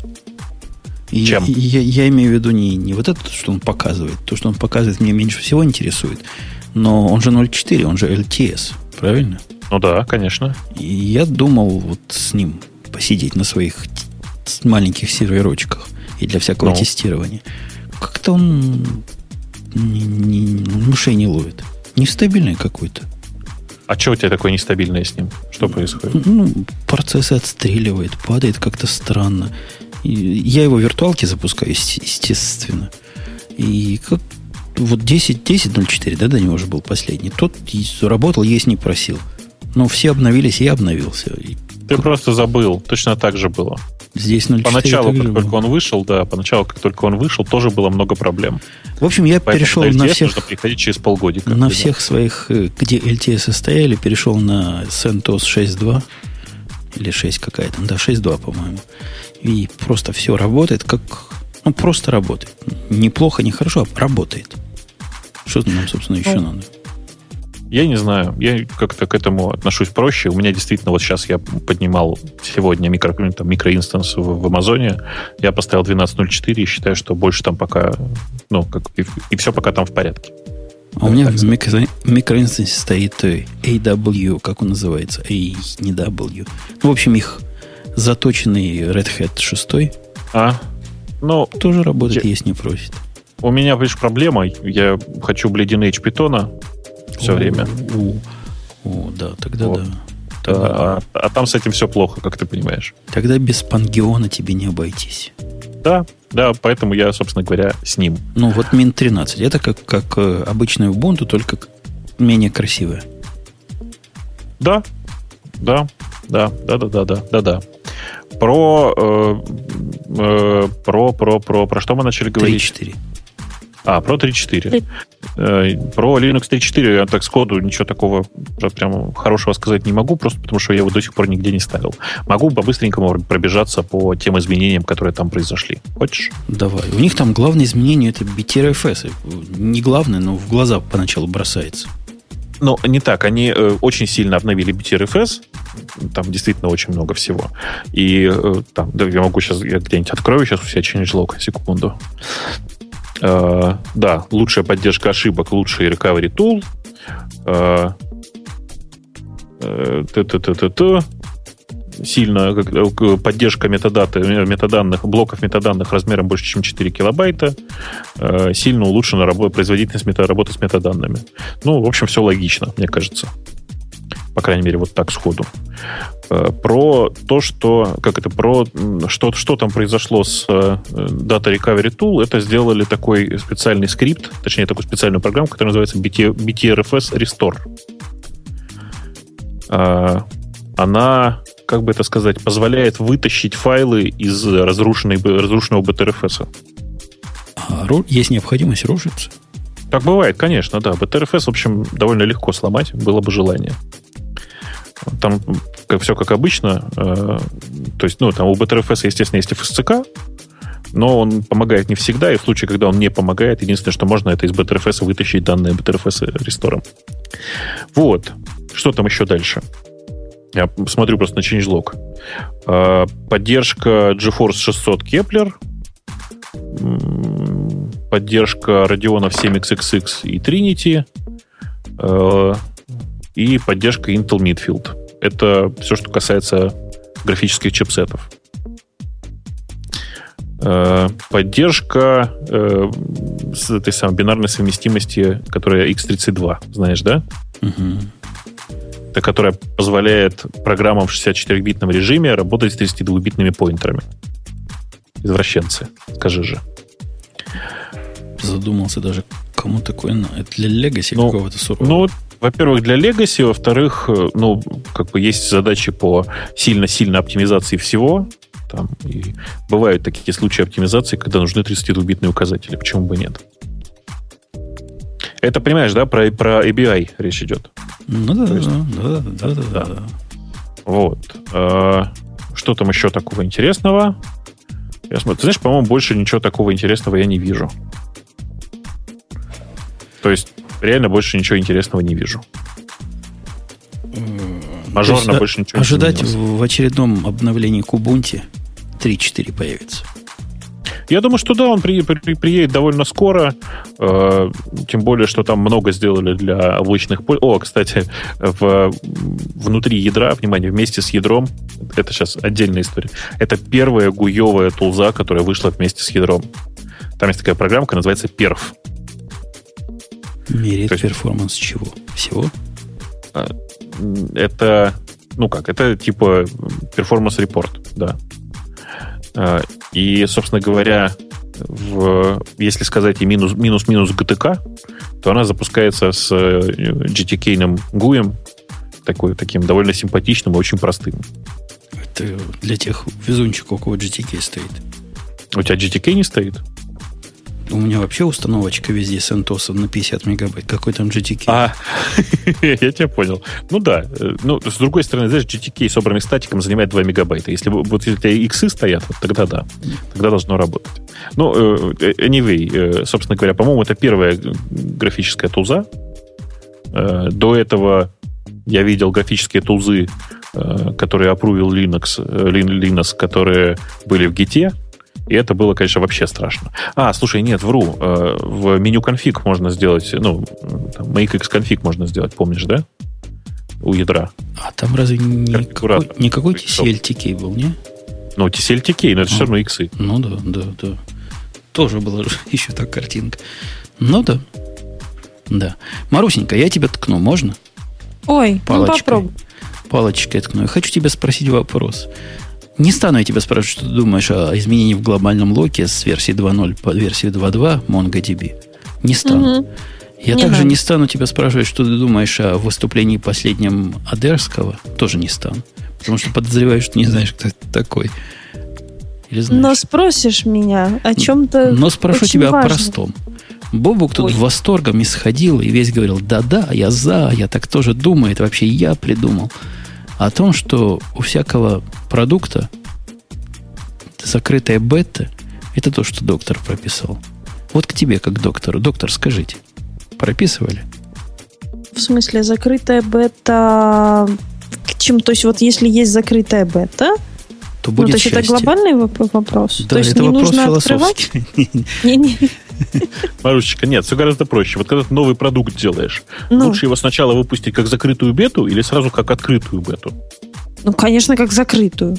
И Чем? Я, я, я имею в виду не, не вот это, что он показывает. То, что он показывает, меня меньше всего интересует. Но он же ноль четыре, он же эл ти эс, правильно? Ну да, конечно. И я думал вот с ним посидеть на своих маленьких серверочках и для всякого ну. тестирования. Как-то он не, не, мышей не ловит. Нестабильный какой-то. А что у тебя такое нестабильное с ним? Что происходит? Ну, процессы отстреливает, падает как-то странно. И я его в виртуалке запускаю, естественно. И как вот десять ноль четыре, да, до него уже был последний. Тот работал, есть не просил. Но все обновились, и я обновился. Ты как... просто забыл. Точно так же было. Здесь ноль четыре поначалу, как было. только он вышел, да, поначалу, как только он вышел, тоже было много проблем. В общем, я Поэтому перешел на, на всех... нужно приходить через полгодика. На всех своих, где эл ти эс стояли, перешел на CentOS шесть точка два. Или шесть какая-то. Да, шесть точка два, по-моему. И просто все работает, как... Ну, просто работает. Неплохо, не хорошо, а работает. Что нам, собственно, еще ну, надо? Я не знаю. Я как-то к этому отношусь проще. У меня действительно вот сейчас я поднимал сегодня микро, там, микроинстанс в, в Амазоне. Я поставил двенадцать ноль четыре и считаю, что больше там пока... Ну, как, и, и все пока там в порядке. А да, у меня в микро, микроинстансе стоит эй дабл ю, как он называется? A, не W. Ну, в общем, их заточенный Red Hat шесть. А? Ну, тоже работает, я, есть не просит. У меня, видишь, проблема. Я хочу Bleeding Edge Python все о, время. О, о, да, тогда вот. да. Тогда, а, да. А там с этим все плохо, как ты понимаешь. Тогда без Пангеона тебе не обойтись. Да, да, поэтому я, собственно говоря, с ним. Ну, вот Mint тринадцать. Это как, как обычная Ubuntu, только менее красивая. Да, да, да, да, да, да, да, да, да. Про, э, э, про, про, про, про что мы начали говорить? три точка четыре. А, про три точка четыре. Э, про Linux три точка четыре я так сходу ничего такого прям хорошего сказать не могу, просто потому что я его до сих пор нигде не ставил. Могу по-быстренькому пробежаться по тем изменениям, которые там произошли. Хочешь? Давай. У них там главное изменение — это би ти ар эф эс. Не главное, но в глаза поначалу бросается. Ну, не так. Они э, очень сильно обновили би ти ар эф эс. Там действительно очень много всего. И э, там, да, я могу сейчас, я где-нибудь открою сейчас у себя changelog, секунду. Uh, да, лучшая поддержка ошибок, лучший recovery tool, uh, uh, сильно uh, поддержка метадаты, метаданных, блоков метаданных размером больше, чем четыре килобайта, uh, сильно улучшена работа, производительность мета, работы с метаданными. Ну, в общем, все логично, мне кажется. По крайней мере, вот так сходу. Про то, что, как это, про что, что там произошло с Data Recovery Tool, это сделали такой специальный скрипт, точнее, такую специальную программу, которая называется би ти ар эф эс Restore. Она, как бы это сказать, позволяет вытащить файлы из разрушенной, разрушенного би ти ар эф эс. А есть необходимость рушиться? Так бывает, конечно, да. би ти ар эф эс, в общем, довольно легко сломать, было бы желание. Там как, все как обычно. Э, то есть, ну, там у би ти ар эф эс, естественно, есть эф эс си кей, но он помогает не всегда, и в случае, когда он не помогает, единственное, что можно, это из би ти ар эф эс вытащить данные би ти ар эф эс рестором. Вот. Что там еще дальше? Я смотрю просто на changelog. Э, поддержка GeForce шестьсот Kepler. поддержка Radeon семь икс икс икс и Trinity, э, и поддержка Intel Midfield. Это все, что касается графических чипсетов. Э, поддержка э, с этой самой бинарной совместимости, которая икс тридцать два, знаешь, да? Угу. Это которая позволяет программам в шестьдесят четыре битном режиме работать с тридцатидвухбитными поинтерами. Извращенцы, скажи же. Задумался даже, кому такое надо. Это для Legacy ну, какого-то сурового? Ну, во-первых, для Legacy, во-вторых, ну, как бы есть задачи по сильно-сильно оптимизации всего. Там, и бывают такие случаи оптимизации, когда нужны тридцатидвухбитные указатели. Почему бы нет? Это, понимаешь, да, про, про эй би ай речь идет. Ну да, есть, да, да, да, да, да. Вот. А, что там еще такого интересного? Я смотрю, ты знаешь, по-моему, больше ничего такого интересного я не вижу. То есть, реально больше ничего интересного не вижу. Мажорно есть, больше ничего ожидать не изменилось. В очередном обновлении к Ubuntu три четыре появится. Я думаю, что да, он при, при, приедет довольно скоро. Э, тем более, что там много сделали для облачных пользователей. О, кстати, в, внутри ядра, внимание, вместе с ядром, это сейчас отдельная история, это первая гуевая тулза, которая вышла вместе с ядром. Там есть такая программка, называется перф. Меряет есть, перформанс чего? Всего? Это, ну как, это типа перформанс-репорт, да. И, собственно говоря, в, если сказать и минус, минус-минус джи ти кей, то она запускается с джи ти кей-ным гуем, такой, таким довольно симпатичным и очень простым. Это для тех везунчиков, у кого джи ти кей стоит. У тебя джи ти кей не стоит? У меня вообще установочка везде CentOS на пятьдесят мегабайт. Какой там джи ти кей? А, я тебя понял. Ну да. Ну, с другой стороны, знаешь, джи ти кей, собранный статиком, занимает два мегабайта. Если вот если у тебя иксы стоят, вот тогда да. Тогда должно работать. Ну, anyway, собственно говоря, по-моему, это первая графическая тулза. До этого я видел графические тулзы, которые опрувил Linux, Linux, которые были в Git. И это было, конечно, вообще страшно. А, слушай, нет, вру. В меню конфиг можно сделать, ну, там, make x config можно сделать, помнишь, да? У ядра. А там разве никакой, никакой ти си эл ти кей был, не? Ну, ти си эл ти кей, но это а, все равно иксы. Ну да, да, да. Тоже была еще так картинка. Ну да. Да. Марусенька, я тебя ткну, можно? Ой, палочкой, ну попробуй. Палочкой ткну. Я хочу тебя спросить вопрос. Не стану я тебя спрашивать, что ты думаешь о изменении в глобальном локе с версии два ноль по версию два два MongoDB. Не стану. Угу. Я не также надо. Не стану тебя спрашивать, что ты думаешь о выступлении последнем Адерского. Тоже не стану. Потому что подозреваю, что не знаешь, кто это такой. Или знаешь? Но спросишь меня о чем-то. Но спрошу тебя важном. О простом. Бобук тут Ой. восторгом исходил и весь говорил: да-да, я за, я так тоже думаю, это вообще я придумал. О том, что у всякого продукта закрытая бета – это то, что доктор прописал. Вот к тебе, как к доктору. Доктор, скажите, прописывали? В смысле, закрытая бета к чему? То есть, вот если есть закрытая бета, то будет ну, то есть счастье. Это глобальный вопрос? Да, то есть это не вопрос нужно философский. Не-не. Марусечка, нет, все гораздо проще. Вот когда ты новый продукт делаешь, ну. лучше его сначала выпустить как закрытую бету или сразу как открытую бету? Ну, конечно, как закрытую.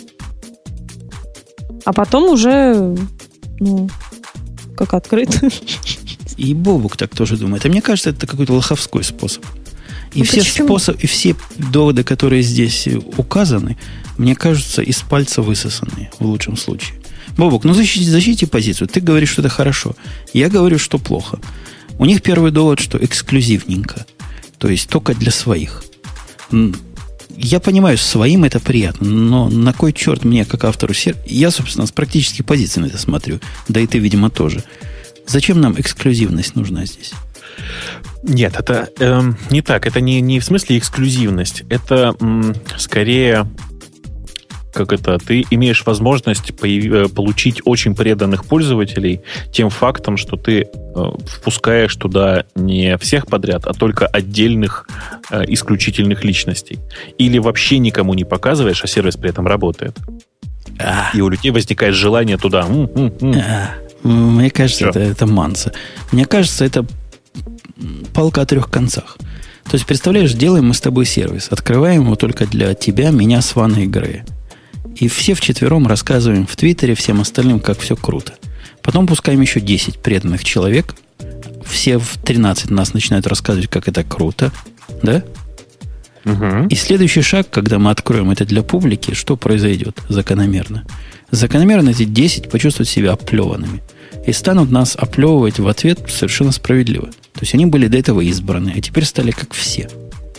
А потом уже, ну, как открытую. И Бобук так тоже думает. А мне кажется, это какой-то лоховской способ. И, ну, все способы, и все доводы, которые здесь указаны, мне кажутся из пальца высосанные, в лучшем случае. Бобук, ну защити, защити позицию. Ты говоришь, что это хорошо. Я говорю, что плохо. У них первый довод, что эксклюзивненько. То есть только для своих. Я понимаю, своим это приятно, но на кой черт мне, как автору сервиса... Я, собственно, с практической позиции на это смотрю. Да и ты, видимо, тоже. Зачем нам эксклюзивность нужна здесь? Нет, это э, не так. Это не, не в смысле эксклюзивность. Это м, скорее... Как это? Ты имеешь возможность появ... получить очень преданных пользователей тем фактом, что ты э, впускаешь туда не всех подряд, а только отдельных э, исключительных личностей. Или вообще никому не показываешь, а сервис при этом работает. А. И у людей возникает желание туда. М-м-м. А. Мне кажется, это, это манса. Мне кажется, это палка о трех концах. То есть, представляешь, делаем мы с тобой сервис. Открываем его только для тебя, меня, Свана и Грея. И все вчетвером рассказываем в Твиттере всем остальным, как все круто. Потом пускаем еще десять преданных человек. Все в тринадцать нас начинают рассказывать, как это круто. Да? Угу. И следующий шаг, когда мы откроем это для публики, что произойдет закономерно? Закономерно эти десять почувствуют себя оплеванными. И станут нас оплевывать в ответ совершенно справедливо. То есть они были до этого избраны, а теперь стали как все.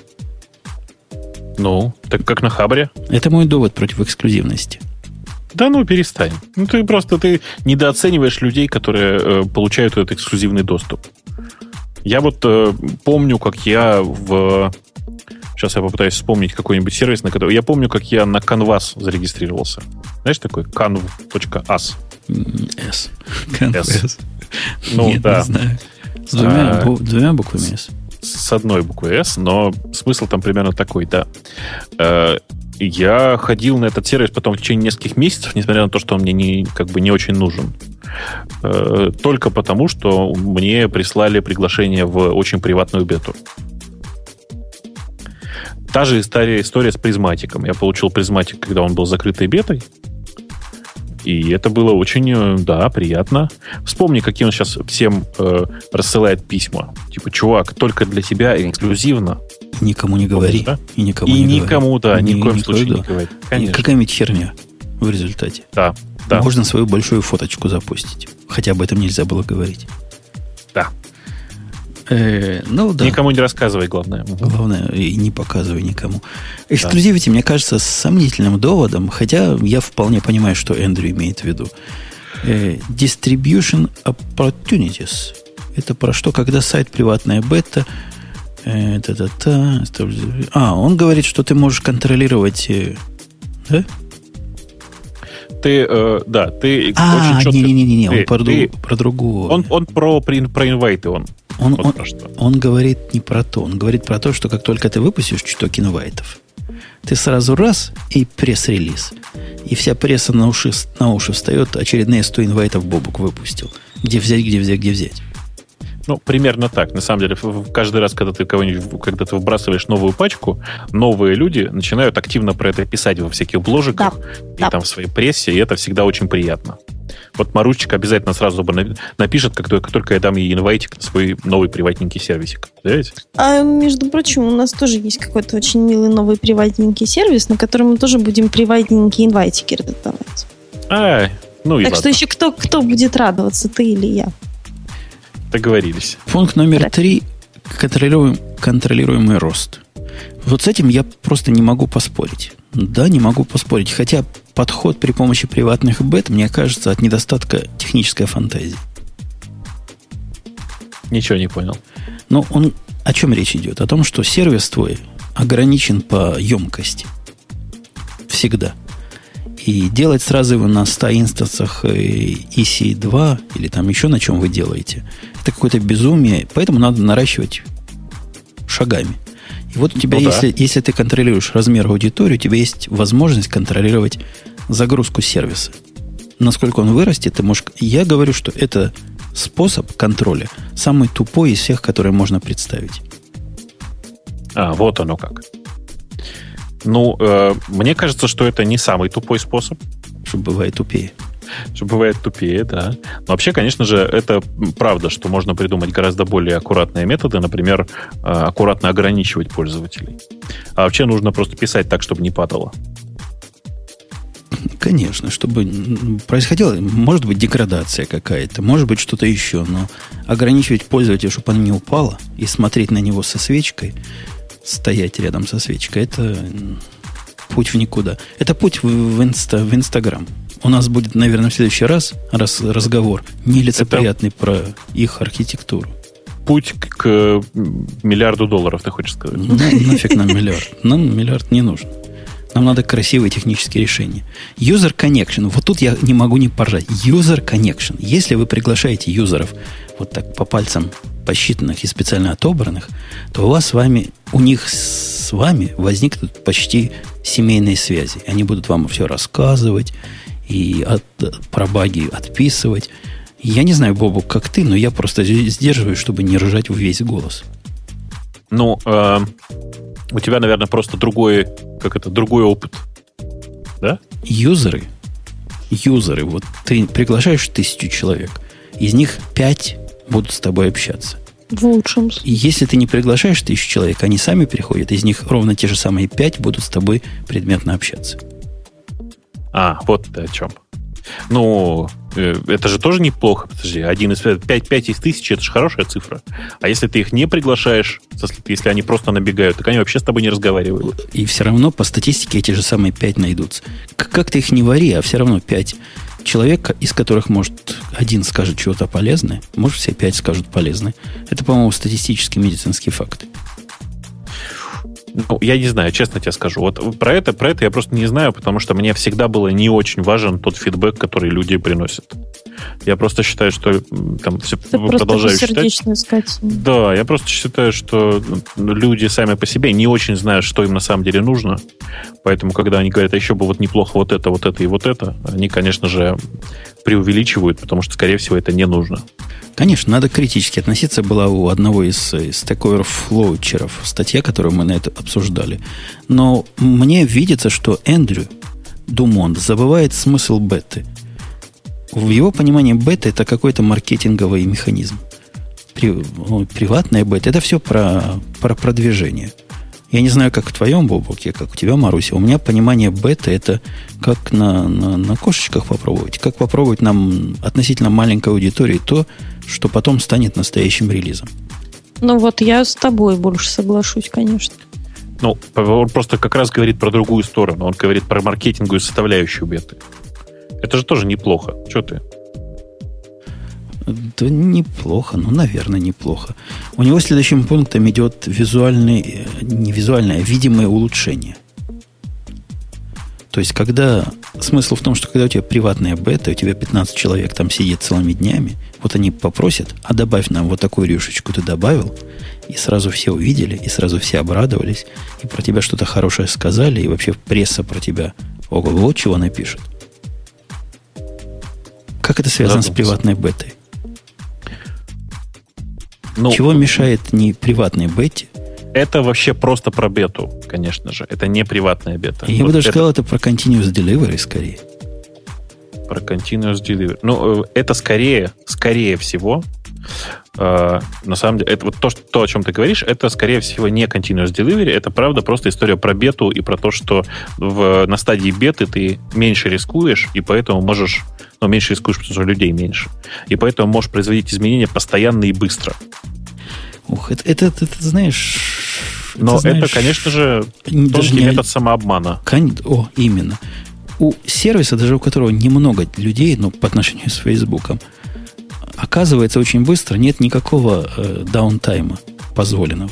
Ну, так как на Хабре. Это мой довод против эксклюзивности. Да ну, перестань. Ну, ты просто ты недооцениваешь людей, которые э, получают этот эксклюзивный доступ. Я вот э, помню, как я в... Сейчас я попытаюсь вспомнить какой-нибудь сервис, на который... Я помню, как я на Canvas зарегистрировался. Знаешь, такой canv точка ас. S. Canvas. Ну, Нет, да. Не знаю. С двумя, а, бу- двумя буквами S. С одной буквой S, но смысл там примерно такой, да. Я ходил на этот сервис потом в течение нескольких месяцев, несмотря на то, что он мне не, как бы не очень нужен. Только потому, что мне прислали приглашение в очень приватную бету. Та же история, история с призматиком. Я получил призматик, когда он был закрытой бетой. И это было очень, да, приятно. Вспомни, какие он сейчас всем э, рассылает письма. Типа, чувак, только для тебя эксклюзивно. Никому не говори. Да? И никому и не никому, говори. да, ни в коем ни случае да. не говори. Конечно. Какая-нибудь херня в результате. Да, да. Можно свою большую фоточку запустить. Хотя об этом нельзя было говорить. Да. Э, ну, да. Никому не рассказывай, главное. Главное, и не показывай никому. Эксклюзивити, да. Мне кажется, сомнительным доводом, хотя я вполне понимаю, что Эндрю имеет в виду. Э, distribution opportunities. Это про что, когда сайт приватная бета. Э, та-та-та, а, он говорит, что ты можешь контролировать... Э, да? Ты, э, да, ты а, очень четко... Не-не-не, он ты, про, ты, про другое. Он, он про, про инвайты, он. Он, вот он, про что. он говорит не про то. Он говорит про то, что как только ты выпустишь чуток инвайтов, ты сразу раз и пресс-релиз. И вся пресса на уши, на уши встает, очередные сто инвайтов Бобук выпустил. Где взять, где взять, где взять. Ну, примерно так. На самом деле, каждый раз, когда ты кого-нибудь, когда ты выбрасываешь новую пачку, новые люди начинают активно про это писать во всяких бложиках да. и да. там в своей прессе, и это всегда очень приятно. Вот Марусечка обязательно сразу напишет, как только, как только я дам ей инвайтик на свой новый приватненький сервисик. Знаете? А, между прочим, у нас тоже есть какой-то очень милый новый приватненький сервис, на котором мы тоже будем приватненькие инвайтики раздавать. А, ну и так ладно. что еще кто, кто будет радоваться, ты или я? Договорились. Пункт номер три. Контролируем, контролируемый рост. Вот с этим я просто не могу поспорить. Да, не могу поспорить. Хотя подход при помощи приватных бет, мне кажется, от недостатка технической фантазии. Ничего не понял. Но он, о чем речь идет? О том, что сервис твой ограничен по емкости. Всегда. И делать сразу его на ста инстансах и си два или там еще на чем вы делаете, это какое-то безумие. Поэтому надо наращивать шагами. И вот у тебя, ну, если, да. если ты контролируешь размер аудитории, у тебя есть возможность контролировать загрузку сервиса. Насколько он вырастет, ты можешь... Я говорю, что это способ контроля самый тупой из всех, которые можно представить. А, вот оно как. Ну, э, мне кажется, что это не самый тупой способ. Что бывает тупее. Что бывает тупее, да. Но вообще, конечно же, это правда, что можно придумать гораздо более аккуратные методы, например, э, аккуратно ограничивать пользователей. А вообще нужно просто писать так, чтобы не падало. Конечно, чтобы происходила, может быть, деградация какая-то, может быть, что-то еще, но ограничивать пользователя, чтобы оно не упало, и смотреть на него со свечкой, стоять рядом со свечкой, это путь в никуда. Это путь в, в, инста, в Инстаграм. У нас будет, наверное, в следующий раз, раз разговор нелицеприятный это... про их архитектуру. Путь к, к миллиарду долларов, ты хочешь сказать? Ну, нафиг нам миллиард. Нам миллиард не нужен. Нам надо красивые технические решения. User Connection. Вот тут я не могу не поржать. User Connection. Если вы приглашаете юзеров вот так по пальцам посчитанных и специально отобранных, то у вас с вами, у них с вами возникнут почти семейные связи. Они будут вам все рассказывать и от, про баги отписывать. Я не знаю, Бобу, как ты, но я просто сдерживаюсь, чтобы не ржать в весь голос. Ну, э, у тебя, наверное, просто другой, как это, другой опыт. Да? Юзеры, юзеры, вот ты приглашаешь тысячу человек, из них пять будут с тобой общаться. В лучшем случае. Если ты не приглашаешь тысячу человек, они сами приходят, из них ровно те же самые пять будут с тобой предметно общаться. А, вот ты о чем. Ну, это же тоже неплохо. Подожди, один из пять, пять из тысячи, это же хорошая цифра. А если ты их не приглашаешь, если они просто набегают, так они вообще с тобой не разговаривают. И все равно по статистике эти же самые пять найдутся. Как ты их не вари, а все равно пять человек, из которых, может, один скажет чего-то полезное, может, все пять скажут полезное. Это, по-моему, статистические медицинские факты. Ну, я не знаю, честно тебе скажу. Вот про это, про это я просто не знаю, потому что мне всегда было не очень важен тот фидбэк, который люди приносят. Я просто считаю, что там все продолжаю считать. Да, я просто считаю, что люди сами по себе не очень знают, что им на самом деле нужно. Поэтому, когда они говорят, а еще бы вот неплохо вот это, вот это и вот это, они, конечно же, преувеличивают, потому что, скорее всего, это не нужно. Конечно, надо критически относиться. Была у одного из, из Stack Overflow статья, которую мы на это обсуждали. Но мне видится, что Эндрю Думонт забывает смысл беты. В его понимании бета – это какой-то маркетинговый механизм. При, ну, приватная бета – это все про, про продвижение. Я не знаю, как в твоем, Бобуке, как у тебя, Маруся. У меня понимание бета – это как на, на, на кошечках попробовать. Как попробовать нам относительно маленькой аудитории то, что потом станет настоящим релизом. Ну вот я с тобой больше соглашусь, конечно. Ну, он просто как раз говорит про другую сторону. Он говорит про маркетинговую составляющую беты. Это же тоже неплохо. Что ты? Да неплохо, ну, наверное, неплохо. У него следующим пунктом идет визуальный, не визуальное, а видимое улучшение. То есть, когда... Смысл в том, что когда у тебя приватная бета, у тебя пятнадцать человек там сидит целыми днями, вот они попросят, а добавь нам вот такую рюшечку, ты добавил, и сразу все увидели, и сразу все обрадовались, и про тебя что-то хорошее сказали, и вообще пресса про тебя ого-го чего напишет. Как это связано Задумался. с приватной бетой? Ну, чего мешает не приватной бете? Это вообще просто про бету, конечно же. Это не приватная бета. Я вот бы даже это... сказал, это про continuous delivery скорее. Про continuous delivery. Ну, это скорее, скорее всего, э, на самом деле, это вот то, что, то, о чем ты говоришь, это, скорее всего, не continuous delivery. Это, правда, просто история про бету и про то, что в, на стадии беты ты меньше рискуешь, и поэтому можешь... Но меньше рискуешь, потому что людей меньше. И поэтому можешь производить изменения постоянно и быстро. Ух, это, это, это, это знаешь... Но это, знаешь, это конечно же, тонкий не... метод самообмана. Кон... О, именно. У сервиса, даже у которого немного людей, но по отношению с Фейсбуком, оказывается, очень быстро нет никакого э, даунтайма позволенного.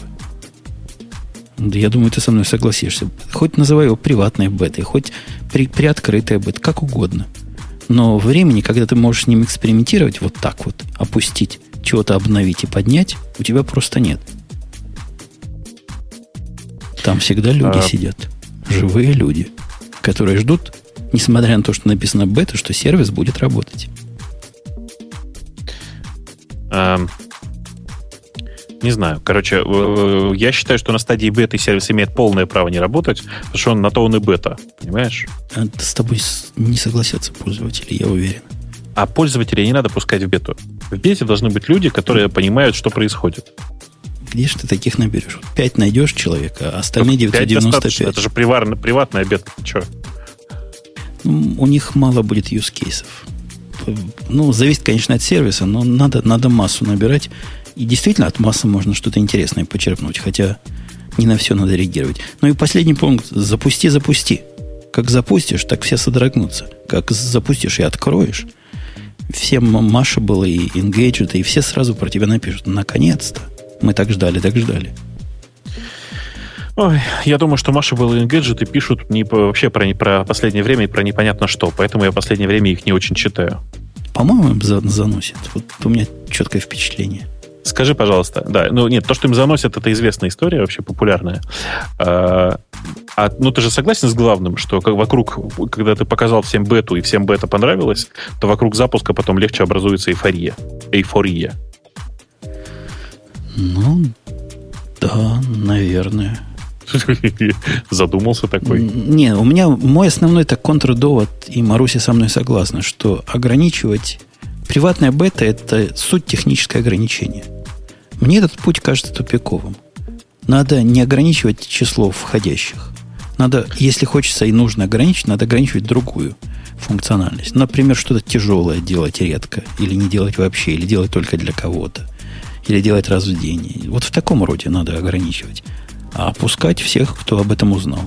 Я думаю, ты со мной согласишься. Хоть называй его приватной бетой, хоть при, приоткрытой бетой, как угодно. Но времени, когда ты можешь с ним экспериментировать, вот так вот, опустить, чего-то обновить и поднять, у тебя просто нет. Там всегда люди а... сидят. Живые люди, которые ждут, несмотря на то, что написано бета, что сервис будет работать. А... Не знаю. Короче, я считаю, что на стадии беты сервис имеет полное право не работать, потому что он на то он и бета. Понимаешь? С тобой не согласятся пользователи, я уверен. А пользователей не надо пускать в бету. В бете должны быть люди, которые понимают, что происходит. Где же ты таких наберешь? Пять найдешь человека, а остальные девятьсот девяносто пять. Это же приватная, приватная бета. Че? Ну, у них мало будет юзкейсов. Ну, зависит, конечно, от сервиса, но надо, надо массу набирать. И действительно от массы можно что-то интересное почерпнуть, хотя не на все надо реагировать. Ну и последний пункт. Запусти, запусти. Как запустишь, так все содрогнутся. Как запустишь и откроешь, все Mashable и Engaged, и все сразу про тебя напишут. Наконец-то. Мы так ждали, так ждали. Ой, я думаю, что Mashable и Engaged пишут не по, вообще про, не про последнее время и про непонятно что. Поэтому я в последнее время их не очень читаю. По-моему, им заносит. Вот у меня четкое впечатление. Скажи, пожалуйста, да, ну нет, то, что им заносят, это известная история, вообще популярная. А, а, ну ты же согласен с главным, что как вокруг, когда ты показал всем бету и всем бета понравилось, то вокруг запуска потом легче образуется эйфория. Эйфория. Ну, да, наверное. Задумался такой. Не, у меня мой основной это контрдовод, и Маруся со мной согласна, что ограничивать приватная бета – это суть техническое ограничение. Мне этот путь кажется тупиковым. Надо не ограничивать число входящих. Надо, если хочется и нужно ограничить, надо ограничивать другую функциональность. Например, что-то тяжелое делать редко, или не делать вообще, или делать только для кого-то, или делать раз в день. Вот в таком роде надо ограничивать. А опускать всех, кто об этом узнал.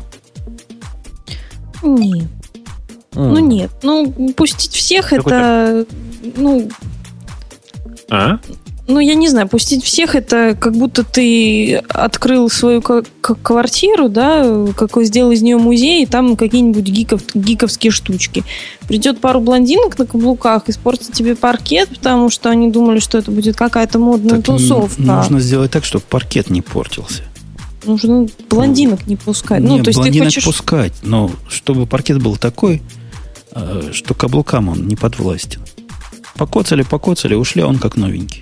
Нет. Mm. Ну, нет. Ну, пустить всех Какой-то... это... Ну... А? Ну, я не знаю, пустить всех это как будто ты открыл свою к- к- квартиру, да, какой сделал из нее музей, и там какие-нибудь гиков, гиковские штучки. Придет пару блондинок на каблуках, испортит тебе паркет, потому что они думали, что это будет какая-то модная так тусовка. Нужно сделать так, чтобы паркет не портился. Нужно блондинок не пускать. Не, ну, то есть блондинок ты хочешь... пускать, но чтобы паркет был такой, что каблукам он не подвластен. Покоцали, покоцали, ушли, а он как новенький.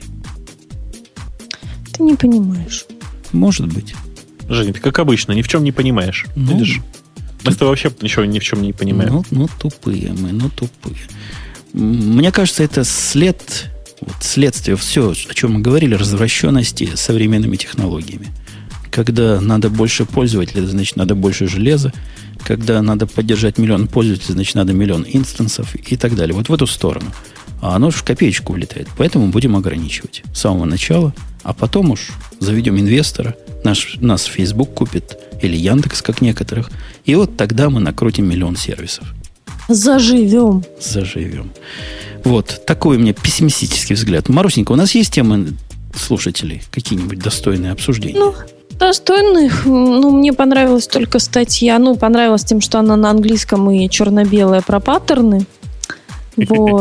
Ты не понимаешь. Может быть. Женя, ты как обычно, ни в чем не понимаешь. Ну, видишь? Мы с тобой вообще ничего ни в чем не понимаем. Ну, ну тупые мы, ну тупые. Мне кажется, это след, вот, следствие, все, о чем мы говорили, развращенности современными технологиями. Когда надо больше пользователей, значит, надо больше железа. Когда надо поддержать миллион пользователей, значит, надо миллион инстансов и так далее. Вот в эту сторону. А оно же в копеечку влетает. Поэтому будем ограничивать с самого начала. А потом уж заведем инвестора. Наш, нас Facebook купит. Или Яндекс, как некоторых. И вот тогда мы накрутим миллион сервисов. Заживем. Заживем. Вот. Такой у меня пессимистический взгляд. Марусенька, у нас есть темы слушателей? Какие-нибудь достойные обсуждения? Ну, достойных. Ну, мне понравилась только статья. Ну, понравилась тем, что она на английском и черно-белая про паттерны. Вот.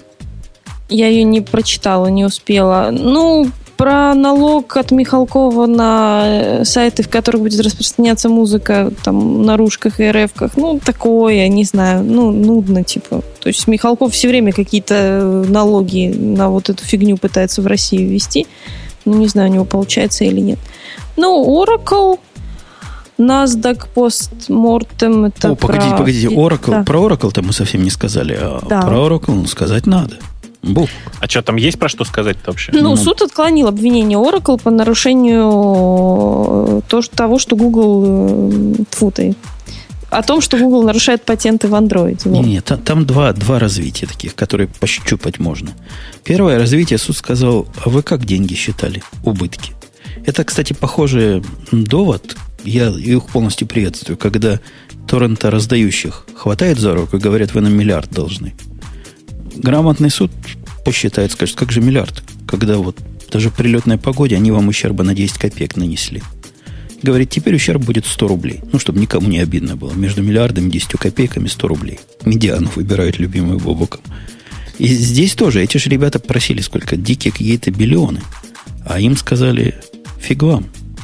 Я ее не прочитала, не успела. Ну, про налог от Михалкова на сайты, в которых будет распространяться музыка, там, на рушках и РФках, ну, такое, не знаю, ну, нудно, типа. То есть Михалков все время какие-то налоги на вот эту фигню пытается в Россию ввести. Ну, не знаю, у него получается или нет. Ну, Oracle, NASDAQ, постмортем, это О, погодите, про... погодите, Oracle, да. Про Oracle-то мы совсем не сказали, а да. Про Oracle ну, сказать надо. Бух. А что, там есть про что сказать-то вообще? Ну, ну, суд отклонил обвинение Oracle по нарушению того, что Google... Тьфу ты. О том, что Google нарушает патенты в Android. Нет, нет, там, там два, два развития таких, которые пощупать можно. Первое развитие, суд сказал, а вы как деньги считали? Убытки. Это, кстати, похожий довод, я их полностью приветствую, когда торрента раздающих хватает за руку и говорят, вы нам миллиард должны. Грамотный суд посчитает, скажет, как же миллиард, когда вот даже при летной погоде они вам ущерба на десять копеек нанесли. Говорит, теперь ущерб будет сто рублей. Ну, чтобы никому не обидно было. Между миллиардом и десятью копейками сто рублей. Медиану выбирают любимую Бобоком. И здесь тоже эти же ребята просили сколько? Дикие какие-то биллионы. А им сказали, фиг вам.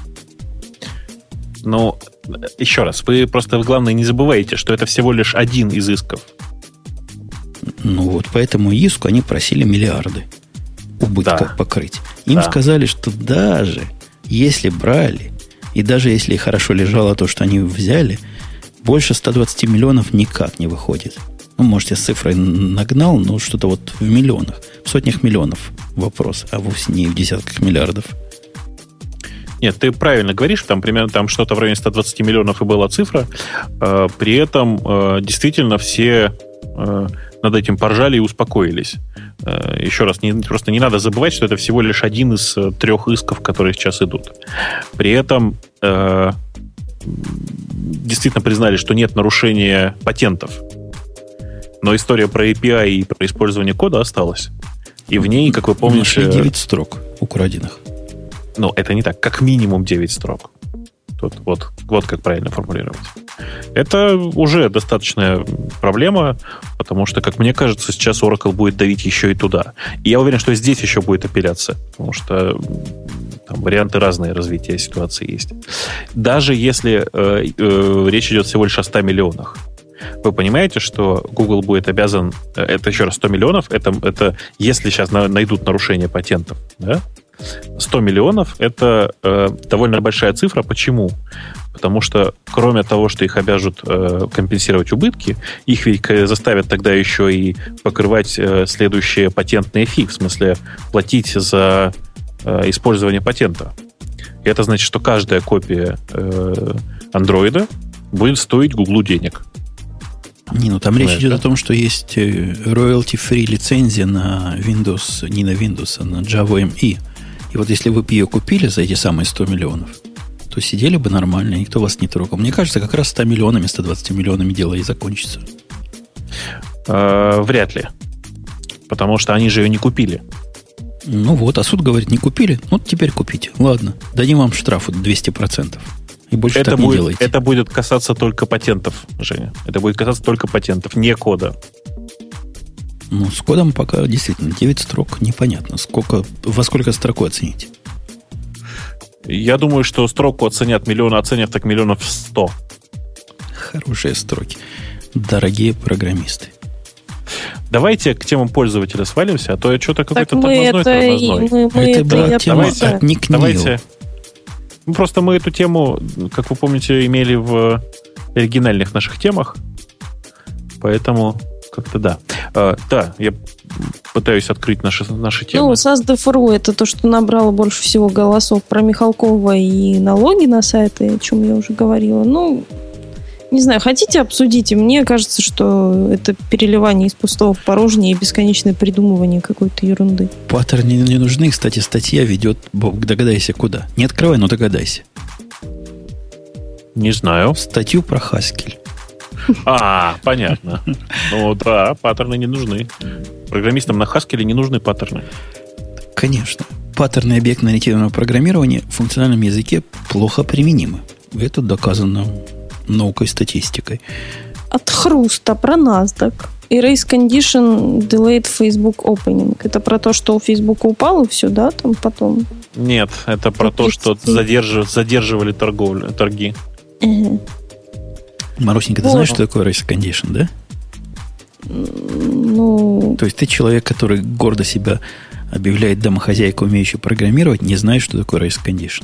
Ну, еще раз, вы просто, главное, не забывайте, что это всего лишь один из исков. Ну вот, по этому иску они просили миллиарды убытков да. покрыть. Им да. сказали, что даже если брали, и даже если хорошо лежало то, что они взяли, больше ста двадцати миллионов никак не выходит. Ну, может, я с цифрой нагнал, но что-то вот в миллионах, в сотнях миллионов вопрос, а вовсе не в десятках миллиардов. Нет, ты правильно говоришь, там примерно там что-то в районе ста двадцати миллионов и была цифра. Э, при этом э, действительно все э, над этим поржали и успокоились. Э, еще раз, не, просто не надо забывать, что это всего лишь один из э, трех исков, которые сейчас идут. При этом э, действительно признали, что нет нарушения патентов. Но история про эй пи ай и про использование кода осталась. И в ней, как вы помните... Нашли девять строк украденных. Ну, это не так. Как минимум девять строк. Тут вот, вот как правильно формулировать. Это уже достаточная проблема, потому что, как мне кажется, сейчас Oracle будет давить еще и туда. И я уверен, что здесь еще будет апелляция, потому что там варианты разные развития ситуации есть. Даже если э, э, речь идет всего лишь о ста миллионах. Вы понимаете, что Google будет обязан... Это еще раз сто миллионов, это, это если сейчас на, найдут нарушение патентов, да? сто миллионов – это э, довольно большая цифра. Почему? Потому что, кроме того, что их обяжут э, компенсировать убытки, их ведь заставят тогда еще и покрывать э, следующие патентные фи, в смысле платить за э, использование патента. И это значит, что каждая копия э, андроида будет стоить Гуглу денег. Не, ну там речь идет о том, что есть royalty-free лицензия на Windows, не на Windows, а на Java эм и. И вот если вы бы ее купили за эти самые сто миллионов, то сидели бы нормально, никто вас не трогал. Мне кажется, как раз ста миллионами, ста двадцатью миллионами дело и закончится. Э, вряд ли. Потому что они же ее не купили. Ну вот, а суд говорит, не купили, ну теперь купите. Ладно, дадим вам штраф двести процентов. И больше это так будет, не делайте. Это будет касаться только патентов, Женя. Это будет касаться только патентов, не кода. Ну, с кодом пока действительно девять строк, непонятно. Сколько, во сколько строку оцените? Я думаю, что строку оценят миллион, оценят так миллионов сто. Хорошие строки. Дорогие программисты. Давайте к темам пользователя свалимся, а то я что-то какой-то мы тормозной, это, тормозной. Мы, мы это это была тема давайте, от Ник давайте. Ну, просто мы эту тему, как вы помните, имели в оригинальных наших темах. Поэтому как-то да. А, да, я пытаюсь открыть наши, наши темы. Ну, SassDev.ru это то, что набрало больше всего голосов про Михалкова и налоги на сайты, о чем я уже говорила. Ну, не знаю, хотите, обсудите. Мне кажется, что это переливание из пустого в порожнее и бесконечное придумывание какой-то ерунды. Паттерны не нужны. Кстати, статья ведет, Бог, догадайся куда. Не открывай, но догадайся. Не знаю. Статью про Haskell. А, понятно. Ну да, паттерны не нужны. Программистам на Haskell не нужны паттерны. Конечно. Паттерны объектно-ориентированного программирования в функциональном языке плохо применимы. Это доказано наукой, статистикой. От Хруста про NASDAQ. Erase condition delayed Facebook opening. Это про то, что у Facebook упал и все, да, там потом? Нет, это про то, что задерживали, задерживали торговлю, торги. Ага. Марусенька, ты Вот. знаешь, что такое race condition, да? Ну, То есть ты человек, который гордо себя объявляет домохозяйкой, умеющей программировать, не знаешь, что такое race condition.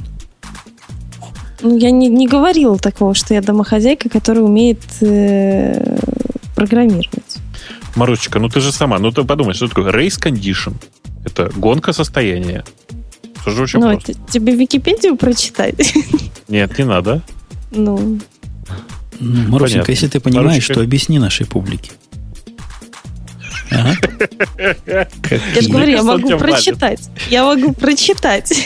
ну, я не, не говорила такого, что я домохозяйка, которая умеет э, программировать. Марусечка, ну ты же сама, ну ты подумай, что такое race condition? Это гонка состояния. Это же очень Ну, просто. это тебе Википедию прочитать? Нет, не надо. Ну, Ну, Марусенька, Понятно. если ты понимаешь, Марусечка. то объясни нашей публике. Ага. я Какие? же говорю, я кажется, он могу тебя валит. прочитать. Я могу прочитать.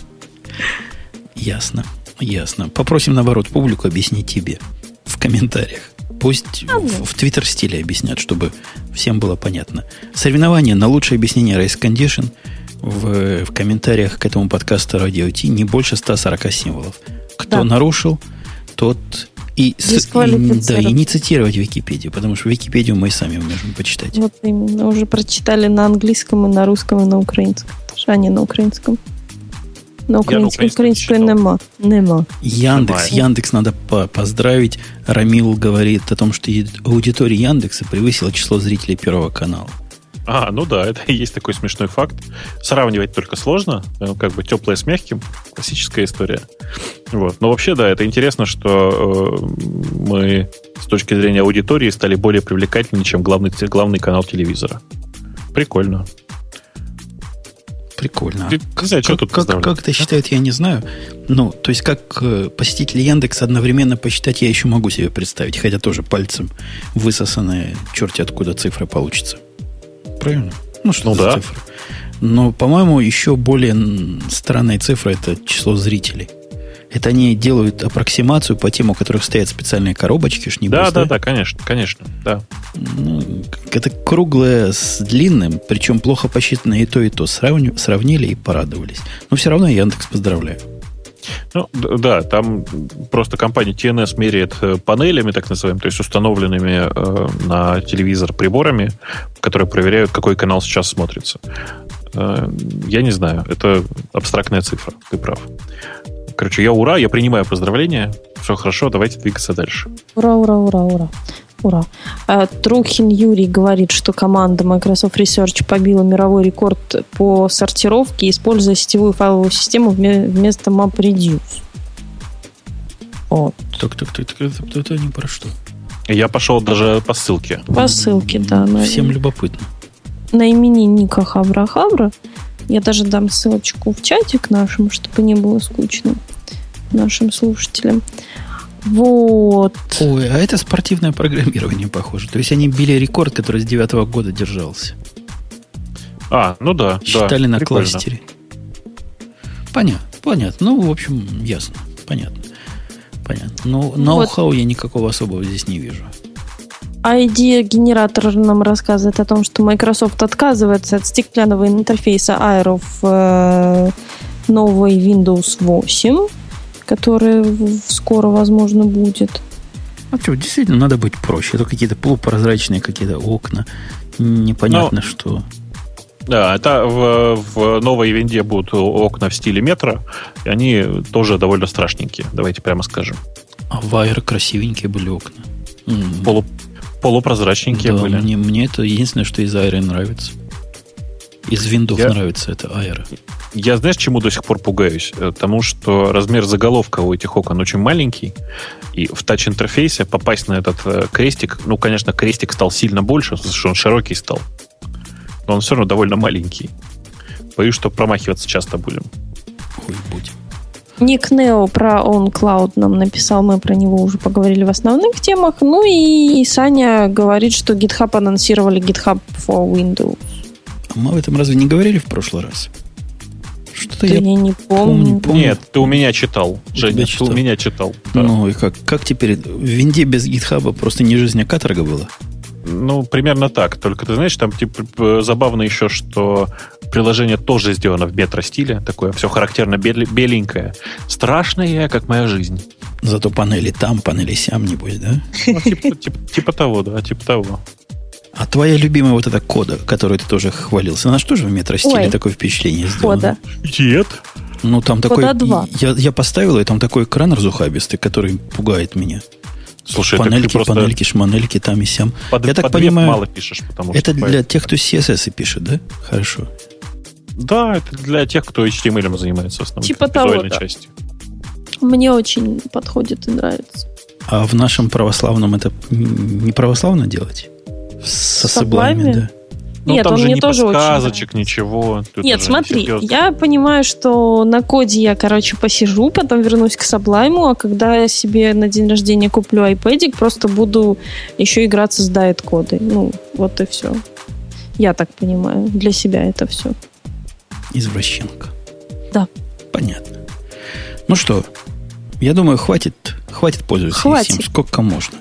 Ясно, ясно. Попросим, наоборот, публику объяснить тебе в комментариях. Пусть А, в, ну. в твиттер-стиле объяснят, чтобы всем было понятно. Соревнование на лучшее объяснение race condition в, в комментариях к этому подкасту Radio T не больше ста сорока символов. Кто Да. нарушил, тот и, с- и, Дисквалифицирован. да, и не цитировать Википедию, потому что Википедию мы сами можем почитать. Вот именно. Уже прочитали на английском и на русском, и на украинском. А не на украинском. На украинском, украинском украинского читал. нема. Нема. Яндекс, Понимаю. Яндекс надо по- поздравить. Рамил говорит о том, что и- аудитория Яндекса превысила число зрителей Первого канала. А, ну да, это и есть такой смешной факт. Сравнивать только сложно, э, как бы теплое с мягким, классическая история. Вот. Но вообще, да, это интересно, что э, мы с точки зрения аудитории стали более привлекательны, чем главный, главный канал телевизора. Прикольно. Прикольно. Ты- А не знаю, что как, тут как, поздравлять? как это считают, я не знаю. Ну, то есть, как э, посетители Яндекса одновременно посчитать, я еще могу себе представить, хотя тоже пальцем высосанные черти откуда цифры получится. Правильно? Ну, что Ну за да. цифры? Но, по-моему, еще более м, странная цифра – это число зрителей. Это они делают аппроксимацию по тем, у которых стоят специальные коробочки, ж небось, Да, да, да, конечно, конечно, да. Ну, это круглое с длинным, причем плохо посчитанное и то, и то. Сравню, сравнили и порадовались. Но все равно Яндекс поздравляю. Ну, да, там просто компания ти эн эс меряет панелями, так называемыми, то есть установленными э, на телевизор приборами, которые проверяют, какой канал сейчас смотрится. Э, я не знаю, это абстрактная цифра, ты прав. Короче, я ура, я принимаю поздравления, все хорошо, давайте двигаться дальше. Ура, ура, ура, ура. Ура. Трухин Юрий говорит, что команда Microsoft Research побила мировой рекорд по сортировке, используя сетевую файловую систему вместо MapReduce. Вот. Так, так, так, так, это, это не про что. Я пошел даже по ссылке. По ссылке, да. Всем на, любопытно. На именинника Хабра-Хабра. Я даже дам ссылочку в чатик нашим, чтобы не было скучно нашим слушателям. Вот. Ой, а это спортивное программирование, похоже. То есть они били рекорд, который с девятого года держался. А, ну да. Считали да, на прикольно. кластере. Понятно, понятно. Ну, в общем, ясно. Понятно. Понятно. Но ноу-хау я никакого особого здесь не вижу. ай ди-генератор нам рассказывает о том, что Microsoft отказывается от стеклянного интерфейса Aero в э, новой Windows восемь, который скоро, возможно, будет. А что, действительно, надо быть проще. Это какие-то полупрозрачные какие-то окна. Непонятно, Но, что. Да, это в, в новой винде будут окна в стиле метро, и они тоже довольно страшненькие, давайте прямо скажем. А в Air красивенькие были окна. Полу, полупрозрачненькие да, были. Мне, мне это единственное, что из Air нравится. Из Windows Я... нравится это Air. Я, знаешь, чему до сих пор пугаюсь? Тому, что размер заголовка у этих окон очень маленький, и в тач-интерфейсе попасть на этот крестик, ну, конечно, крестик стал сильно больше, потому что он широкий стал, но он все равно довольно маленький. Боюсь, что промахиваться часто будем. Ой, будем. Ник Нео про OnCloud нам написал, мы про него уже поговорили в основных темах. Ну и Саня говорит, что GitHub анонсировали GitHub for Windows. А мы об этом разве не говорили в прошлый раз? Что-то да я, я не помню. помню, помню. Нет, ты у меня читал, Женя, ты читал? у меня читал. Да. Ну и как? Как теперь? В винде без GitHub просто не жизнь, а каторга была? Ну, примерно так. Только ты знаешь, там типа забавно еще, что приложение тоже сделано в метро-стиле. Такое все характерно беленькое. Страшное, как моя жизнь. Зато панели там, панели сям, небось, да? Ну, типа, типа, типа того, да, типа того. А твоя любимая вот эта кода, которой ты тоже хвалился, она что же в метро-стиле такое впечатление сделала? Кода. Нет. Ну, там кода такой... два. Я, я поставил, и там такой экран разухабистый, который пугает меня. Слушай, панельки, просто панельки, шманельки там и сям. Под, я так под понимаю, мало пишешь, потому это что для поэтому... тех, кто си эс эс пишет, да? Хорошо. Да, это для тех, кто эйч ти эм эл занимается в основном. Типа того, да. частью. Мне очень подходит и нравится. А в нашем православном это не православно делать? Со Sublime, да? Ну, Нет, там он же мне не тоже подсказочек, очень ничего. Тут Нет, смотри, несерьезно. я понимаю, что на коде я, короче, посижу, потом вернусь к Sublime, а когда я себе на день рождения куплю iPadик, просто буду еще играться с Diet-кодой. Ну, вот и все. Я так понимаю. Для себя это все. Извращенка. Да. Понятно. Ну что, я думаю, хватит, хватит пользоваться хватит. всем, сколько можно.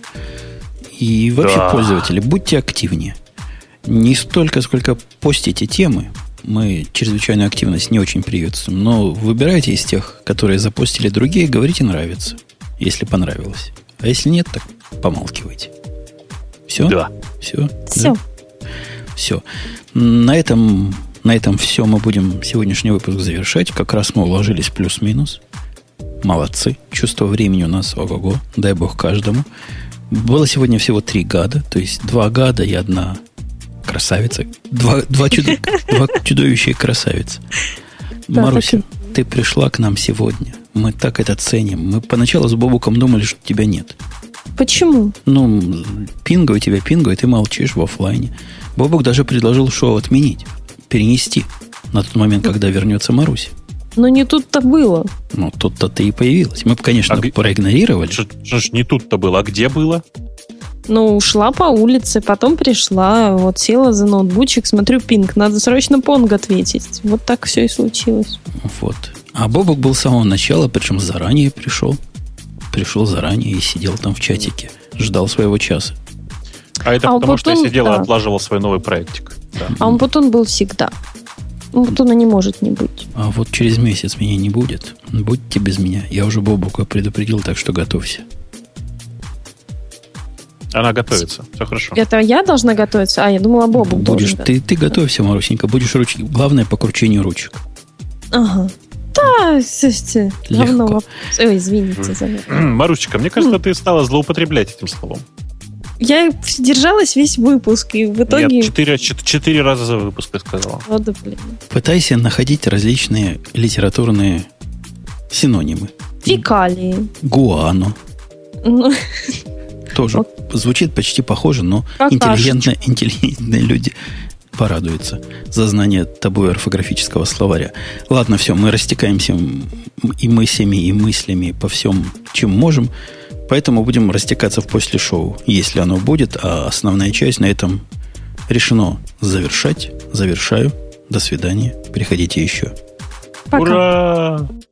И вообще, да. Пользователи, будьте активнее. Не столько, сколько постите темы. Мы чрезвычайную активность не очень приветствуем. Но выбирайте из тех, которые запостили другие, говорите «нравится», если понравилось. А если нет, так помалкивайте. Все? Да. Все? Все. Да? Все. На этом, на этом все мы будем сегодняшний выпуск завершать. Как раз мы уложились плюс-минус. Молодцы. Чувство времени у нас ого-го. Дай бог каждому. Было сегодня всего три гада. То есть два гада и одна красавица. Два, два, чудо, два чудовища и красавица. Да, Маруся, таки. Ты пришла к нам сегодня. Мы так это ценим. Мы поначалу с Бобуком думали, что тебя нет. Почему? Ну, пингаю тебя, пингаю, ты молчишь в офлайне. Бобук даже предложил шоу отменить, перенести на тот момент, когда вернется Маруся. Но не тут-то было. Ну, тут-то ты и появилась. Мы бы, конечно, а проигнорировали. Что ж не тут-то было, а где было? Ну, шла по улице, потом пришла, вот села за ноутбучик, смотрю, пинг, надо срочно понг ответить. Вот так все и случилось. Вот. А Бобук был с самого начала, причем заранее пришел. Пришел заранее и сидел там в чатике. Ждал своего часа. А это а потому, что я сидел да. и отлаживал свой новый проектик. Да. А он Умпутун был всегда. Умпутуна не может не быть. А вот через месяц меня не будет. Будьте без меня. Я уже Бобука предупредил, так что готовься. Она готовится. Все хорошо. Это я должна готовиться? А, я думала, Бобук Будешь, должен. ты, ты готовься, Марусенька. Будешь ручки. Главное по кручению ручек. Ага. Да, слушайте. Говно вопрос. Ой, извините за это. Марусечка, мне кажется, ты стала злоупотреблять этим словом. Я держалась весь выпуск, и в итоге... Я четыре, четыре раза за выпуск ты сказала. Вот, да, блин. Пытайся находить различные литературные синонимы. Фекалии. Гуано. Ну, Тоже звучит почти похоже, но Какашечка. интеллигентные, интеллигентные люди порадуются за знание тобой орфографического словаря. Ладно, все, мы растекаемся и мыслями, и мыслями по всем, чем можем. Поэтому будем растекаться в после шоу, если оно будет, а основная часть на этом решено завершать. Завершаю. До свидания. Приходите еще. пока. Ура!